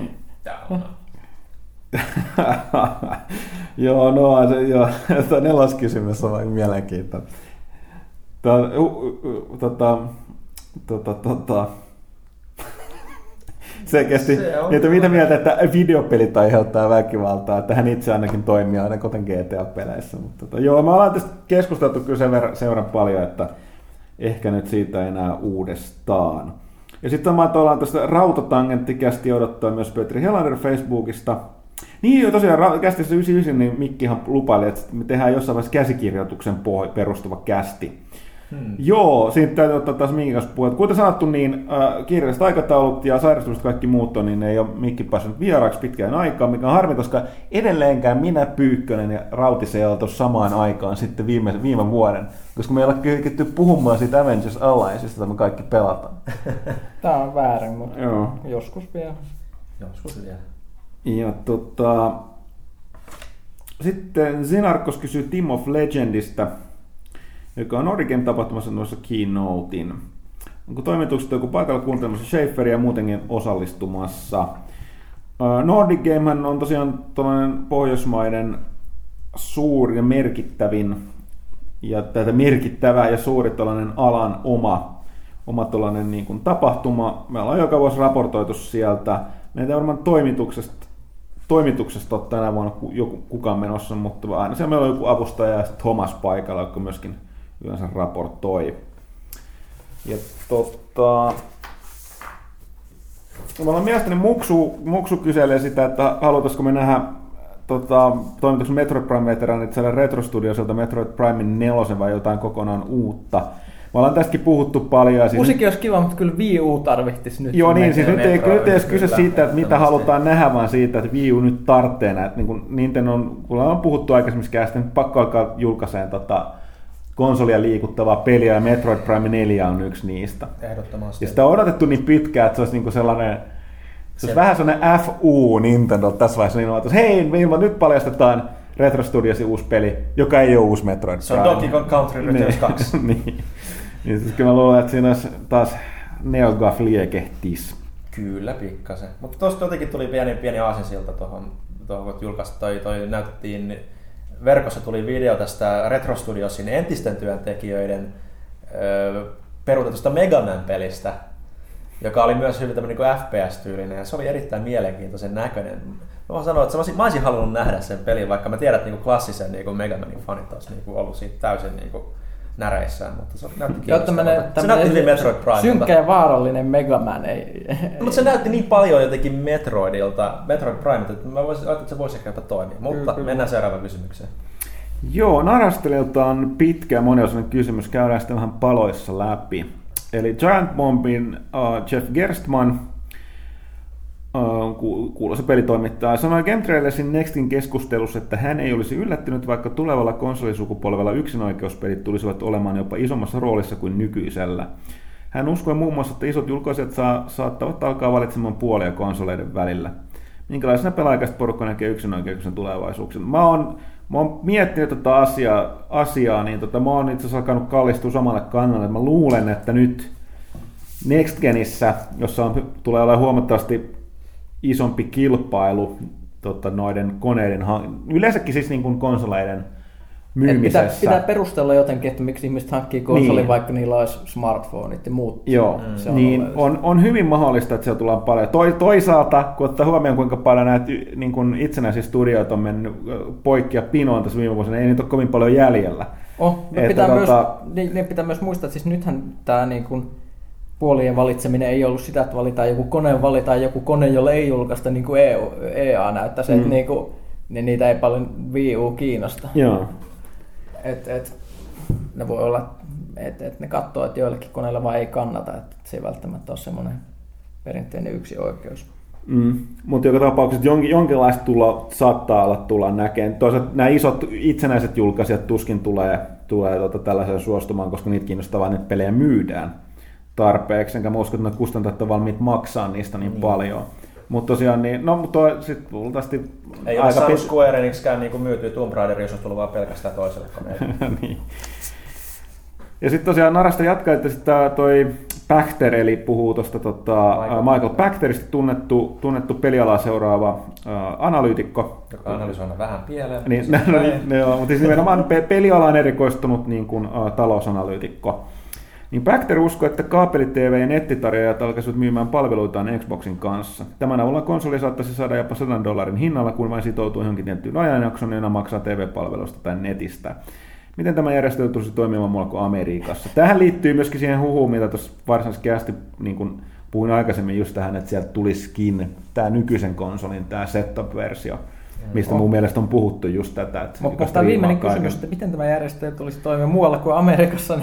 Joo, tuo neloskysymys on mielenkiintoinen. Se kesti, että mitä mieltä, että videopelit aiheuttaa väkivaltaa, että hän itse ainakin toimii aina kuten GTA-peleissä. Mutta joo, me ollaan tästä keskusteltu kyllä sen verran paljon, että ehkä nyt siitä enää uudestaan. Ja sitten ollaan tästä Rautatangentti-kästi odottaa myös Petri Helander Facebookista. Niin tosiaan kästissä 99, niin Mikkihan lupaili, että me tehdään jossain vaiheessa käsikirjoituksen perustuva kästi. Joo, siitä täytyy ottaa taas Mikin kanssa puhua. Kuten sanottu, niin kiireelliset aikataulut ja sairastumiset kaikki muut on, niin ei ole Mikki päässyt vieraaksi pitkään aikaan, mikä on harmi, koska edelleenkään minä, Pyykkönen ja Rautisen ei oltu samaan aikaan sitten viime vuoden, koska me ei ole kyhkitty puhumaan siitä Avengers Alliancesta, jota me kaikki pelataan. Tämä on väärin, mutta joskus vielä. Ja sitten Zinarkos kysyy Team of Legendistä, joka on Nordic Game-tapahtumassa noissa Keynotein. Onko toimituksesta joku paikalla kuuntelemassa Schaeferia ja muutenkin osallistumassa? Nordic Gamehän on tosiaan tällainen Pohjoismaiden suuri ja merkittävin ja tätä merkittävä ja suuri tällainen alan oma tällainen niin kuin tapahtuma. Me ollaan joka vuosi raportoitu sieltä. Meitä varmaan toimituksesta on tänä vuonna kukaan menossa, mutta aina siellä meillä on joku avustaja ja Thomas paikalla, joka myöskin yleensä raportoi. Ja mielestäni Muksu kyselee sitä, että halutaisiko me nähdä toimituksen Metroid Prime-veteranit siellä Retro Studiosilta Metroid Prime 4 vai jotain kokonaan uutta. Me ollaan tästäkin puhuttu paljon. Musiikki olisi kiva, mutta kyllä Wii U tarvittisi nyt. Joo, niin, siis nyt ei edes kyse siitä, että mitä halutaan nähdä, vaan siitä, että Wii U nyt tarvitsee näitä. Niin Nintendo kun on puhuttu aikaisemmissa käsissä, niin pakko alkaa julkaiseen konsolia liikuttavaa peliä, ja Metroid Prime 4 on yksi niistä. Ehdottomasti. Ja sitä on odotettu niin pitkään, että se olisi niinku sellainen, se olisi vähän sellainen FU Nintendo tässä vaiheessa, niin että hei, nyt paljastetaan Retro Studiosin uusi peli, joka ei ole uusi Metroid Prime. Se on Donkey Kong Country Returns 2. Niin siis kyllä mä luulen, että siinä olisi taas NeoGAF liekehtis. Kyllä, pikkasen. Mutta tuosta jotenkin tuli pieni aasinsilta tuohon kun julkaistiin toi näytettiin, verkossa tuli video tästä Retro Studiosin entisten työntekijöiden peruutetusta Mega Man-pelistä, joka oli myös hyvin tämmöinen niin FPS-tyylinen, ja se oli erittäin mielenkiintoisen näköinen. Mä voin sanoa, että mä olisin halunnut nähdä sen pelin, vaikka mä tiedän, että niin klassisen niin Mega Manin fanit olisi niin ollut siitä täysin niin näreissään, mutta se näytti kiinnostavalta. Se näytti hyvin Metroid Prime. Synkkä ja vaarallinen Mega Man. Mutta se näytti niin paljon jotenkin Metroidilta, Metroid Prime, että mä voisin ajatella, että se voisi ehkä jopa toimia. Mutta mennään seuraavaan kysymykseen. Joo, Narastelijalta on pitkä ja moniosainen kysymys. Käydään sitten vähän paloissa läpi. Eli Giant Bombin Jeff Gerstmann, kuuluisa pelitoimittaja, sanoi Chemtrailersin Nextin keskustelussa, että hän ei olisi yllättynyt, vaikka tulevalla konsolisukupolvella yksinoikeuspelit tulisivat olemaan jopa isommassa roolissa kuin nykyisellä. Hän uskoi muun muassa, että isot julkaisijat saattavat alkaa valitsemaan puolia konsoleiden välillä. Minkälaisena pelaajakäistä porukka näkee yksinoikeuksen tulevaisuuksia? Mä oon miettinyt tätä asiaa, niin mä oon itse asiassa alkanut kallistua samalle kannalle. Mä luulen, että nyt Next Genissä, jossa tulee olemaan huomattavasti isompi kilpailu noiden koneiden, yleensäkin siis niin kuin konsoleiden myymisessä. Pitää perustella jotenkin, että miksi ihmiset hankkii konsolin, niin, vaikka niillä olisi smartphoneit ja muut. Joo, niin on hyvin mahdollista, että siellä tullaan paljon. Toisaalta, kun ottaa huomioon, kuinka paljon näitä niin kuin itsenäisiä studioita on mennyt poikki ja pinoon tässä viime vuosina, ei niitä ole kovin paljon jäljellä. Pitää myös muistaa, että siis nythän tämä niin kuin puolien valitseminen ei ollut sitä, että valitaan joku kone, jolle ei julkaista, niin kuin EA näyttää se, että niin niitä ei paljon Wii U kiinnosta. Joo. Ne voi olla, että ne katsoo, että joillekin koneilla vaan ei kannata, että se ei välttämättä ole semmoinen perinteinen yksioikeus. Mutta joka tapauksessa jonkinlaista saattaa olla tulla näkemään. Toisaalta nämä isot itsenäiset julkaisijat tuskin tulee tulee tällaisen suostumaan, koska niitä kiinnostavaa, että pelejä myydään tarpeeksi, enkä mä usko, että ne kustantajat on valmiit maksaa niistä niin paljon. Mutta tosiaan, niin, no mutta sitten luultavasti... Ei ole saanut Square Enixkään niin myytyä Tomb Raideria, jos olisi tullut vaan pelkästään toiselle koneelle. Niin. Ja sitten tosiaan Narasta jatkaa, että sitten toi Pachter, eli puhuu tuosta Michael Pachterista tunnettu pelialaa seuraava analyytikko. Joka analysoi vähän pieleen. Niin, mutta siis nimenomaan pelialaan erikoistunut niin kuin, talousanalyytikko. Niin Pachter uskoo, että kaapeli-TV- ja nettitarjoajat alkaisivat myymään palveluitaan Xboxin kanssa. Tämän avulla konsoli saattaisi saada jopa $100 hinnalla, kun vain sitoutuu johonkin tiettyyn ajanjaksoon, jona maksaa TV-palvelusta tai netistä. Miten tämä järjestely tulisi toimimaan muualla kuin Amerikassa? Tähän liittyy myöskin siihen huhuun, mitä tuossa varsinaisesti niin kuin puhuin aikaisemmin just tähän, että sieltä tulisikin tämä nykyisen konsolin, tämä set-top-versio, mistä mun mielestä on puhuttu just tätä. Mutta viimeinen kysymys, että miten tämä järjestely tulisi toimia muualla kuin Amerikassa,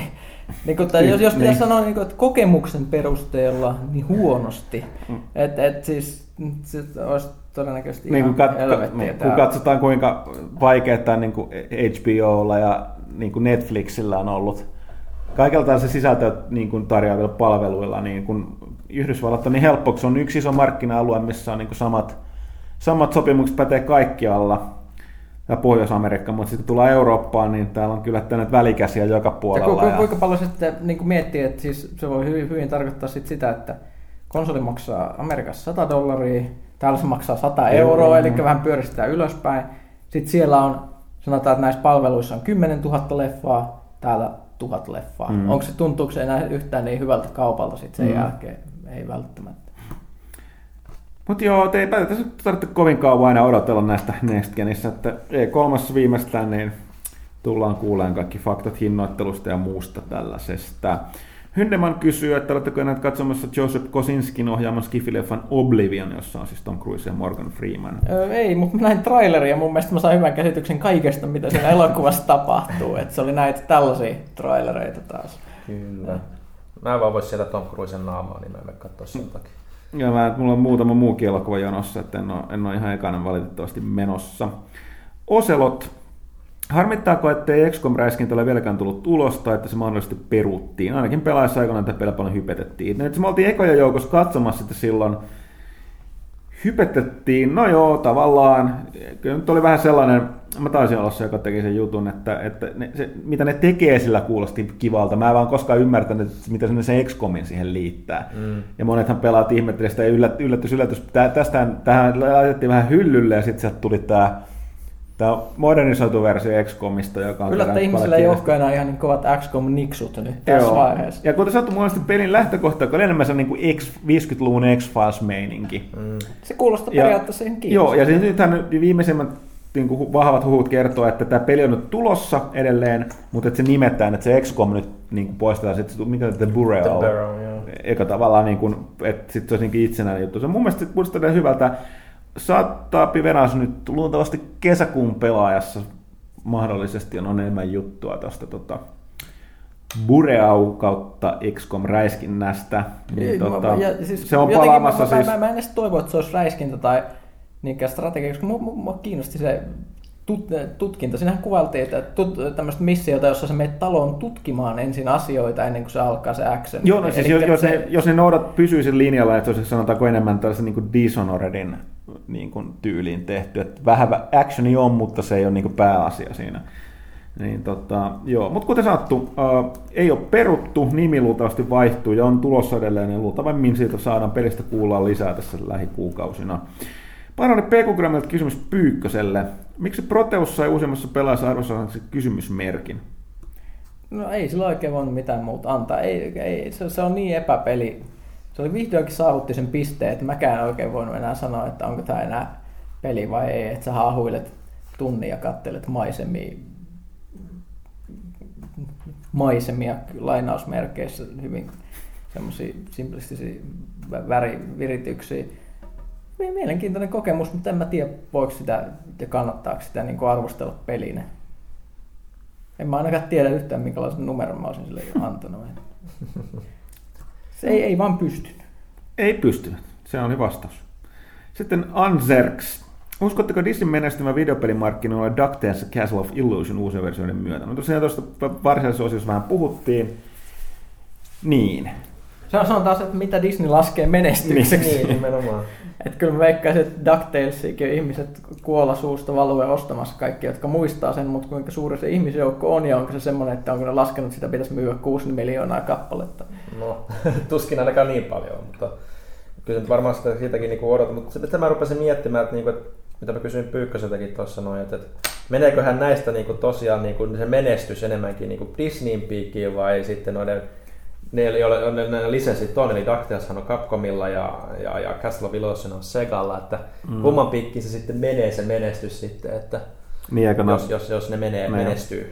jos pitäisi sanoa, että kokemuksen perusteella niin huonosti, että siis se olisi todennäköisesti ihan helvettiä. Kun katsotaan, kuinka vaikeaa niin HBOlla ja niin kuin Netflixillä on ollut kaikeltaan se sisältö niin tarjoavilla palveluilla, niin kun Yhdysvallat on niin helppo, kun se on yksi iso markkina-alue, missä on niin samat sopimukset pätee kaikkialla, ja Pohjois-Amerikka, mutta sitten kun tullaan Eurooppaan, niin täällä on kyllä tänne välikäsiä joka puolella. Ja kuinka paljon sitten niin miettii, että siis se voi hyvin tarkoittaa sitä, että konsoli maksaa Amerikassa $100, täällä se maksaa €100, eli vähän pyöristetään ylöspäin. Sitten siellä on, sanotaan, että näissä palveluissa on 10 000 leffaa, täällä 1000 leffaa. Tuntuuko se enää yhtään niin hyvältä kaupalta sitten sen jälkeen? Ei välttämättä. Mutta joo, ei tässä tarvitse kovin kauan aina odotella näistä Next Genissä, että E3 viimeistään niin tullaan kuulemaan kaikki faktat hinnoittelusta ja muusta tällaisesta. Hyndeman kysyy, että oletteko näet katsomassa Joseph Kosinskin ohjaaman skifileffan Oblivion, jossa on siis Tom Cruise ja Morgan Freeman. Ei, mutta mä näin traileria ja mun mielestä mä sain hyvän käsityksen kaikesta, mitä siinä elokuvassa tapahtuu. Että se oli näitä tällaisia trailereita taas. Kyllä. Mä en vaan vois sieltä Tom Cruisen naamaa, niin mä en mene katsoa sen takia. Ja mulla on muutama muukin elokuva jonossa, että en ole ihan ekainen valitettavasti menossa. Ocelot. Harmittaako, ettei XCOM-räiskintä ole vieläkään tullut ulos tai että se mahdollisesti peruttiin? Ainakin pelaajassa aikoinaan tätä peliä paljon hypetettiin. Nyt me oltiin ekoja joukossa katsomassa sitä silloin. Hypetettiin, no joo, tavallaan. Kyllä nyt oli vähän sellainen, mä taisin olla se, joka teki sen jutun, että mitä ne tekee sillä kuulosti kivalta. Mä en vaan koskaan ymmärtänyt, mitä se XCOMin siihen liittää. Ja monethan pelaat ihmettelistä sitä yllätys. Tähän laitettiin vähän hyllylle ja sitten sieltä tuli tämä modernisoitu versio XCOMista, joka on... Kyllä, että ihmisillä ei olekaan enää ihan niin kovat XCOM-niksut nyt tässä vaiheessa. Ja kuten sanottu, mun pelin lähtökohta, joka oli enemmän se niin 50-luvun X-Files-meininki. Se kuulostaa periaatteessa ihan kiinnostaa. Joo, ja siis nythän viimeisimmät niin kuin vahvat huhut kertoo, että tämä peli on nyt tulossa edelleen, mutta että se nimetään, että se XCOM nyt niin kuin poistetaan, sitten mikä The Bureau, eikä tavallaan, niin kuin, että sitten se olisi niin itsenäinen juttu. Se mun mielestä kuulostaa hyvältä. Saattaa Venas nyt luultavasti kesäkuun pelaajassa mahdollisesti on enemmän juttua tuosta Bureau kautta XCOM räiskinnästä. Niin, siis, se on palaamassa siis... Mä en edes toivo, että se olisi räiskintä tai niinkään strategia, koska mua kiinnosti se tutkinta. Siinähän kuvailtiin, että tämmöistä missiota, jossa sä menet taloon tutkimaan ensin asioita ennen kuin se alkaa se action. Joo, no siis jos ne pysyy sen linjalla, että se olisi sanotaanko enemmän tällaisen niin kuin Dishonoredin niin kuin tyyliin tehty. Että vähän actioni on, mutta se ei ole niin kuin pääasia siinä. Niin, joo. Mutta kuten sanottu, ei ole peruttu, nimi luultavasti vaihtuu ja on tulossa edelleen. Ja luultavasti siitä saadaan pelistä kuullaan lisää tässä lähikuukausina. Parani PK-Grammilta kysymys Pyykköselle. Miksi Proteus sai uusimmassa pelaajassa arvossanaksi kysymysmerkin? No ei sillä oikein voinut mitään muuta antaa. Ei, se on niin epäpeli. Se oli vihdoinkin saavutti sen pisteen, että mäkään oikein voinut enää sanoa, että onko tämä enää peli vai ei. Että sä haahuilet tunnin ja kattelet maisemia lainausmerkeissä, hyvin semmoisia simplistisiä värivirityksiä. Mielenkiintoinen kokemus, mutta en mä tiedä, voiko sitä ja kannattaako sitä niin kuin arvostella pelinä. En mä ainakaan tiedä yhtään, minkälaisen numeron mä olisin sille antanut. Se ei vaan pystynyt. Ei pystynyt, se oli vastaus. Sitten Anzerx. Uskotteko Disneyn menestymä videopelimarkkinoilla DuckTales ja Castle of Illusion uusien versioiden myötä? No tosiaan tuosta varsinaisessa osiossa vähän puhuttiin. Niin. Se on taas, että mitä Disney laskee menestykseksi. Niin, nimenomaan. Että kyllä mä veikkaisin, että DuckTalesikin ihmiset kuolla suusta valuen ostamassa kaikki, jotka muistaa sen, mutta kuinka suuri se ihmisjoukko on ja onko se semmoinen, että onko ne laskenut, sitä pitäisi myyä 6 miljoonaa kappaletta. No, tuskin ainakaan niin paljon, mutta kyllä nyt varmaan siitäkin niinku odotan. Mutta sitten mä rupesin miettimään, että, niinku, että mitä mä kysyin Pyykköseltäkin tuossa noin, että meneeköhän näistä niinku tosiaan niinku se menestys enemmänkin niinku Disneyn piikkiin vai sitten noiden ne lisenssit on, eli DuckTaleshan on Capcomilla ja Castle of Illusion on Segalla, että kumman piikkiin se sitten menee se menestys sitten, että niin, jos ne menestyy.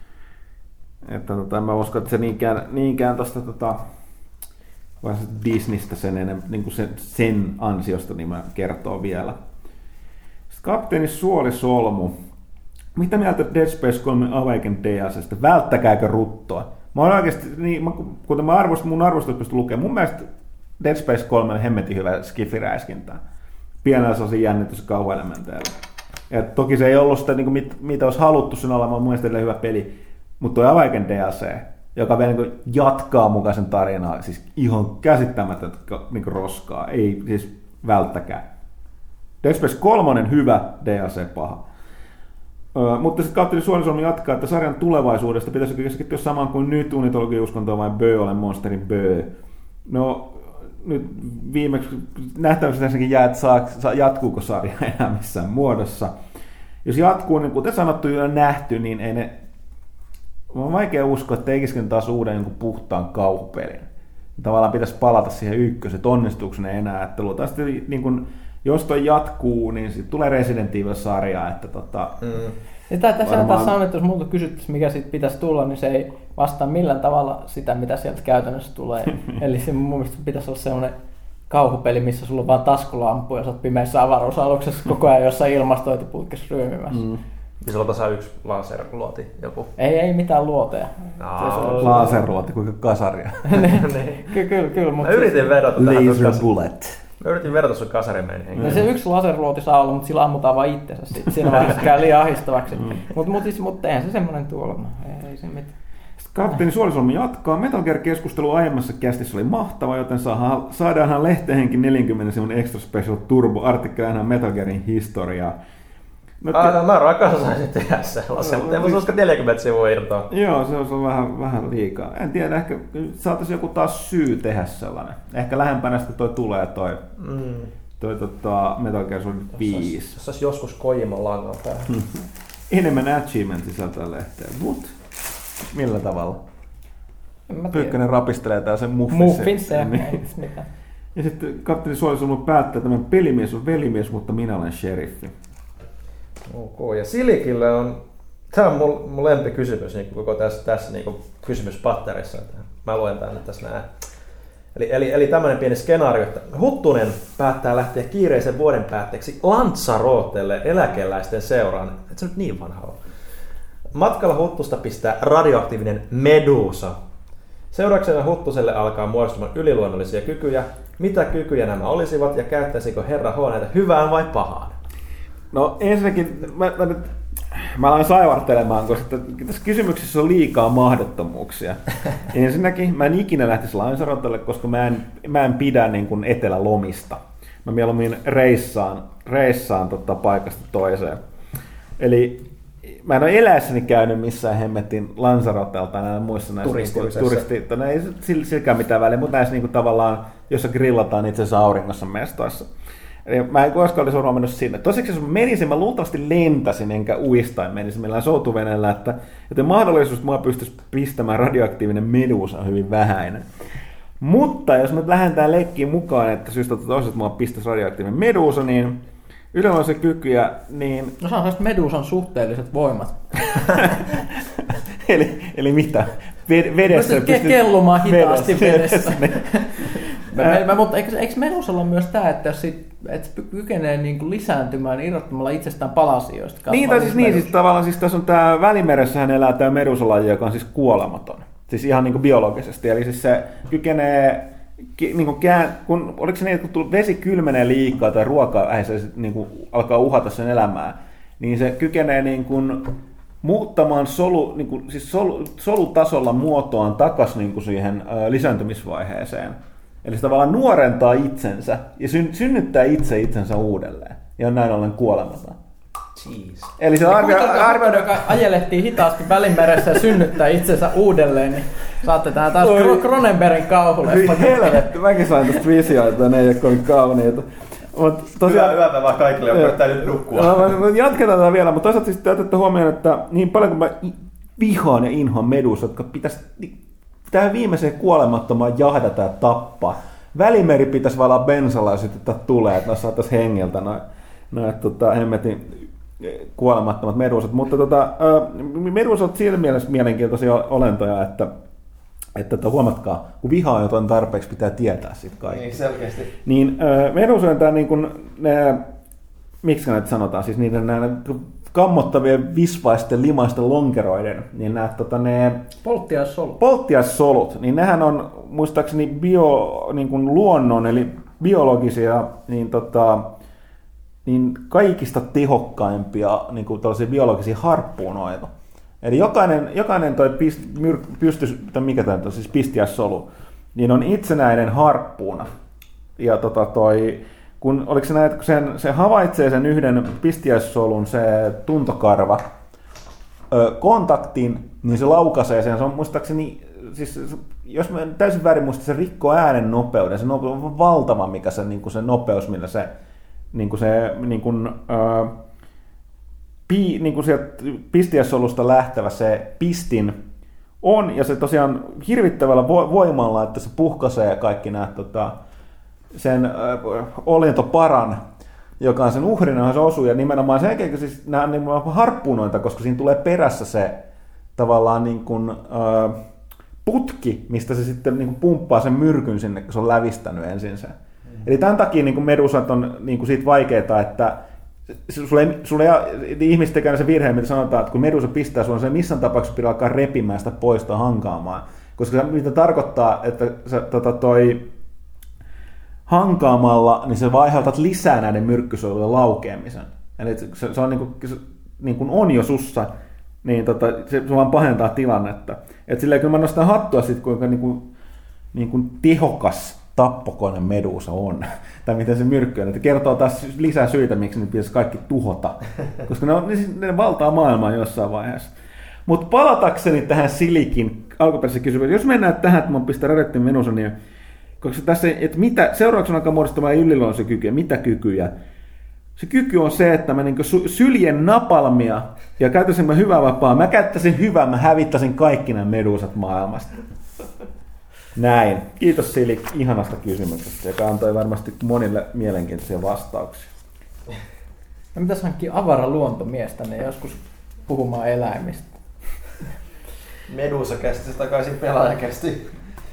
Että en mä usko, että se niinkään tuosta Disneystä niin kuin sen ansiosta niin mä kertoo vielä. Sitten kapteeni Suolisolmu. Mitä mieltä Dead Space 3 Awakened DLC:stä? Välttäkääkö ruttoa? Mä oon oikeasti, niin, kuten mun arvostus pystyn lukemaan, mun mielestä Dead Space 3 on hemmetin hyvä skifiräiskintää. Pienellä sellaisia jännitys- ja kauhuelementeillä. Ja toki se ei ollut sitä, niin mitä olisi haluttu sen olemaan, mun mielestä hyvä peli. Mutta tuo Awakened DLC, joka vielä niin jatkaa mukaisen tarinaa, siis ihan käsittämätöntä niin roskaa, ei siis välttäkään. Dead Space 3 hyvä, DLC paha. Mutta sitten Kapteeni Suolisolmi jatkaa, että sarjan tulevaisuudesta pitäisi keskittyä samaan kuin nyt unitologiuskontoon vai Bö ole monsterin Bö. No nyt viimeksi nähtävästi tässäkin jää, että jatkuuko sarja enää missään muodossa. Jos jatkuu, niin kuten sanottu ja nähty, niin ei ne... On vaikea uskoa, että tekisikin taas uuden jonkun puhtaan kauhupelin. Tavallaan pitäisi palata siihen ykköset, onnistuuko ne enää. Että luultavasti niin kun, jos toi jatkuu, niin sitten tulee Resident Evil-sarja. Että Tässä on, että jos multa kysyttäisiin, mikä siitä pitäisi tulla, niin se ei vastaa millään tavalla sitä, mitä sieltä käytännössä tulee. Eli se mun mielestä pitäisi olla sellainen kauhupeli, missä sulla on vaan taskulampu ja sä oot pimeässä avaruusaluksessa koko ajan jossain ilmastointiputkessa ryömimässä. Ja sulla on tasa yksi laserluoti joku. Ei mitään luoteja. Laserluoti, kuinka kasaria. Kyllä. Mä yritin vedota Laser bullet. Mä yritin vedota sun kasarimeen. No se yksi laserluoti saa olla, mutta sillä ammutaan vaan itsensä. Siinä vaiheessa käy liian ahistavaksi. Mutta eihän se semmoinen tuolla. Ei se mitään. Kapteeni Suolisolmi jatkaa. Metal Gear-keskustelu aiemmassa kästissä oli mahtava, joten saadaanhan lehteenkin 40 sivun extra special turbo-artikkelina Metal Gearin historiaa. No, mä rakastan tehdä sellaisen, mutta en voisi usko 40 sivua irtoa. Joo, se olisi vähän liikaa. En tiedä, ehkä saataisiin joku taas syy tehdä sellainen. Ehkä lähempänä sitten toi tulee toi Metal Gear Solid 5. Jos olisi joskus Kojiman langan päällä. Enemmän achievement sisältää lehteen. Millä tavalla? Pyykkönen rapistelee tää sen muffinsa. Mitään. Ja sitten kapteeni Suolisolmu päättää, että tämän pelimies on velimies, mutta minä olen sheriffi. Ok, ja Silikille on, tämä on mun lempikysymys niin koko tässä niin kysymyspatterissa. Mä luen tämän nyt tässä näin. Eli tämmöinen pieni skenaario, että Huttunen päättää lähteä kiireisen vuoden päätteeksi Lanzarotelle eläkeläisten seuraan. Et se nyt niin vanha ole. Matkalla Huttusta pistää radioaktiivinen meduusa. Seurauksena Huttuselle alkaa muodostumaan yliluonnollisia kykyjä. Mitä kykyjä nämä olisivat ja käyttäisikö Herra H näitä hyvään vai pahaan? No ensinnäkin mä aloin saivartelemaan, koska tässä kysymyksessä on liikaa mahdottomuuksia. Ensinnäkin mä en ikinä lähtisi Lanzarotelle, koska mä en pidä niin kuin etelälomista. Mä mieluummin reissaan paikasta toiseen. Eli mä en ole eläessäni käynyt missään hemmettiin Lanzarotelta tai näillä muissa näissä turisti. No ei silläkään mitään väliä, mutta näissä niin kuin tavallaan, jossa grillataan itse asiassa auringossa mestoissa. Eli mä en koskaan olisi varmaan mennyt sinne. Toiseksi jos mä menisin, mä luultavasti lentäisin enkä uistain menisin millään soutuveneellä, joten mahdollisuus, että mua pystyisi pistämään radioaktiivinen meduusa on hyvin vähäinen. Mutta jos me lähdetään leikkiin mukaan, että syystä toisesta mua pistäisi radioaktiivinen meduusa, niin yleensä kykyjä, niin... No se on sellaiset meduusan suhteelliset voimat. eli mitä? Vedessä pystyt kellumaan hitaasti vedessä. Mutta eikö medusalla myös tämä, että jos se kykenee niin lisääntymään irrottamalla itsestään palasioista? Siis tavallaan siis tässä on tämä Välimeressähän elää tämä medusalaji, joka on siis kuolematon. Siis ihan niin kuin biologisesti. Eli siis se kykenee oliko se niin, että kun vesi kylmenee liikaa tai ruoka se niin kuin alkaa uhata sen elämää, niin se kykenee niin kuin muuttamaan solutasolla muotoaan takaisin niin kuin siihen lisääntymisvaiheeseen. Eli se tavallaan nuorentaa itsensä ja synnyttää itsensä uudelleen ja näin ollen kuolematon. Jeez. Eli se joka ajelehtii hitaasti Välimeressä ja synnyttää itsensä uudelleen, niin saatte tää taas Cronenbergin kauhuleffa. Helvetti, mäkin sain tästä visioita, ne ei ole kovin kauniita. Hyvää yötä vaan kaikille, jotka täytyy nukkua. Jatketaan tätä vielä, mutta toisaalta siis otettu huomioon, että niin paljon kuin mä vihaan ja inhoan Medusa, jotka pitäisi tähän viimeiseen kuolemattomaan jahdata ja tappaa. Välimeri pitäisi valaa bensalla ja sitten tulee, että saataisiin hengiltä noin hemmetin kuolemattomat medusat. Mutta medusat ovat siinä mielessä mielenkiintoisia olentoja, että huomatkaa, kun vihaa jotain tarpeeksi, pitää tietää siitä kaikki. Niin, selkeästi. Niin medusojen tämä niin kuin, miksi näitä sanotaan, siis niiden nämä kammottavien visvaisten limaisten lonkeroiden, niin nämä ne polttiaissolut, niin nehän on muistaakseni niin kuin luonnon, eli biologisia, niin kaikista tehokkaimpia niin kuin tällaisia biologisia harppuunoita. Eli jokainen toi mikä tämä on, siis pistiäissolu, niin on itsenäinen harppuuna. Ja kun oliko se näin, kun se havaitsee sen yhden pistiäissolun, se tuntokarva, kontaktin, niin se laukaisee sen. Se on muistaakseni, siis jos mä täysin väärin muista, se rikkoo äänen nopeuden. Se on valtava, mikä se, niin kuin se nopeus, millä se niin kuin sieltä pistiäissolusta lähtevä se pistin on, ja se tosiaan hirvittävällä voimalla, että se puhkaisee kaikki nämä sen olentoparan, joka on sen uhrina, se osuu, ja nimenomaan sen jälkeen, siis nämä on harppunoita, koska siinä tulee perässä se tavallaan niin kuin, putki, mistä se sitten niin kuin pumppaa sen myrkyn sinne, kun se on lävistänyt ensin sen. Eli tämän takia niin kuin medusat on niin kuin siitä vaikeaa, että sulle ihmiset tekee se virhe, mitä sanotaan, että kun medusa pistää sinua, se ei missään tapauksessa pitää alkaa repimään sitä pois tai hankaamaan. Koska se mitä tarkoittaa, että se, hankaamalla, niin se vaiheutat lisää näiden myrkkysolujen laukeamisen. Eli se on niin kuin on jo sussa, niin se vaan pahentaa tilannetta. Et silleen kyllä mä nostan hattua sitten, kuinka niin kuin tehokas tappokone medusa on, tai miten se myrkky on. Että kertoo taas lisää syitä, miksi ne pitäisi kaikki tuhota, koska ne valtaa maailmaa jossain vaiheessa. Mutta palatakseni tähän Silikin alkuperäiseen kysymykseen, jos mennään tähän, että mä pistän Redettin menusa, niin koska tässä, että mitä seuraavaksi alkaa muodostamaan yliluonnollisia kykyjä, mitä kykyjä? Se kyky on se, että mä niin syljen napalmia ja käyttäisin hyvää vapaa. Mä käyttäisin hyvää, mä hävittäisin kaikki nämä medusat maailmasta. Näin. Kiitos Sili ihanasta kysymyksestä, joka antoi varmasti monille mielenkiintoisia vastauksia. No mitäs hankkia avara luontomies tänne joskus puhumaan eläimistä? Medusa-kästys takaisin pelaajakästi.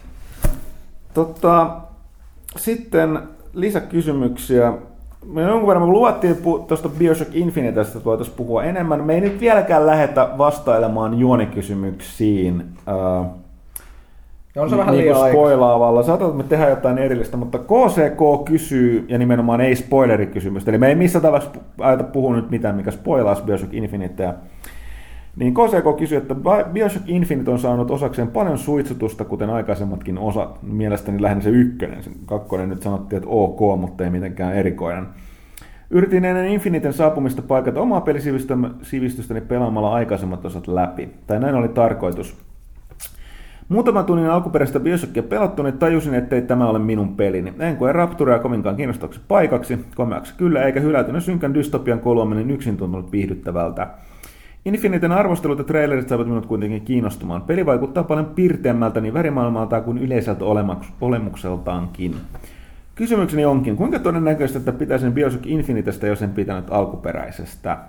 Sitten lisäkysymyksiä. Me jonkun verran luvattiin tuosta BioShock Infinitestä, että voitaisiin puhua enemmän. Me ei nyt vieläkään lähetä vastailemaan juonikysymyksiin. On se vähän liian spoilaavalla. Saatat, että me tehdään jotain erillistä, mutta KCK kysyy, ja nimenomaan ei spoilerikysymystä. Eli me ei missään tavalla ajata puhua nyt mitään, mikä spoilaisi BioShock Infinitea. Niin KCK kysyy, että BioShock Infinite on saanut osakseen paljon suitsutusta, kuten aikaisemmatkin osat. Mielestäni lähinnä se ykkönen. Sen kakkonen nyt sanottiin, että ok, mutta ei mitenkään erikoinen. Yritin ennen Infiniten saapumista paikata omaa pelisivistystäni pelaamalla aikaisemmat osat läpi. Tai näin oli tarkoitus. Muutaman tunnin alkuperäistä BioShockia pelattuna tajusin, ettei tämä ole minun pelini. En koe Rapturea kovinkaan kiinnostavaksi paikaksi, komeaksi kyllä, eikä hylätynä synkän dystopian koluaminen yksin tuntunut viihdyttävältä. Infiniten arvostelut ja trailerit saivat minut kuitenkin kiinnostumaan. Peli vaikuttaa paljon pirteämmältä niin värimaailmaltaan kuin yleiseltä olemukseltaankin. Kysymykseni onkin, kuinka todennäköistä, että pitäisin BioShock Infinitestä, jos en pitänyt alkuperäisestä?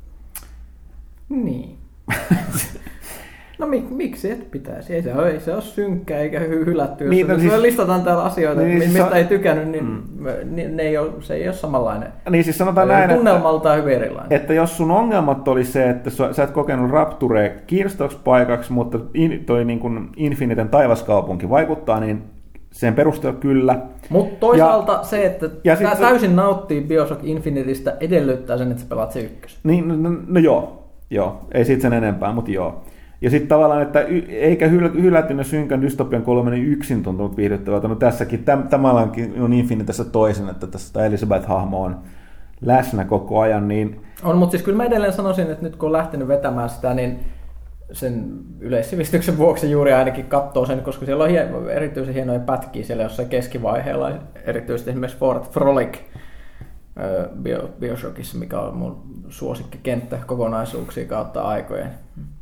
Niin. No miksi et pitäisi? Ei se ole synkkää eikä hylätty. Jos niin, siis, listataan täällä asioita, niin, mistä ei tykännyt, niin se ei ole samanlainen. Niin siis sanotaan näin, tunnelmaltaan hyvin erilainen. Että jos sun ongelmat oli se, että sä et kokenut Rapturea kiinnostavaksi paikaksi, mutta toi niin kuin Infiniten taivaskaupunki vaikuttaa, niin sen perusteella kyllä. Mutta toisaalta se, että täysin nauttii Bioshock Infiniteistä, edellyttää sen, että sä pelaat se ykkös. Niin, no joo, ei siitä sen enempää, mutta joo. Ja sitten tavallaan, että eikä hylätynä synkän dystopian 3 yksin tuntunut viihdyttävältä. No tässäkin, tämänkin on Infinitessä toisin, että tässä Elizabeth-hahmo on läsnä koko ajan. Niin... On, mutta siis kyllä mä edelleen sanoisin, että nyt kun on lähtenyt vetämään sitä, niin sen yleissivistyksen vuoksi juuri ainakin katsoo sen, koska siellä on erityisen hienoja pätkiä siellä jossain keskivaiheella, erityisesti esimerkiksi Fort Frolic Bioshockissa, mikä on mun suosikkikenttä kokonaisuuksia kautta aikojen.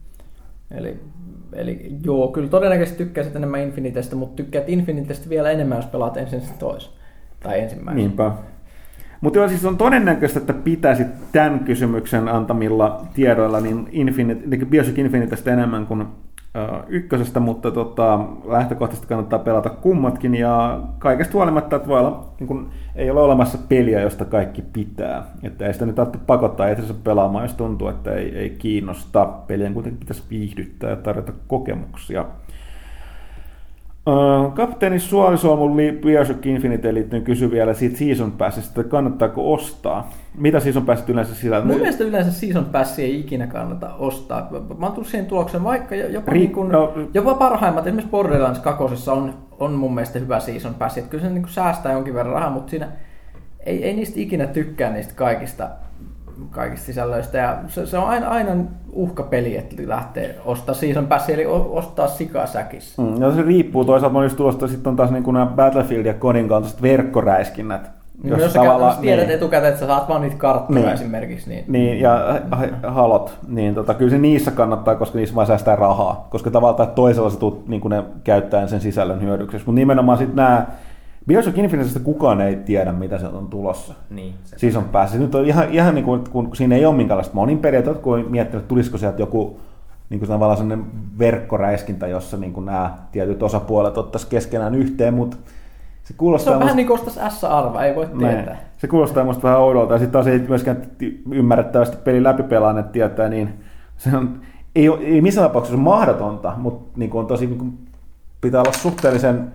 Eli joo, kyllä todennäköisesti tykkäisit enemmän Infinitestä, mutta tykkäät Infinitestä vielä enemmän, jos pelaat ensin toisen tai ensimmäisen. Niinpä. Mutta joo, siis on todennäköistä, että pitäisi tämän kysymyksen antamilla tiedoilla niin Bioshock Infinitestä enemmän kuin ykkösestä, mutta lähtökohtaisesti kannattaa pelata kummatkin, ja kaikesta huolimatta, että voi olla, niin kun, ei ole olemassa peliä, josta kaikki pitää. Että ei sitä nyt tarvitse pakottaa itse pelaamaan, jos tuntuu, että ei kiinnosta. Pelien kuitenkin pitäisi viihdyttää ja tarjota kokemuksia. Kapteeni Suolisolmun Bioshock Infiniteen liittyen kysyi vielä siitä Season Passista, että kannattaako ostaa. Mitä Season Passit yleensä sisältää? Mun mielestä yleensä Season Passia ei ikinä kannata ostaa. Mä oon tullut siihen tulokseen, vaikka jopa parhaimmat, esimerkiksi Borderlands 2 on mun mielestä hyvä Season Pass. Että kyllä se niin säästää jonkin verran rahaa, mutta siinä ei niistä ikinä tykkää niistä kaikista sisällöistä. Ja se on aina uhkapeli, että lähtee ostaa Season Passia, eli ostaa sikasäkissä. Ja se riippuu toisaalta monista tulosta, sitten on taas niin kuin nämä Battlefield ja Kodin kaltaiset verkkoräiskinnät. Jos sä tiedät etukäteen, että sä saat vaan niitä karttoja esimerkiksi. Niin, ja halot, niin kyllä se niissä kannattaa, koska niissä vaan säästää rahaa. Koska tavallaan toisella sä tulet niin ne käyttäen sen sisällön hyödyksi. Mutta nimenomaan sitten nämä Bioshock Infinitestä kukaan ei tiedä, mitä sieltä on tulossa. Niin. Siis on päässyt. Nyt on ihan niin kuin, kun siinä ei ole minkäänlaista monin periaatteet, kun on miettinyt, että tulisiko sieltä joku niin kuin tavallaan sellainen verkkoräiskintä, jossa niin kuin nämä tietyt osapuolet ottaisi keskenään yhteen, mutta se kuulostaa... Se on vähän niin kuin ostaisi S-arva, ei voi tietää. Se kuulostaa musta vähän oudolta, ja sitten taas ei myöskään ymmärrettävästi pelin läpipelaaneet tietää, niin se on, ei missään tapauksessa mahdotonta, mutta niin kuin on tosi, niin kuin, pitää olla suhteellisen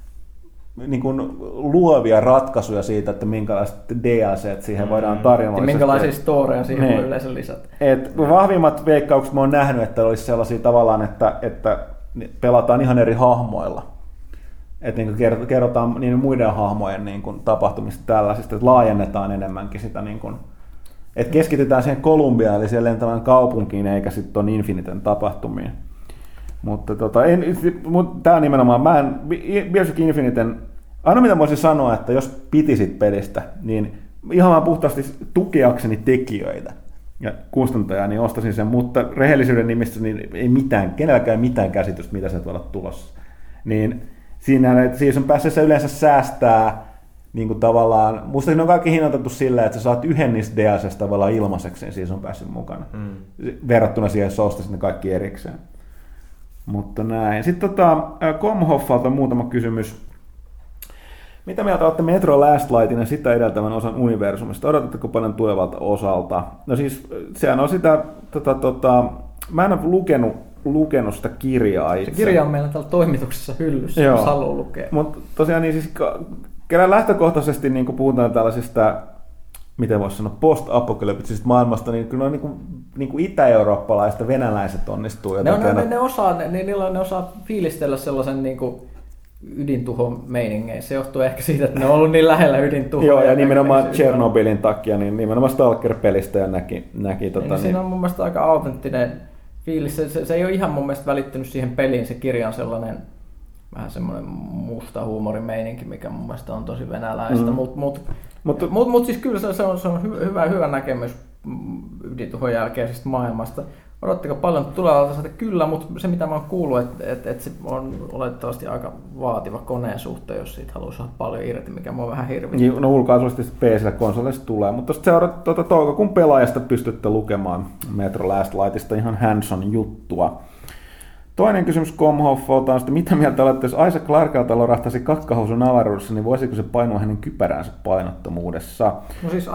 niin kuin luovia ratkaisuja siitä, että minkälaiset DLCt siihen voidaan tarjolla. Ja minkälaisia storeja siihen voi yleensä lisätä. Vahvimmat veikkaukset mä oon nähnyt, että olisi sellaisia tavallaan, että pelataan ihan eri hahmoilla. Että niin kerrotaan niiden muiden hahmojen niin kuin tapahtumista tällaisista, että laajennetaan enemmänkin sitä, niin kuin, että keskitytään siihen Columbiaan, eli siihen lentävään kaupunkiin, eikä sitten tuon Infiniten tapahtumiin. Mutta tämä on nimenomaan, Bioshock Infiniten, aina mitä voisin sanoa, että jos pitisit pelistä, niin ihan vaan puhtaasti tukeakseni tekijöitä ja kustantajaa, niin ostaisin sen, mutta rehellisyyden nimissä niin ei kenelläkään mitään käsitystä, mitä sieltä voi olla tulossa. Niin siinä Season Passissa yleensä säästää niin kuin tavallaan, musta siinä on kaikki hinnoitettu silleen, että sä saat yhden niistä DLCstä tavallaan ilmaiseksi Season Passin mukana, verrattuna siihen, jos ostaisit ne kaikki erikseen. Mutta näin. Sitten Komhoffalta muutama kysymys. Mitä mieltä olette Metro Last Lightin ja sitä edeltävän osan universumista? Odotatteko paljon tulevalta osalta? No siis, sehän on sitä, mä en ole lukenut sitä kirjaa itse. Se kirja on meillä täällä toimituksessa hyllyssä, jos haluaa lukea. Mutta tosiaan niin siis, kyllä lähtökohtaisesti niin kun puhutaan tällaisista, miten voisi sanoa, post-apokalyptisista maailmasta, niin kyllä ne niin kuin itä-eurooppalaiset ja venäläiset onnistuu. Ne osaa fiilistellä sellaisen niin kuin ydintuhon meiningeissä. Se johtuu ehkä siitä, että ne on ollut niin lähellä ydintuhoa. Joo, ja nimenomaan Chernobylin takia, niin nimenomaan Stalker-pelistä ja näki siinä on mun mielestä aika autenttinen fiilis. Se ei ole ihan mun mielestä välittynyt siihen peliin. Se kirja on sellainen vähän semmoinen musta huumorimeininki, mikä mun mielestä on tosi venäläistä. Mutta siis kyllä se on hyvä näkemys ydintuhon jälkeisestä maailmasta. Odottako paljon tulevalta saada? Kyllä, mutta se mitä mä oon kuullut, että se on olettavasti aika vaativa koneen suhteen, jos siitä haluaa saada paljon irti, mikä mua vähän hirvittää. No ulkaisuisesti PC:llä konsolista tulee, mutta seuraat toukokuun pelaajasta pystytte lukemaan Metro Last Lightista ihan hands-on juttua. Toinen kysymys Komhoffalta on, että mitä mieltä olette, jos Isaac Clarkelta lorahtaisi kakkahousun avaruudessa, niin voisiko se painua hänen kypäräänsä painottomuudessa? No siis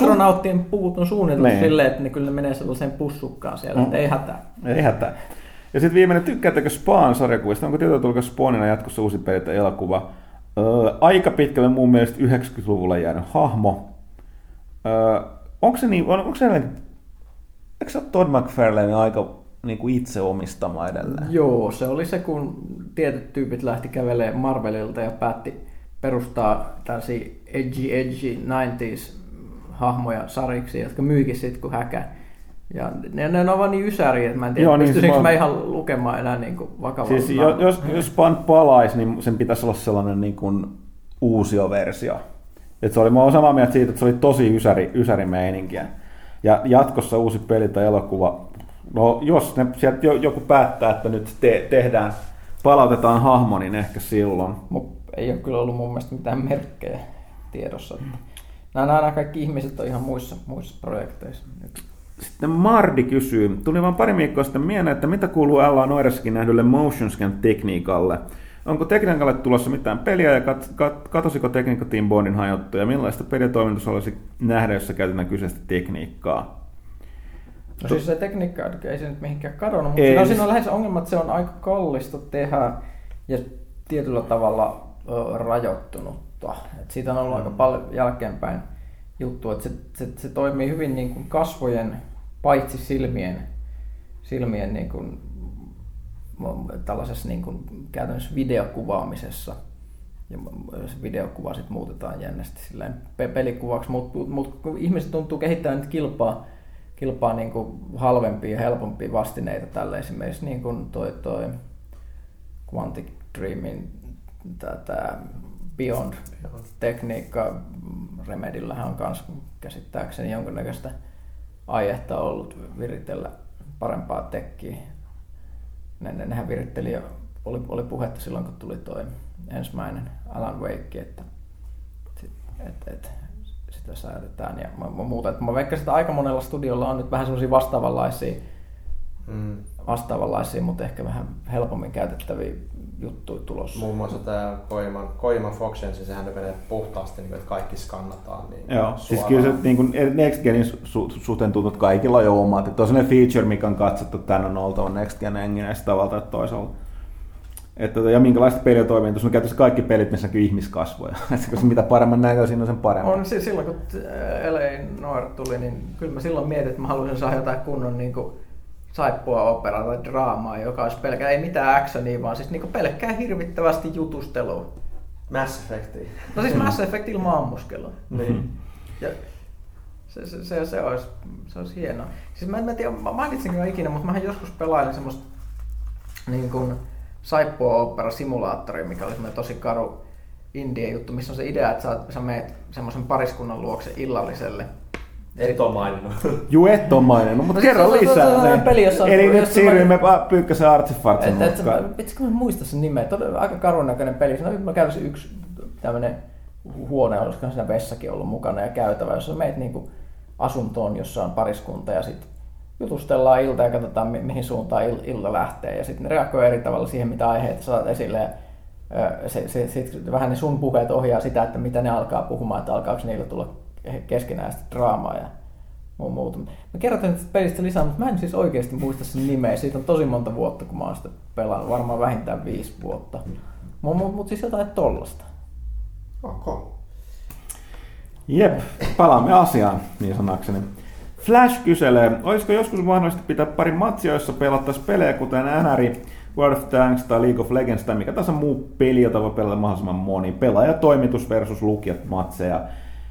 astronauttien puut on suunniteltu silleen, että ne kyllä menee sellaiseen pussukkaan siellä, että ei hätää. Ei hätää. Ja sitten viimeinen, tykkäättekö Spaan sarjakuvista? Onko tietoa tulkaa Spawnina jatkossa uusi peli tai elokuva? Aika pitkälle mun mielestä 90-luvulla jäänyt hahmo. Onko se niin, eikö se ole Todd McFarlane aika niin kuin itse omistama edelleen? Joo, se oli se, kun tietyt tyypit lähti kävelemään Marvelilta ja päätti perustaa tällaisia edgy 90s-hahmoja sariksi, jotka myykin sitten kuin häkä. Ja ne on vaan niin ysäriä, että mä en tiedä, pystyisikö mä ihan lukemaan enää niin kuin vakavalla. Siis jos Spawn palaisi, niin sen pitäisi olla sellainen niin kuin uusioversio. Mä oon samaa mieltä siitä, että se oli tosi ysäri meininkiä. Ja jatkossa uusi peli tai elokuva, no jos ne sieltä joku päättää, että nyt palautetaan hahmo, niin ehkä silloin. Ei ole kyllä ollut mun mielestä mitään merkkejä tiedossa. Nämä kaikki ihmiset on ihan muissa projekteissa. Sitten Mardi kysyy, tuli vain pari viikkoa sitten mieleen, että mitä kuuluu L.A. Noiressakin nähdylle motion scan -tekniikalle? Onko tekniikalle tulossa mitään peliä ja katosiko tekniikka Team Bondin hajottua ja millaista pelitoimintaa olisi nähdä, jossa käytetään kyseistä tekniikkaa? No siis se tekniikka ei se nyt mihinkään kadonnut, mutta siinä on lähes ongelma, että se on aika kallista tehdä ja tietyllä tavalla rajoittunutta. Et siitä on ollut aika paljon jälkeenpäin juttu, että se toimii hyvin niin kuin kasvojen, paitsi silmien niin kuin, tällaisessa niin kuin, käytännössä videokuvaamisessa. Ja se videokuva sitten muutetaan jännästi pelikuvaksi, mutta kun ihmiset tuntuu kehittämään nyt kilpaa niin kuin halvempia ja helpompia vastineita tällä esimerkiksi niin kuin toi Quantic Dreamin tämä Beyond-tekniikka. Remedillähän on myös käsittääkseni jonkinnäköistä aihetta ollut viritellä parempaa tekkiä. Nehän viritteli jo, oli puhetta silloin kun tuli toi ensimmäinen Alan Wake, että sitä säädetään ja muuta. Mä veikkasin, että aika monella studiolla on nyt vähän semmoisia vastaavanlaisia, mutta ehkä vähän helpommin käytettäviä juttuja tulossa. Muun muassa tämä Kojima Foxen, sehän menee puhtaasti, että kaikki skannataan. Niin joo, siis kyllä se niin Next Genin suhteen tuntuu, että kaikilla on jo omat. Että on sellainen feature, mikä on katsottu, että tämän on oltava Next Gen enginäistä tavalla tai toisella. Ja minkälaista peliä toimii, tuossa on käytössä kaikki pelit, missä näkyy ihmiskasvoja. Koska mitä paremman näköisiä, sen paremmin. On siis silloin, kun L.A. Noir tuli, niin kyllä mä silloin mietin, että mä haluaisin saada jotain kunnon niin kuin saippua operaa tai draamaa, joka olisi pelkää, ei mitään actionia, vaan siis niin kuin pelkkää hirvittävästi jutustelua. Mass Effectia. No siis Mass Effect ilman ammuskelua. Niin. Ja se olisi hienoa. Siis mä en tiedä, mainitsinko ikinä, mutta mähän joskus pelailin semmoista niin kuin saippua opera simulaattoria, mikä oli semmoinen tosi karu indie-juttu, missä on se idea, että sä meet semmoisen pariskunnan luokse illalliselle. Et ole maininnut. Juu, et ole maininnut, mutta kerro lisää. Eli nyt siirrymme Pyykkösen Artsifartsin mukaan. Vitsikö mä muista sen nimeä? Aika karun näköinen peli. Siinä mä käyn yksi tämmönen huone, olisikohan siinä vessakin ollut mukana ja käytävä, jossa meet niinku asuntoon, jossa on pariskunta ja sitten jutustellaan ilta ja katsotaan mihin suuntaan ilta lähtee ja sitten ne reagoi eri tavalla siihen, mitä aiheita saat esille ja sitten vähän ne sun puheet ohjaa sitä, että mitä ne alkaa puhumaan, että alkaako niillä tulla keskinäistä draamaa ja muuta. Mä kerroin tästä pelistä lisää, mutta mä en siis oikeasti muista sen nimeä. Siitä on tosi monta vuotta, kun mä oon sitä pelannut. Varmaan vähintään 5 vuotta. Mutta siis jotain tollasta. Okay. Jep, palaamme asiaan niin sanakseni. Flash kyselee, olisiko joskus mahdollista pitää pari matsia, jossa pelattaisiin pelejä, kuten NR, World of Tanks tai League of Legends tai mikä tahansa muu peli, jota voi pelata mahdollisimman moni. Pelaajatoimitus versus lukijat matseja.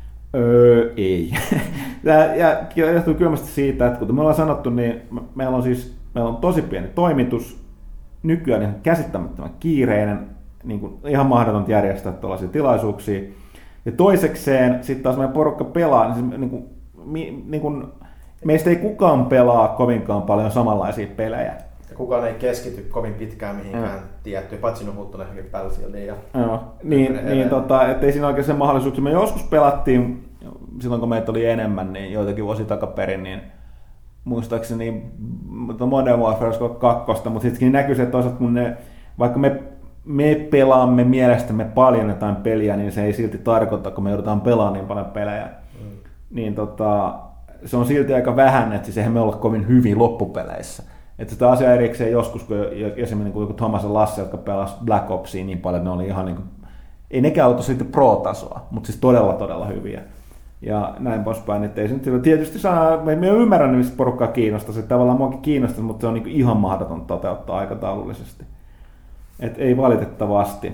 Ei. Ja johtuu kylmästi siitä, että kuten me ollaan sanottu, niin meillä on tosi pieni toimitus, nykyään ihan käsittämättömän kiireinen, niin kuin ihan mahdotonta järjestää tällaisia tilaisuuksia. Ja toisekseen sitten taas meidän porukka pelaa, niin kuin, meistä ei kukaan pelaa kovinkaan paljon samanlaisia pelejä. Ja kukaan ei keskity kovin pitkään mihinkään tiettyyn, paitsi no Huttonenkin Battlefieldiin. Ettei siinä oikein se mahdollisuuksia. Me joskus pelattiin, silloin kun meitä oli enemmän, niin joitakin vuosia takaperin, niin muistaakseni Modern Warfare 2, mutta sittenkin näkyy se, että toisaalta kun vaikka me pelaamme mielestämme paljon jotain peliä, niin se ei silti tarkoita, kun me joudutaan pelaamaan niin paljon pelejä. Niin se on silti aika vähän, että siis eihän me olla kovin hyvin loppupeleissä. Että sitä asiaa erikseen joskus, kun esimerkiksi joku Thomas ja Lasse, jotka pelasivat Black Opsia niin paljon, että ne oli ihan niin kuin, ei nekään ollut sitten pro-tasoa, mutta siis todella hyviä. Ja näin poispäin, että ei se nyt tietysti me ymmärrän, mistä porukkaa kiinnostaa, se tavallaan muakin kiinnostaa, mutta se on niin kuin ihan mahdoton toteuttaa aikataulullisesti. Että ei valitettavasti.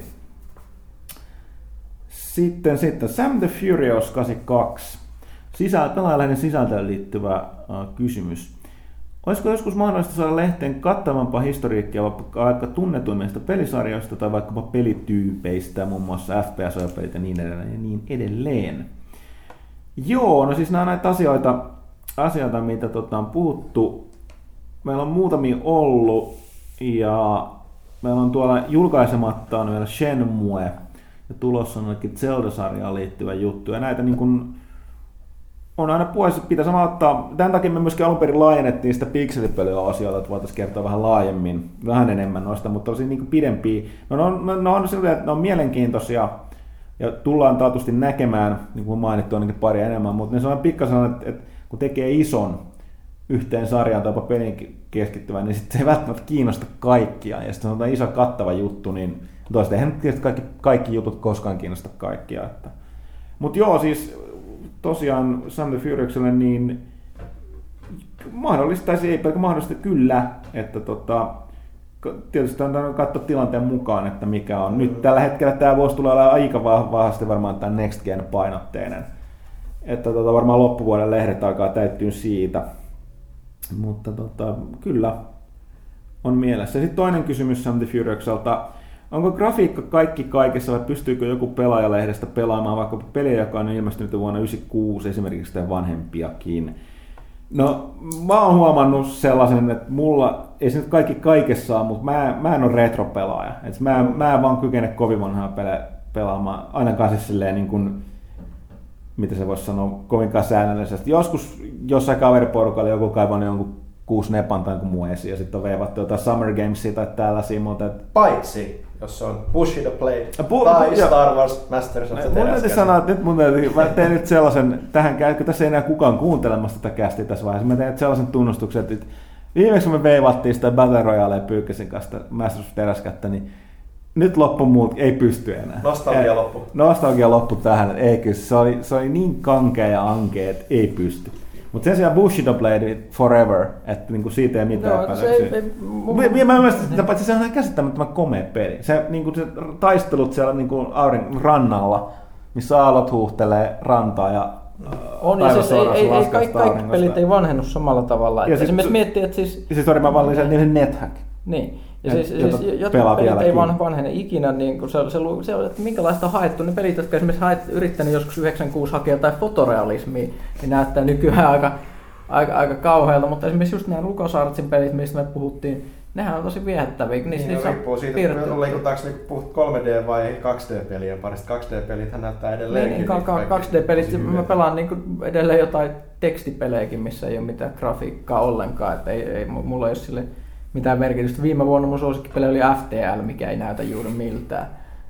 Sitten Sam the Furious 82. Pelaajalähden sisältöön liittyvä kysymys. Olisiko joskus mahdollista saada lehteen kattavampaa historiikkia vaikka tunnetuimmista pelisarjoista tai vaikkapa pelityypeistä, muun muassa FPS-pelit ja niin edelleen ja niin edelleen? Joo, no siis nämä on näitä asioita mitä on puhuttu. Meillä on muutamia ollut ja meillä on tuolla julkaisematta on vielä Shenmue ja tulossa on ainakin Zelda-sarjaan liittyvä juttu ja näitä niin kuin on aina puheessa, pitäisi ottaa, tämän takia me myöskin alun perin laajennettiin sitä pikselipeliosioita, että voitaisiin kertoa vähän laajemmin, vähän enemmän noista, mutta tosi niin pidempiä. Ne on mielenkiintoisia ja tullaan taatusti näkemään, niin kuin mainittu, ainakin pari enemmän, mutta ne on pikkasen, että kun tekee ison yhteen sarjaan tai jopa pelin keskittyvän, niin sitten se ei välttämättä kiinnosta kaikkia, ja sitten on iso kattava juttu, niin toista eihän kaikki jutut koskaan kiinnosta kaikkia. Mutta joo, siis tosiaan Sam the Furiousille niin mahdollistaisi, ei pelkä mahdollista kyllä, että tietysti on katsoa tilanteen mukaan, että mikä on. Nyt tällä hetkellä tämä vuosi tulee olla aika vahvasti varmaan tämä Next Gen painotteinen. Että varmaan loppuvuoden lehdet alkaa täyttyä siitä. Mutta kyllä on mielessä. Sitten toinen kysymys Sam the Furiouselta. Onko grafiikka kaikki kaikessa vai pystyykö joku pelaajalehdestä pelaamaan vaikka peliä, joka on ilmestynyt vuonna 1996 esimerkiksi tai vanhempiakin? No mä oon huomannut sellaisen, että mulla ei se nyt kaikki kaikessa ole, mutta mä en ole retropelaaja. Et mä en vaan kykene kovin vanhaa pelaamaan, ainakaan siis silleen niin kuin, mitä se voisi sanoa, kovinkaan säännöllisesti. Joskus jossain kaveriporukalla joku kaivannut jonkun 6 nepan tai jonkun muun esiin ja sitten on veivattu jotain Summer Gamesia tai tällaisia, mutta paitsi jos on Bushido Blade tai Star Wars Masters of the Mun täytyy sanoa, että mä teen nyt sellaisen, kun tässä ei enää kukaan kuuntelemassa tätä kästiä tässä vaiheessa, mä teen nyt sellaisen tunnustuksen, että viimeksi me veivattiin sitä Battle Royale Pyykkäsen kanssa Masters of Teräskättä, niin nyt loppu muut ei pysty enää. Nostalgia loppu tähän, ei kyllä, se oli niin kankea ja ankea, että ei pysty. Mutta sen sijaan Bushido Blade Forever, että niinku siitä ei mitään epäilyksiä. Mä mielestäni, paitsi se on ihan käsittämättömän komea peli. Se, niinku, se taistelut siellä niinku rannalla, missä aallot huuhtelee rantaa ja on, ja siis ei kaikki pelit ei vanhennu samalla tavalla. Ja esimerkiksi miettii, että siis... Siis mä valitsin sen nimen NetHack. Niin. Ja siis jotkut pelit ei vanhene ikinä, niin kun se on, että minkälaista on haettu. Ne pelit, jotka esimerkiksi yrittänyt joskus 96 hakea jotain fotorealismia, niin näyttää nykyään aika kauhealta. Mutta esimerkiksi just nämä LucasArtsin pelit, mistä me puhuttiin, nehän on tosi viehättäviä. Niin riippuu siitä, että liikutaanko puhut 3D vai 2D-peliä parista. 2D-pelithän näyttää edelleenkin. Niin, 2D-pelit, mä pelaan niin edelleen jotain tekstipelejäkin, missä ei ole mitään grafiikkaa ollenkaan. Että ei mulla ei ole sille mitään merkitystä. Viime vuonna mun suosikkipeli oli FTL, mikä ei näytä juuri miltään.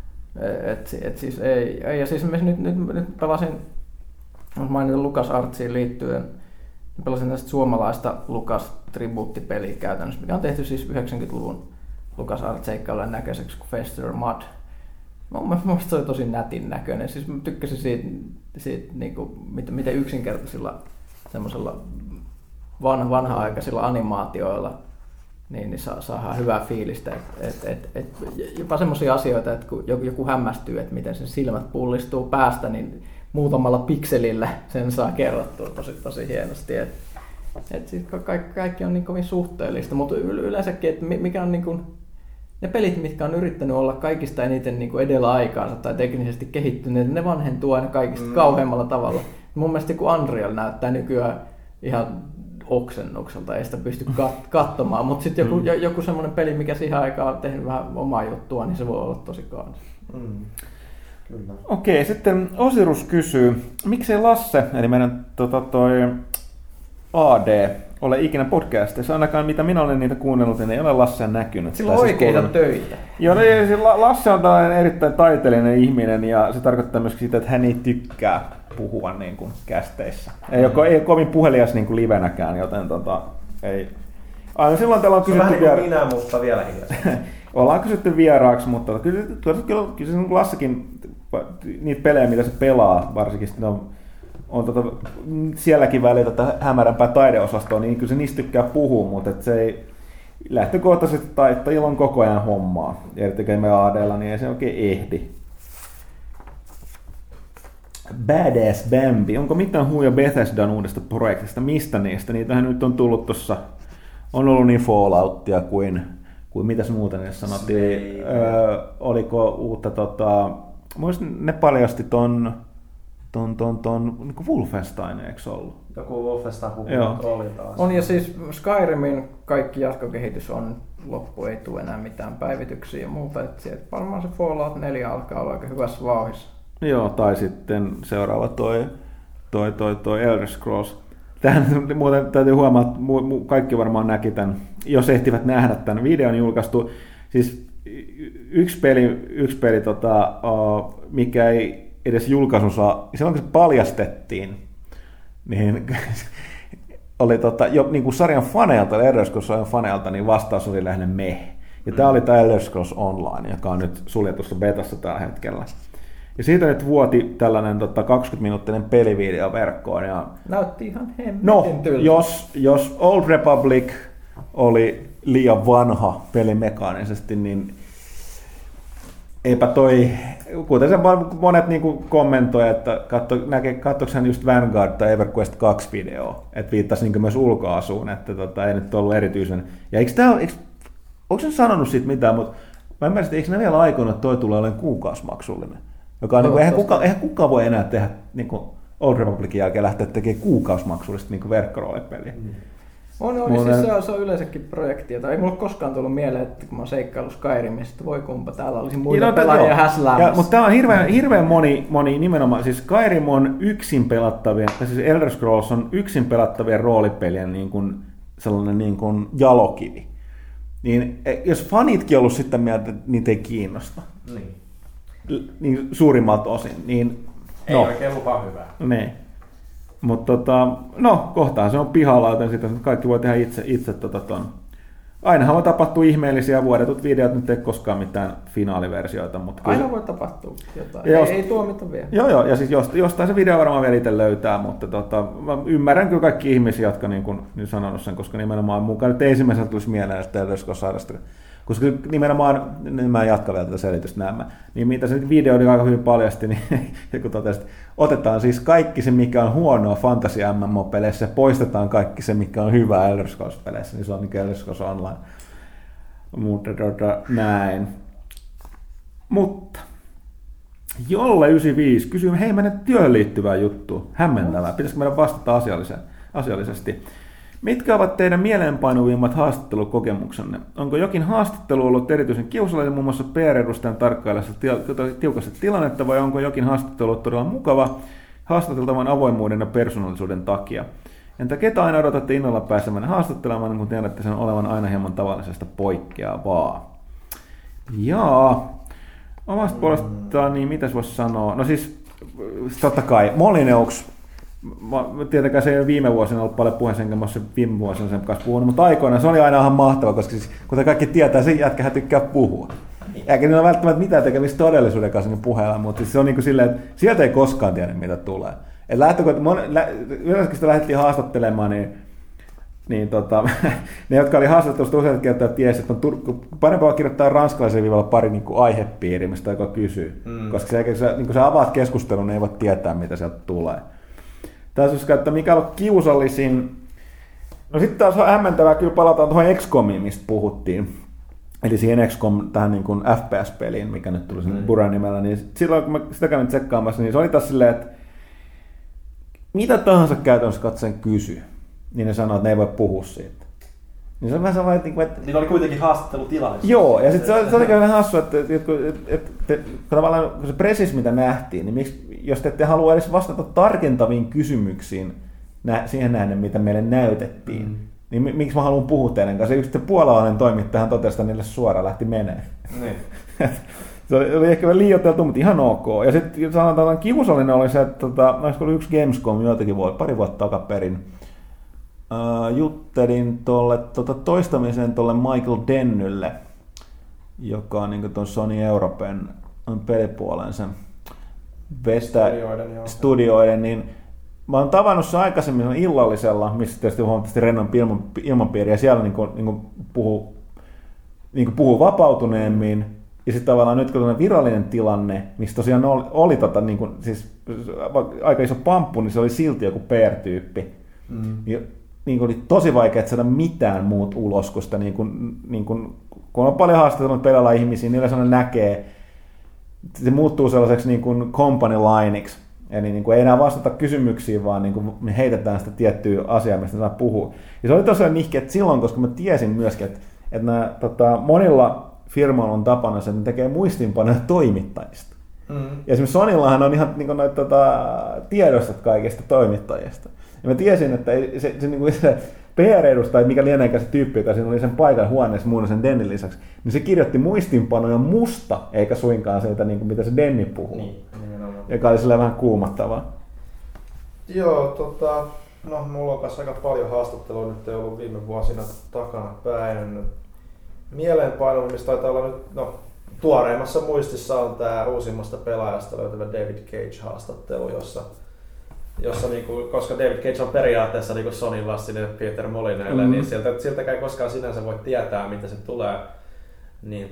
Et siis ei. Ja siis nyt pelasin, mainitin LucasArtsiin liittyen, pelasin tästä suomalaista Lucas-tribuuttipeliä käytännössä, mikä on tehty siis 90-luvun LucasArts-seikkailujen näköiseksi kuin Fester Mud. Mielestäni se oli tosi nätin näköinen. Siis mä tykkäsin siitä niin kuin, miten yksinkertaisilla semmoisella vanha-aikaisilla animaatioilla niin saadaan hyvää fiilistä. Jopa semmoisia asioita, että kun joku hämmästyy, että miten sen silmät pullistuu päästä, niin muutamalla pikselillä sen saa kerrottua tosi hienosti. Siis kaikki on niin kovin suhteellista, mutta yleensäkin, että mikä on niin kuin, ne pelit, mitkä on yrittänyt olla kaikista eniten niin kuin edellä aikaansa tai teknisesti kehittyneet, ne vanhentuu aina kaikista kauheammalla tavalla. Mun mielestä kun Unreal näyttää nykyään ihan oksennukselta, ei sitä pysty katsomaan, mutta sitten joku semmoinen peli, mikä siihen aikaan on tehnyt vähän omaa juttua, niin se voi olla tosi kaunis. Kyllä. Okei, sitten Osirus kysyy, miksei Lasse, eli meidän toi AD, ole ikinä podcastissa, ainakaan mitä minä olen niitä kuunnellut, niin ei ole Lassea näkynyt. Sillä on oikeita töitä. Joo, Lasse on tällainen erittäin taiteellinen ihminen ja se tarkoittaa myös sitä, että hän ei tykkää puhua niin kuin kästeissä. Ei ole kovin puhelias niin kuin livenäkään, joten Aina silloin täällä on kysytty vähän niin kuin minä, mutta vielä hiljaa. Ollaan kysytty vieraaksi, mutta kyllä se Lassekin niitä pelejä, mitä se pelaa, varsinkin on sielläkin välillä hämärämpää taideosastoa, niin kyllä se niistä tykkää puhua, mutta se ei lähtökohtaisesti taittajilla on koko ajan hommaa. Ja tekemme AD:lla, niin ei se oikein ehdi. Badass Bambi. Onko mitään huuja Bethesdan uudesta projektista? Mistä niistä? Niitähän nyt on tullut tossa. On ollut niin Falloutia kuin mitäs muuta ne sanottiin. Oliko uutta ne paljasti ton niin Wolfenstein, eikö ollut? Joku Wolfenstein puhunut oli taas. On, ja siis Skyrimin kaikki jatkokehitys on loppu, ei tule enää mitään päivityksiä ja muuta. Että varmaan se Fallout 4 alkaa olla aika hyvässä vauhissa. Joo, tai sitten seuraava toi Elder Scrolls. Tähän muuten täytyy huomata, että kaikki varmaan näki tämän, jos ehtivät nähdä tämän videon julkaistu. Siis yksi peli mikä ei edes julkaisussa, silloin kun se paljastettiin, niin oli jo niin kuin sarjan faneilta, Elder Scrolls faneilta, niin vastaus oli lähinnä meh. Ja tämä oli tämä Elder Scrolls Online, joka on nyt suljetussa betassa tällä hetkellä. Ja siitä nyt vuoti tällainen 20-minuuttinen pelivideo verkkoon. Ja näytti ihan hemmetin tylsä. Jos Old Republic oli liian vanha pelimekaanisesti, niin eipä toi, kuten se monet niin kommentoi, että katsoiko hän just Vanguard tai EverQuest 2 videoa, että viittasi niin myös ulkoasuun, että ei nyt ollut erityisen. Ja onko se sanonut siitä mitään, mutta mä ymmärsin, että eikö ne vielä aikoina, että toi tulee olemaan kuukausimaksullinen. Joka on, niin eihän kukaan voi enää tehdä niin Old Republicin jälkeen lähteä tekemään kuukausimaksullista niin verkkoroolipeliä. On, siis se on yleensäkin projekti, jota ei mulle koskaan tullut mieleen, että kun mä oon seikkaillut Skyrimissa, että voi kumpa täällä olisi muita pelaajia häsläämässä. Mutta tää on hirveän moni nimenomaan, siis Skyrim on yksin pelattavien, tai siis Elder Scrolls on yksin pelattavien roolipelien niin kuin sellainen niin kuin jalokivi. Niin jos fanitkin on ollut sitä mieltä, että niitä ei kiinnosta. Niin suurimmalta osin, niin ei oikein lupaa hyvää. Niin. Mutta kohtaan se on pihalla, joten sitä kaikki voi tehdä itse ton. Ainahan voi tapahtua ihmeellisiä vuodetut videot, nyt ei koskaan mitään finaaliversioita. Mutta aina voi tapahtua jotain, ei tuomita vielä. Joo, ja siis jostain se video varmaan vielä itse löytää, mutta mä ymmärrän kyllä kaikki ihmisiä, jotka niin sanonut sen, koska nimenomaan mukaan nyt ensimmäisenä tulisi mieleen, että Elder Scrolls sairasta. Koska nimenomaan, niin mä jatkan vielä tätä selitystä näemmä, niin mitä se video aika hyvin paljasti, niin kun totesin, että otetaan siis kaikki se, mikä on huonoa Fantasy MMO-peleissä, ja poistetaan kaikki se, mikä on hyvää Elder Scrolls-peleissä, niin se on niin Elder Scrolls Online. Mutta näin. Mutta Jolle 95 kysyy, hei mennä työhön liittyvää juttua, hämmentävää, pitäisikö meidän vastata asiallisesti? Mitkä ovat teidän mieleenpainuvimmat haastattelukokemuksenne? Onko jokin haastattelu ollut erityisen kiusallinen muun muassa PR-edustajan tarkkaillessa tiukasti tilannetta vai onko jokin haastattelu ollut todella mukava haastateltavan avoimuuden ja persoonallisuuden takia? Entä ketä aina odotatte innolla pääsemään haastattelemaan, kun tiedätte sen olevan aina hieman tavallisesta poikkeavaa? Jaa, omasta puolestaan, niin mitäs voisi sanoa? No siis, totta kai, Molineux. Tietenkään se ei ole viime vuosina ollut paljon puheen sen kanssa, viime vuosina sen kanssa puhunut, mutta aikoinaan se oli aina ihan mahtava, koska siis, kuten kaikki tietää, se jätkähän tykkää puhua. Eikä niillä ole välttämättä mitään tekemistä todellisuuden kanssa niin puheella, mutta siis se on niin kuin silleen, että sieltä ei koskaan tiedä, mitä tulee. Yleensä sitä lähdettiin haastattelemaan, niin ne, jotka oli haastattelusta useat kertaa tiesi, että on parempaa kirjoittaa ranskalaisen viivalla pari niin kuin aihepiiriä, mistä joka kysyy. Koska niin kun sä avaat keskustelun, niin ei voi tietää, mitä sieltä tulee. Tässä olisi käyttää, mikä on kiusallisin. No sitten taas on hämmentävää, kyllä palataan tuohon XCOMiin, mistä puhuttiin. Eli siihen XCOM tähän niin kuin FPS-peliin, mikä nyt tuli sen Buran nimellä, niin silloin kun mä sitä kävin tsekkaamassa, niin se oli taas silleen, että mitä tahansa käytännössä katsoen kysyy, niin ne sanoo, että ne ei voi puhua siitä. Niin se on vähän sellainen, että niin oli kuitenkin haastattelutilaisuus. Joo, ja sitten se oli vähän hassu, että tavallaan se presis, mitä nähtiin, niin miksi, jos te ette halua edes vastata tarkentaviin kysymyksiin siihen nähden, mitä meille näytettiin, niin miksi mä haluan puhua teidän kanssa? Yksi puolalainen toimittajahan totesi, että niille suoraan lähti menee. Niin. Se oli ehkä liioiteltu, mutta ihan ok. Ja sitten sanotaan, kiusallinen oli se, että olisiko ollut yksi Gamescom joitakin pari vuotta takaperin, juttelin toistamiseen tuolle Michael Dennylle, joka on niin tuon Sony Europen pelipuolen sen studioiden, niin mä oon tavannut sen aikaisemmin illallisella, missä tietysti huomattavasti rennompi ilmapiiri, ja siellä puhuu vapautuneemmin, ja sitten tavallaan nyt kun on virallinen tilanne, missä tosiaan oli siis aika iso pamppu, niin se oli silti joku PR-tyyppi. Niin oli tosi vaikea saada mitään muut ulos, kun sitä kun on paljon haastatteluja pelalla ihmisiä, niin yleensä näkee, se muuttuu sellaiseksi niin kuin company lineiksi. Eli niin kuin ei enää vastata kysymyksiin, vaan niin kuin me heitetään sitä tiettyä asiaa, mistä saa puhua. Ja se oli tosiaan nihkeä, että silloin, koska mä tiesin myöskin, että nämä, monilla firmoilla on tapana se, että ne tekee muistiinpanoja toimittajista. Ja esimerkiksi Sonyllahan on ihan niin kuin noita tiedostot kaikista toimittajista. Ja mä tiesin, että se PR-edustaja, mikä lieneekään se tyyppi, joka siinä oli sen paikan huoneessa muun sen Dennin lisäksi, niin se kirjoitti muistiinpanoja musta, eikä suinkaan siitä, niin kuin mitä se Denni puhuu. Niin, joka oli silleen vähän kuumattavaa. Joo, no mulla on kanssa aika paljon haastattelua nyt ollut viime vuosina takana päin. Mieleenpainuvista taitaa olla nyt, tuoreimmassa muistissa on tää uusimmasta pelaajasta löytyvä David Cage-haastattelu, jossa koska David Cage on periaatteessa Sonyn vastine Peter Molinelle, niin siltäkään koskaan sinänsä voi tietää, mitä se tulee. Niin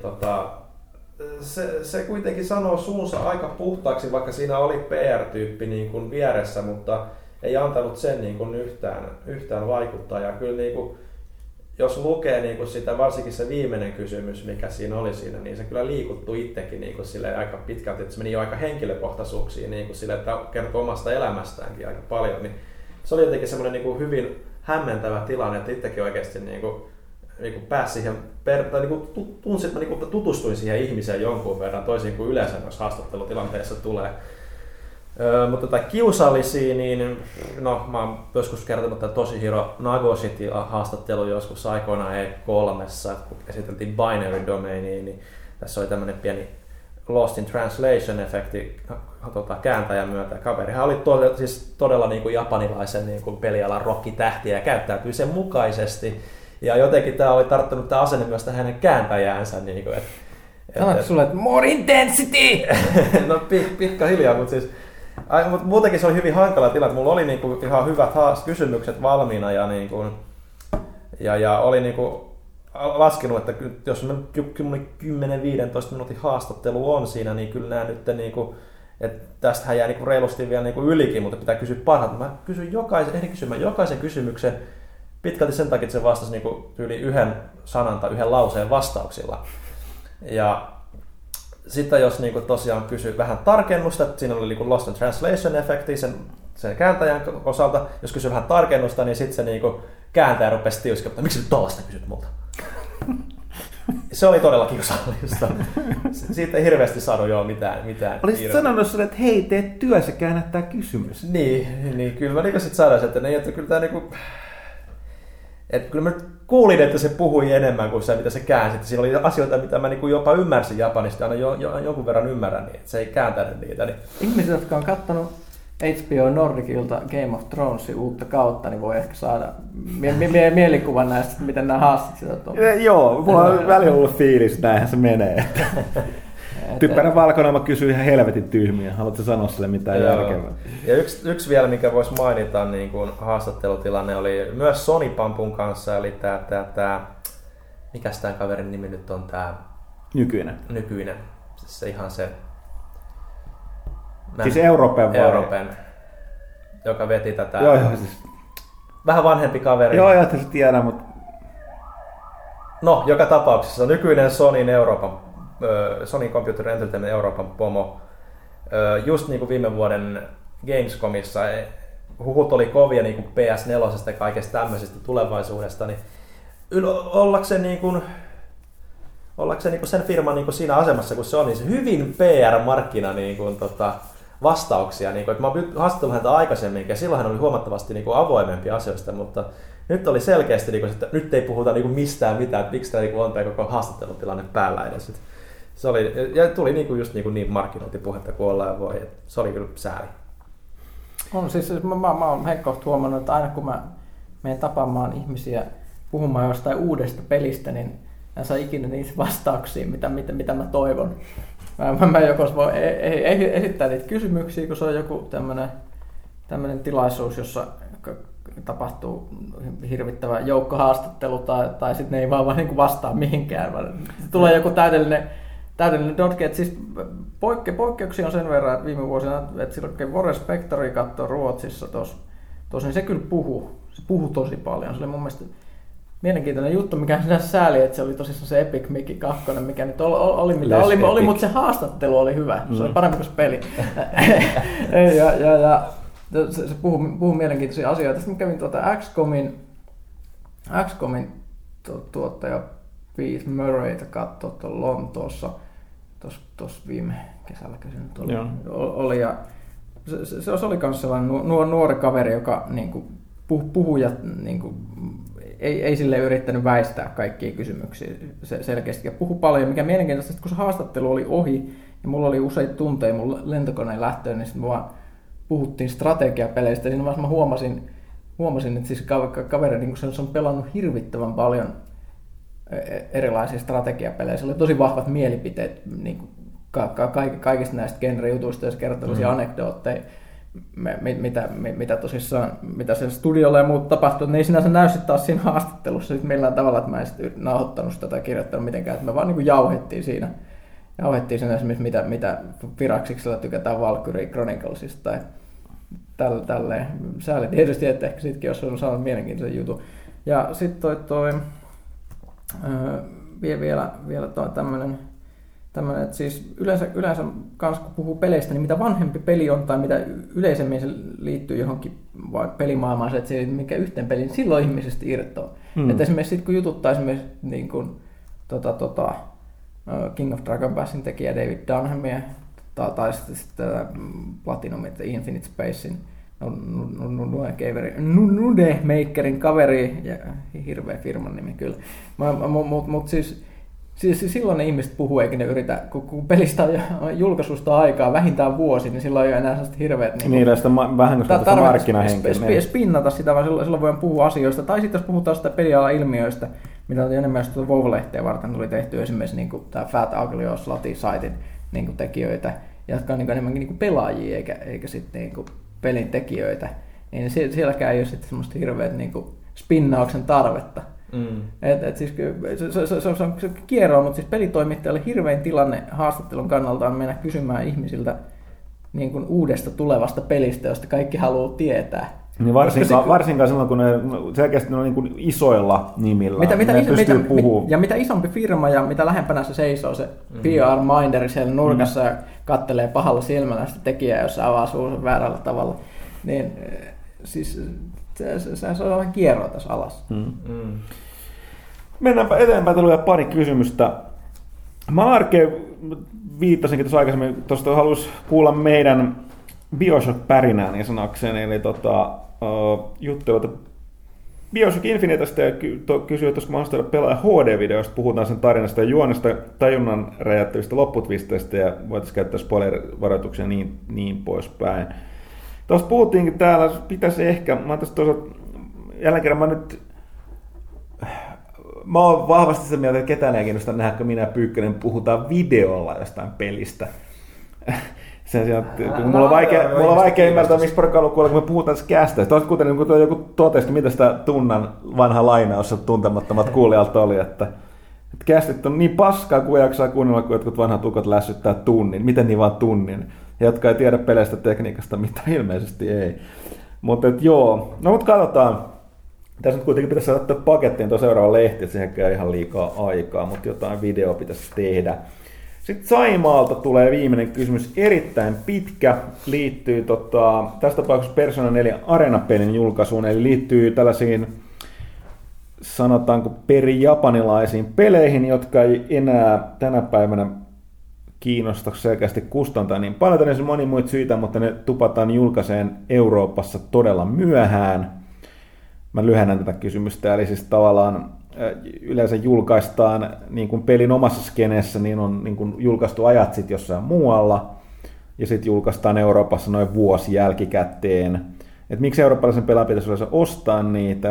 se kuitenkin sanoo suunsa aika puhtaaksi, vaikka siinä oli PR-tyyppi vieressä, mutta ei antanut sen yhtään vaikuttaa. Ja kyllä jos lukee sitä, varsinkin se viimeinen kysymys, mikä siinä oli siinä, niin se kyllä liikuttui itsekin aika pitkälti, että se meni jo aika henkilökohtaisuuksiin, sille, että kertoo omasta elämästäänkin aika paljon. Niin se oli jotenkin semmoinen hyvin hämmentävä tilanne, että itsekin oikeasti pääsi siihen, tunsin, että mä tutustuin siihen ihmiseen jonkun verran, toisin kuin yleensä noissa haastattelutilanteissa tulee. Mutta kiusallisia, niin mä oon joskus kertonut tämän Toshihiro Nagoshitin haastattelu joskus aikoinaan E3, kun esiteltiin Binary Domainia, niin tässä oli tämmöinen pieni Lost in Translation-efekti kääntäjän myötä. Kaverihan oli todella japanilaisen pelialan rockitähti ja käyttäytyi sen mukaisesti. Ja jotenkin tämä oli tarttunut tämä asenne myös hänen kääntäjäänsä. Sanoitko sulle, että more intensity? No pitkä hiljaa, mutta siis mutta muutenkin se oli hyvin hankala tilanne. Mulla oli ihan hyvät kysymykset valmiina ja oli laskenut, että jos 10-15 minuutin haastattelu on siinä, niin kyllä nämä nyt, että tästähän jää reilusti vielä ylikin, mutta pitää kysyä parhaat. Mä kysyin jokaisen kysymyksen pitkälti sen takia, että se vastasi yli yhden sanan tai yhden lauseen vastauksilla. Ja sitten jos tosiaan kysyy vähän tarkennusta, että siinä oli Lost in Translation-efekti sen kääntäjän osalta, jos kysyy vähän tarkennusta, niin sitten se kääntäjä rupesi tiuskelemaan, miksi nyt tollaista kysyt multa? Se oli todella kiusallista. Siitä ei hirveästi saanut jo mitään. Olisit sanonut sulle, että hei, tee työssä, käännä tää kysymys. Niin kyllä mä sitten sanoisin, että kyllä tää että kyllä mä kuulin, että se puhui enemmän kuin se, mitä se käänsi. Siinä oli asioita, mitä mä jopa ymmärsin japanista, aina jonkun verran ymmärrän, niin että se ei kääntänyt niitä. Niin. Ihmiset, jotka on katsonut HBO Nordicilta Game of Thronesin uutta kautta, niin voi ehkä saada mielikuvan näistä, miten nämä haastattelut on. Joo, mulla on välillä ollut fiilis, että näinhän se menee. Typpärä valkoinen, mä kysyin ihan helvetin tyhmiä. Haluatko sanoa sille mitään järkevää? Ja yksi vielä, mikä voisi mainita, niin kun haastattelutilanne oli myös Sony Pampun kanssa, eli mikäs tämän kaverin nimi nyt on tää? Nykyinen. Siis se ihan se... Siis Europen vai? Europen, joka veti tätä... Joo, siis... Vähän vanhempi kaveri. Joo, että se tiedän, mutta... No, joka tapauksessa nykyinen Sonyn Sony Computer Entertainment Euroopan pomo. Just niin kuin viime vuoden Gamescomissa huhut oli kovia niin kuin PS4 ja kaikesta tämmöisestä tulevaisuudesta, niin ollakseen sen firman niin kuin siinä asemassa, kun se on, niin se hyvin PR-markkina vastauksia. Että mä oon haastattellut häntä aikaisemmin, ja silloin hän oli huomattavasti avoimempi asioista, mutta nyt oli selkeästi, että nyt ei puhuta mistään mitään, että miksi tämä on tämä koko haastattelutilanne päällä edes. Se oli, ja tuli just niin markkinointipuhetta kuin ollaan voi, se oli kyllä sääli. On siis, mä oon heikkoasti huomannut, että aina kun mä menen tapaamaan ihmisiä puhumaan jostain uudesta pelistä, niin en saa ikinä niitä vastauksia, mitä mä toivon. Mä joko voi esittää niitä kysymyksiä, kun se on joku tämmöinen tilaisuus, jossa tapahtuu hirvittävä joukkohaastattelu, tai sitten ne ei vaan niin kuin vastaa mihinkään. Tulee joku täydellinen dotke. Siis poikkeuksia on sen verran, että viime vuosina, että silloin kun Warren Spectori katsoi Ruotsissa tosin se kyllä puhui tosi paljon. Se oli mun mielestä mielenkiintoinen juttu, mikä sinänsä sääli, että se oli tosissaan se Epic Mickey 2, mikä nyt oli mitä oli, mutta se haastattelu oli hyvä. Se oli parempi kuin se peli. ja se puhui mielenkiintoisia asioita. Sitten mä kävin XCOMin tuottaja Pete Murrayta katsoa Lontoossa tuossa viime kesälläkö se nyt oli. Ja se oli myös sellainen nuori kaveri, joka niinku puhui ja niinku, ei sille yrittänyt väistää kaikkia kysymyksiä selkeästi. Ja puhui paljon, mikä mielenkiintoista, että kun se haastattelu oli ohi ja mulla oli useita tunteja mun lentokoneen lähtöön, niin sitten me vaan puhuttiin strategiapeleistä. Siinä vaiheessa mä huomasin, että siis kaveri niin se on pelannut hirvittävän paljon erilaisia strategiapelejä. Se oli tosi vahvat mielipiteet niin kuin kaikista näistä genre-jutuista, jos kertoo tällaisia anekdootteja, mitä tosissaan, mitä sen studiolla ja muut tapahtuu, ne ei sinänsä näy sitten taas siinä haastattelussa millään tavalla, että mä en sitten nauhoittanut sitä tai kirjoittanut mitenkään, että me vaan niin kuin jauhettiin siinä esimerkiksi mitä Firaxiksella tykätään Valkyrie Chroniclesista tai tälleen. Sääli tietysti, että ehkä sitkin olisi saanut mielenkiintoisen jutun. Ja sitten vielä tämmöinen, että siis yleensä kans kun puhuu peleistä, niin mitä vanhempi peli on tai mitä yleisemmin se liittyy johonkin pelimaailmaan, se, että se ei mikä yhteen peliin, niin silloin ihmisestä irtoaa. Että esimerkiksi sit, kun jututtaa esimerkiksi niin kun, King of Dragon Passin tekijä David Dunhamia tai sitten Platinum Infinite Spacein Nudemakerin kaveri, ja hirveä firman nimi kyllä. Mutta siis silloin ne ihmiset puhuu, eikä ne yritä, kun pelistä on julkaisusta aikaa vähintään vuosi, niin silloin ei ole enää sellaista hirveät niin sitä vähän kuin sitä markkinahenkeä. Spinnata sitä, vaan silloin voidaan puhua asioista. Tai sitten jos puhutaan sitä pelialan ilmiöistä, mitä on enemmän WoW-lehteä varten tuli tehty esimerkiksi niin tämä Fat Ugly or Slutty Sitein niin tekijöitä, jotka on enemmänkin niin pelaajia eikä sitten niin pelin tekijöitä. Niin sielläkään ei ole sitten semmoista hirveät niin spinnauksen tarvetta. Siis, se kierroa, mutta siis pelitoimittajalle hirvein tilanne haastattelun kannalta on mennä kysymään ihmisiltä niin kuin uudesta tulevasta pelistä, josta kaikki haluaa tietää. Niin varsinkaan silloin, kun ne selkeästi on niin kuin isoilla nimillä, ne pystyy puhumaan. Ja mitä isompi firma ja mitä lähempänä se seisoo se PR-minderi siellä nurkassa ja kattelee pahalla silmällä sitä tekijää, jos se avaa suunsa väärällä tavalla, niin siis se on vähän kierroa tässä alas. Mennäänpä eteenpäin, tuli pari kysymystä. Marke viittasinkin tuossa aikaisemmin, tuosta haluaisi kuulla meidän Bioshock-pärinää niin sanakseen, eli jutteluita Bioshock Infinitestä ja kysyi, että olisiko mahdollista pelaa HD-videosta, puhutaan sen tarinasta ja juonesta, tajunnan räjäyttävistä lopputvisteistä ja voitaisiin käyttää spoiler-varoituksia niin poispäin. Tuossa puhuttiinkin täällä, pitäisi ehkä, mä jälleen kerran mä oon vahvasti sitä mieltä, että ketään ei kiinnosta nähdä, kun minä ja Pyykkönen puhutaan videolla jostain pelistä. Sen sijaan, mulla on vaikea ymmärtää, miksi porukalla kuulee, kun me puhutaan tässä kästä. Toiset kuten joku totesi, mitä sitä tunnan vanha lainaus tuntemattomat kuulijat oli, että kästit on niin paskaa, kuin jaksaa kuunnella, kun jotkut vanhat ukot lässyttää tunnin. Miten niin vaan tunnin? Ja jotka ei tiedä peleistä tekniikasta, mitä ilmeisesti ei. Mutta joo, no mutta katsotaan. Tässä nyt kuitenkin pitäisi saada pakettiin tuo seuraava lehti, että siihen käy ihan liikaa aikaa, mutta jotain videoa pitäisi tehdä. Sitten Saimaalta tulee viimeinen kysymys, erittäin pitkä, liittyy tässä tapauksessa Persona 4 Arena-pelin julkaisuun, eli liittyy tällaisiin, sanotaanko perijapanilaisiin peleihin, jotka ei enää tänä päivänä kiinnosta selkeästi kustantaa niin paljon. Tänne on moni muita syitä, mutta ne tupataan julkaiseen Euroopassa todella myöhään. Mä lyhennän tätä kysymystä, eli siis tavallaan yleensä julkaistaan niin kuin pelin omassa skeneessä, niin on niin kuin julkaistu ajat sitten jossain muualla, ja sitten julkaistaan Euroopassa noin vuosi jälkikäteen. Et miksi eurooppalaisen pelaajan pitäisi yleensä ostaa niitä, ja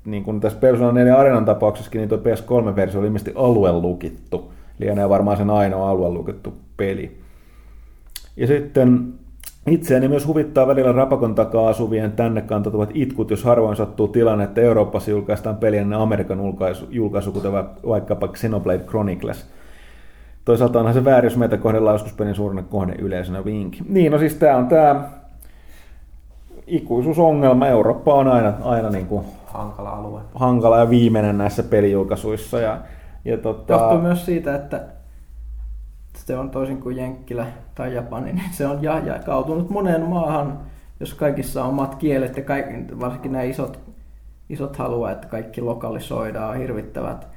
niin kuin tässä Persona 4 Arenan tapauksessakin, niin tuo PS3-versio oli ilmeisesti aluelukittu. Lienee varmaan sen ainoa aluelukittu peli. Ja sitten itseäni myös huvittaa välillä rapakon takaa asuvien tänne kantautuvat itkut, jos harvoin sattuu tilanne, että Euroopassa julkaistaan peli ennen Amerikan julkaisu, kuten vaikkapa Xenoblade Chronicles. Toisaalta onhan se väärin, jos meitä kohdellaan joskus pelin suurinen kohde yleisönä vinkin. Niin, no siis tämä on tämä ikuisuusongelma. Eurooppa on aina niin kuin hankala alue. Hankala ja viimeinen näissä pelijulkaisuissa. Johtuu myös siitä, että se on toisin kuin Jenkkilä tai Japani, niin se on jakautunut moneen maahan, jos kaikissa on omat kielet ja varsinkin nämä isot haluaa, että kaikki lokalisoidaan hirvittävät.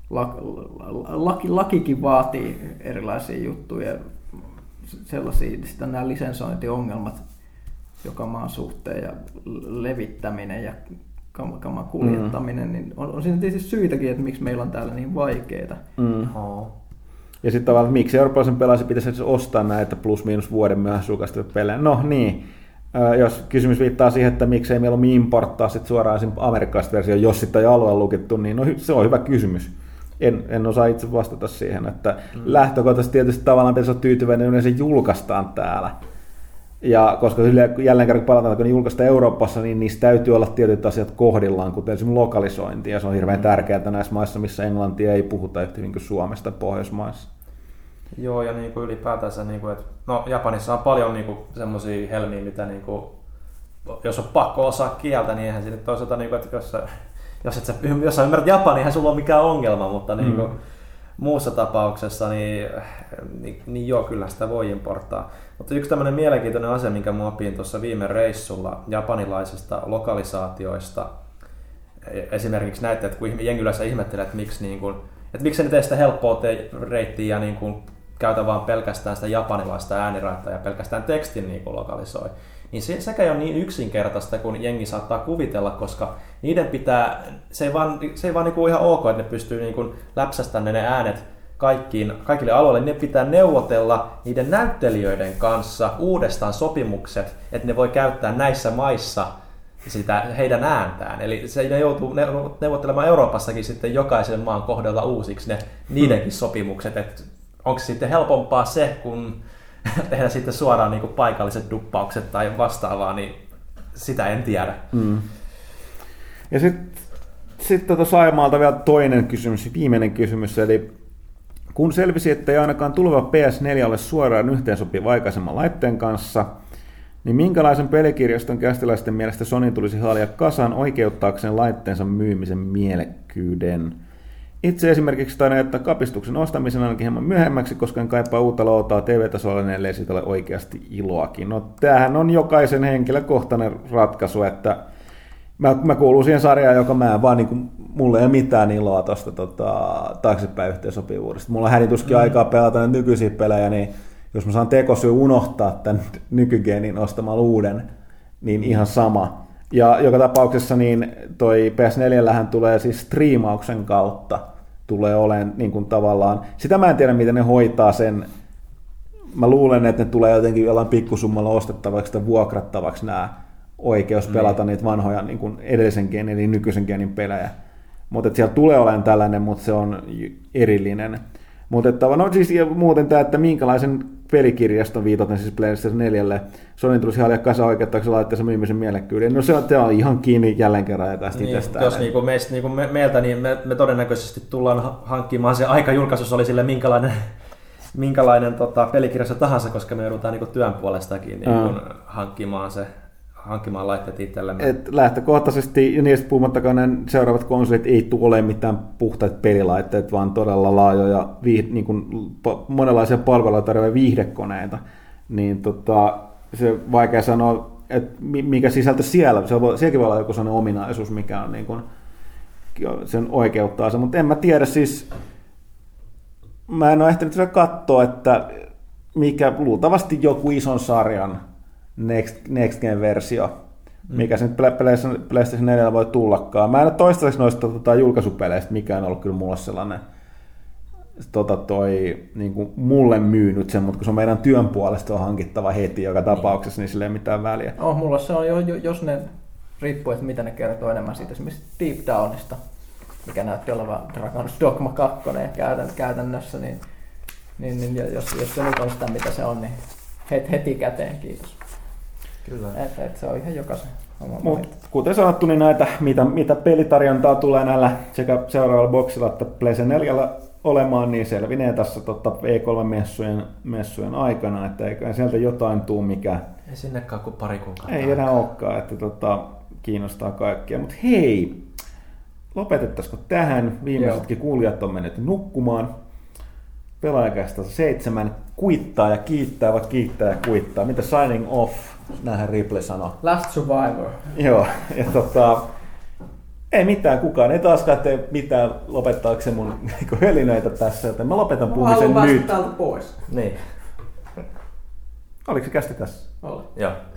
Lakikin vaatii erilaisia juttuja, sellaisia, sitten nämä lisensointiongelmat joka maan suhteen ja levittäminen ja kaman kuljettaminen, niin on siinä tietysti syitäkin, että miksi meillä on täällä niin vaikeita. Ja sitten tavallaan, miksi eurooppalaisen pelaajan pitäisi ostaa näitä plus-miinus vuoden myöhässä julkaistuvia pelejä? No niin, jos kysymys viittaa siihen, että miksei meillä ole importtaa sit suoraan amerikkalaista versiota, jos sitä ei alueen lukittu, niin no, se on hyvä kysymys. En osaa itse vastata siihen, että lähtökohtaisesti tietysti tavallaan pitäisi olla tyytyväinen, yleensä julkaistaan täällä. Ja koska jälleen kerran palataan, kun ne julkaistaan Euroopassa, niin niistä täytyy olla tietyt asiat kohdillaan, kuten esimerkiksi lokalisointi, ja se on hirveän tärkeää näissä maissa, missä englantia ei puhuta yhtä hyvin kuin Suomesta Pohjoismaissa. Joo, ja niin kuin ylipäätänsä, niin kuin, että, no Japanissa on paljon niin kuin semmoisia helmiä, mitä niin kuin, jos on pakko osaa kieltä, niin eihän siinä toisaalta, niin kuin, että jos sä ymmärrät Japania, eihän sulla ole mikään ongelma, mutta niin kuin, muussa tapauksessa, niin joo, kyllä sitä voi importtaa. Mutta yksi tämmöinen mielenkiintoinen asia, minkä mä opin tuossa viime reissulla japanilaisista lokalisaatioista, esimerkiksi näette, että kun jengi yleensä ihmettelee, että miksi se nyt ei sitä helppoa reittiä ja niin kuin käytä vaan pelkästään sitä japanilaista ääniraittaa ja pelkästään tekstin niin kuin lokalisoi, niin sekä ei ole niin yksinkertaista kuin jengi saattaa kuvitella, koska niiden pitää, se ei vaan niin kuin ihan ok, että ne pystyy niin kuin läpsästämään ne äänet kaikille aloille, ne pitää neuvotella niiden näyttelijöiden kanssa uudestaan sopimukset, että ne voi käyttää näissä maissa sitä heidän ääntään. Eli ne joutuu neuvottelemaan Euroopassakin sitten jokaisen maan kohdalla uusiksi niidenkin sopimukset. Että onko se sitten helpompaa se, kun tehdä sitten suoraan niin kuin paikalliset duppaukset tai vastaavaa, niin sitä en tiedä. Ja sitten Saimaalta vielä toinen kysymys, viimeinen kysymys, eli kun selvisi, että ei ainakaan tuleva PS4 ole suoraan yhteensopiva aikaisemman laitteen kanssa, niin minkälaisen pelikirjaston kästiläisten mielestä Sony tulisi haalia kasaan oikeuttaakseen laitteensa myymisen mielekkyyden? Itse esimerkiksi taidan jättää kapistuksen ostamisen ainakin hieman myöhemmäksi, koska en kaipaa uutta lautaa TV-tasolla, ellei siitä ole oikeasti iloakin. No tämähän on jokaisen henkilökohtainen ratkaisu, että mä kuulun siihen sarjaan, joka mä en vaan niin mulla ei ole mitään iloa tuosta taaksepäin yhteensopivuudesta. Mulla on hänituskin aikaa pelata näitä nykyisiä pelejä, niin jos mä saan tekosyy unohtaa tämän nykygeenin ostamalla uuden, niin ihan sama. Ja joka tapauksessa niin toi PS4-lähän tulee siis striimauksen kautta tulee olemaan niin kuin tavallaan, sitä mä en tiedä miten ne hoitaa sen, mä luulen, että ne tulee jotenkin jollain pikkusummalla ostettavaksi tai vuokrattavaksi nämä oikeus pelata niitä vanhoja niin kuin edellisen geenin eli nykyisen geenin pelejä. Mutta siellä tulee olemaan tällainen, mutta se on erillinen. Mutta no siis muuten tämä, että minkälaisen pelikirjaston viitaten siis PlayStation 4:lle Sony tulisi haalia kasa oikeuttaako laitteessa myymisen mielekkyyden. No se on ihan kiinni jälleen kerran tästä niin, itsestään. Jos meiltä, niin me todennäköisesti tullaan hankkimaan se aika julkaisussa oli sille minkälainen pelikirjassa tahansa, koska me joudutaan niin työn puolestakin niin hankkimaan laitteet itsellemme. Et lähtökohtaisesti, ja niistä puhumattakaan seuraavat konsolit ei tule ole mitään puhtaita pelilaitteet, vaan todella laajoja, niin kuin monenlaisia palveluja tarjoavia viihdekoneita. Niin se vaikea sanoa, että mikä sisältö siellä, sielläkin voi olla joku sellainen ominaisuus, mikä on niin kuin, sen oikeuttaa se, mutta en mä tiedä siis, mä en ole ehtinyt vielä katsoa, että mikä luultavasti joku ison sarjan Next Gen-versio, mikä se nyt PlayStation 4 voi tullakaan. Mä en ole toistaiseksi noista julkaisupeleistä, mikä on ollut kyllä mulla sellainen niin kuin mulle myynyt sen, mutta kun se on meidän työn puolesta on hankittava heti joka tapauksessa, niin sillä ei mitään väliä. Mulla se on jos ne riippuu, että mitä ne kertoo enemmän siitä esimerkiksi Deep Downista, mikä näytti olevan Dragon's Dogma 2 käytännössä, niin jos se nyt on sitä, mitä se on, niin heti käteen, kiitos. Kyllä. Et se on ihan jokaisen oma Mut, kuten sanottu, niin näitä, mitä pelitarjontaa tulee näillä sekä seuraavalla boksilla että PlayStation 4 olemaan, niin selvinee tässä E3-messujen aikana, että eikä sieltä jotain tuu, mikä Ei sinnekaan kuin pari kuukautta. ei enää olekaan, että kiinnostaa kaikkia. Mutta hei, lopetettaisiko tähän? Viimeisetkin kuulijat on mennyt nukkumaan. Pelaajakästä 7 kuittaa ja kiittää, vai kiittää ja kuittaa. Mitä signing off, näinhän Ripley sanoi. Last Survivor. Joo, ja ei mitään, kukaan ei taaskaan tee mitään lopettaakseni mun hölinöitä tässä, joten mä lopetan puhumisen nyt. Täältä pois. Niin. Oliko se kästi tässä? Oli. Joo.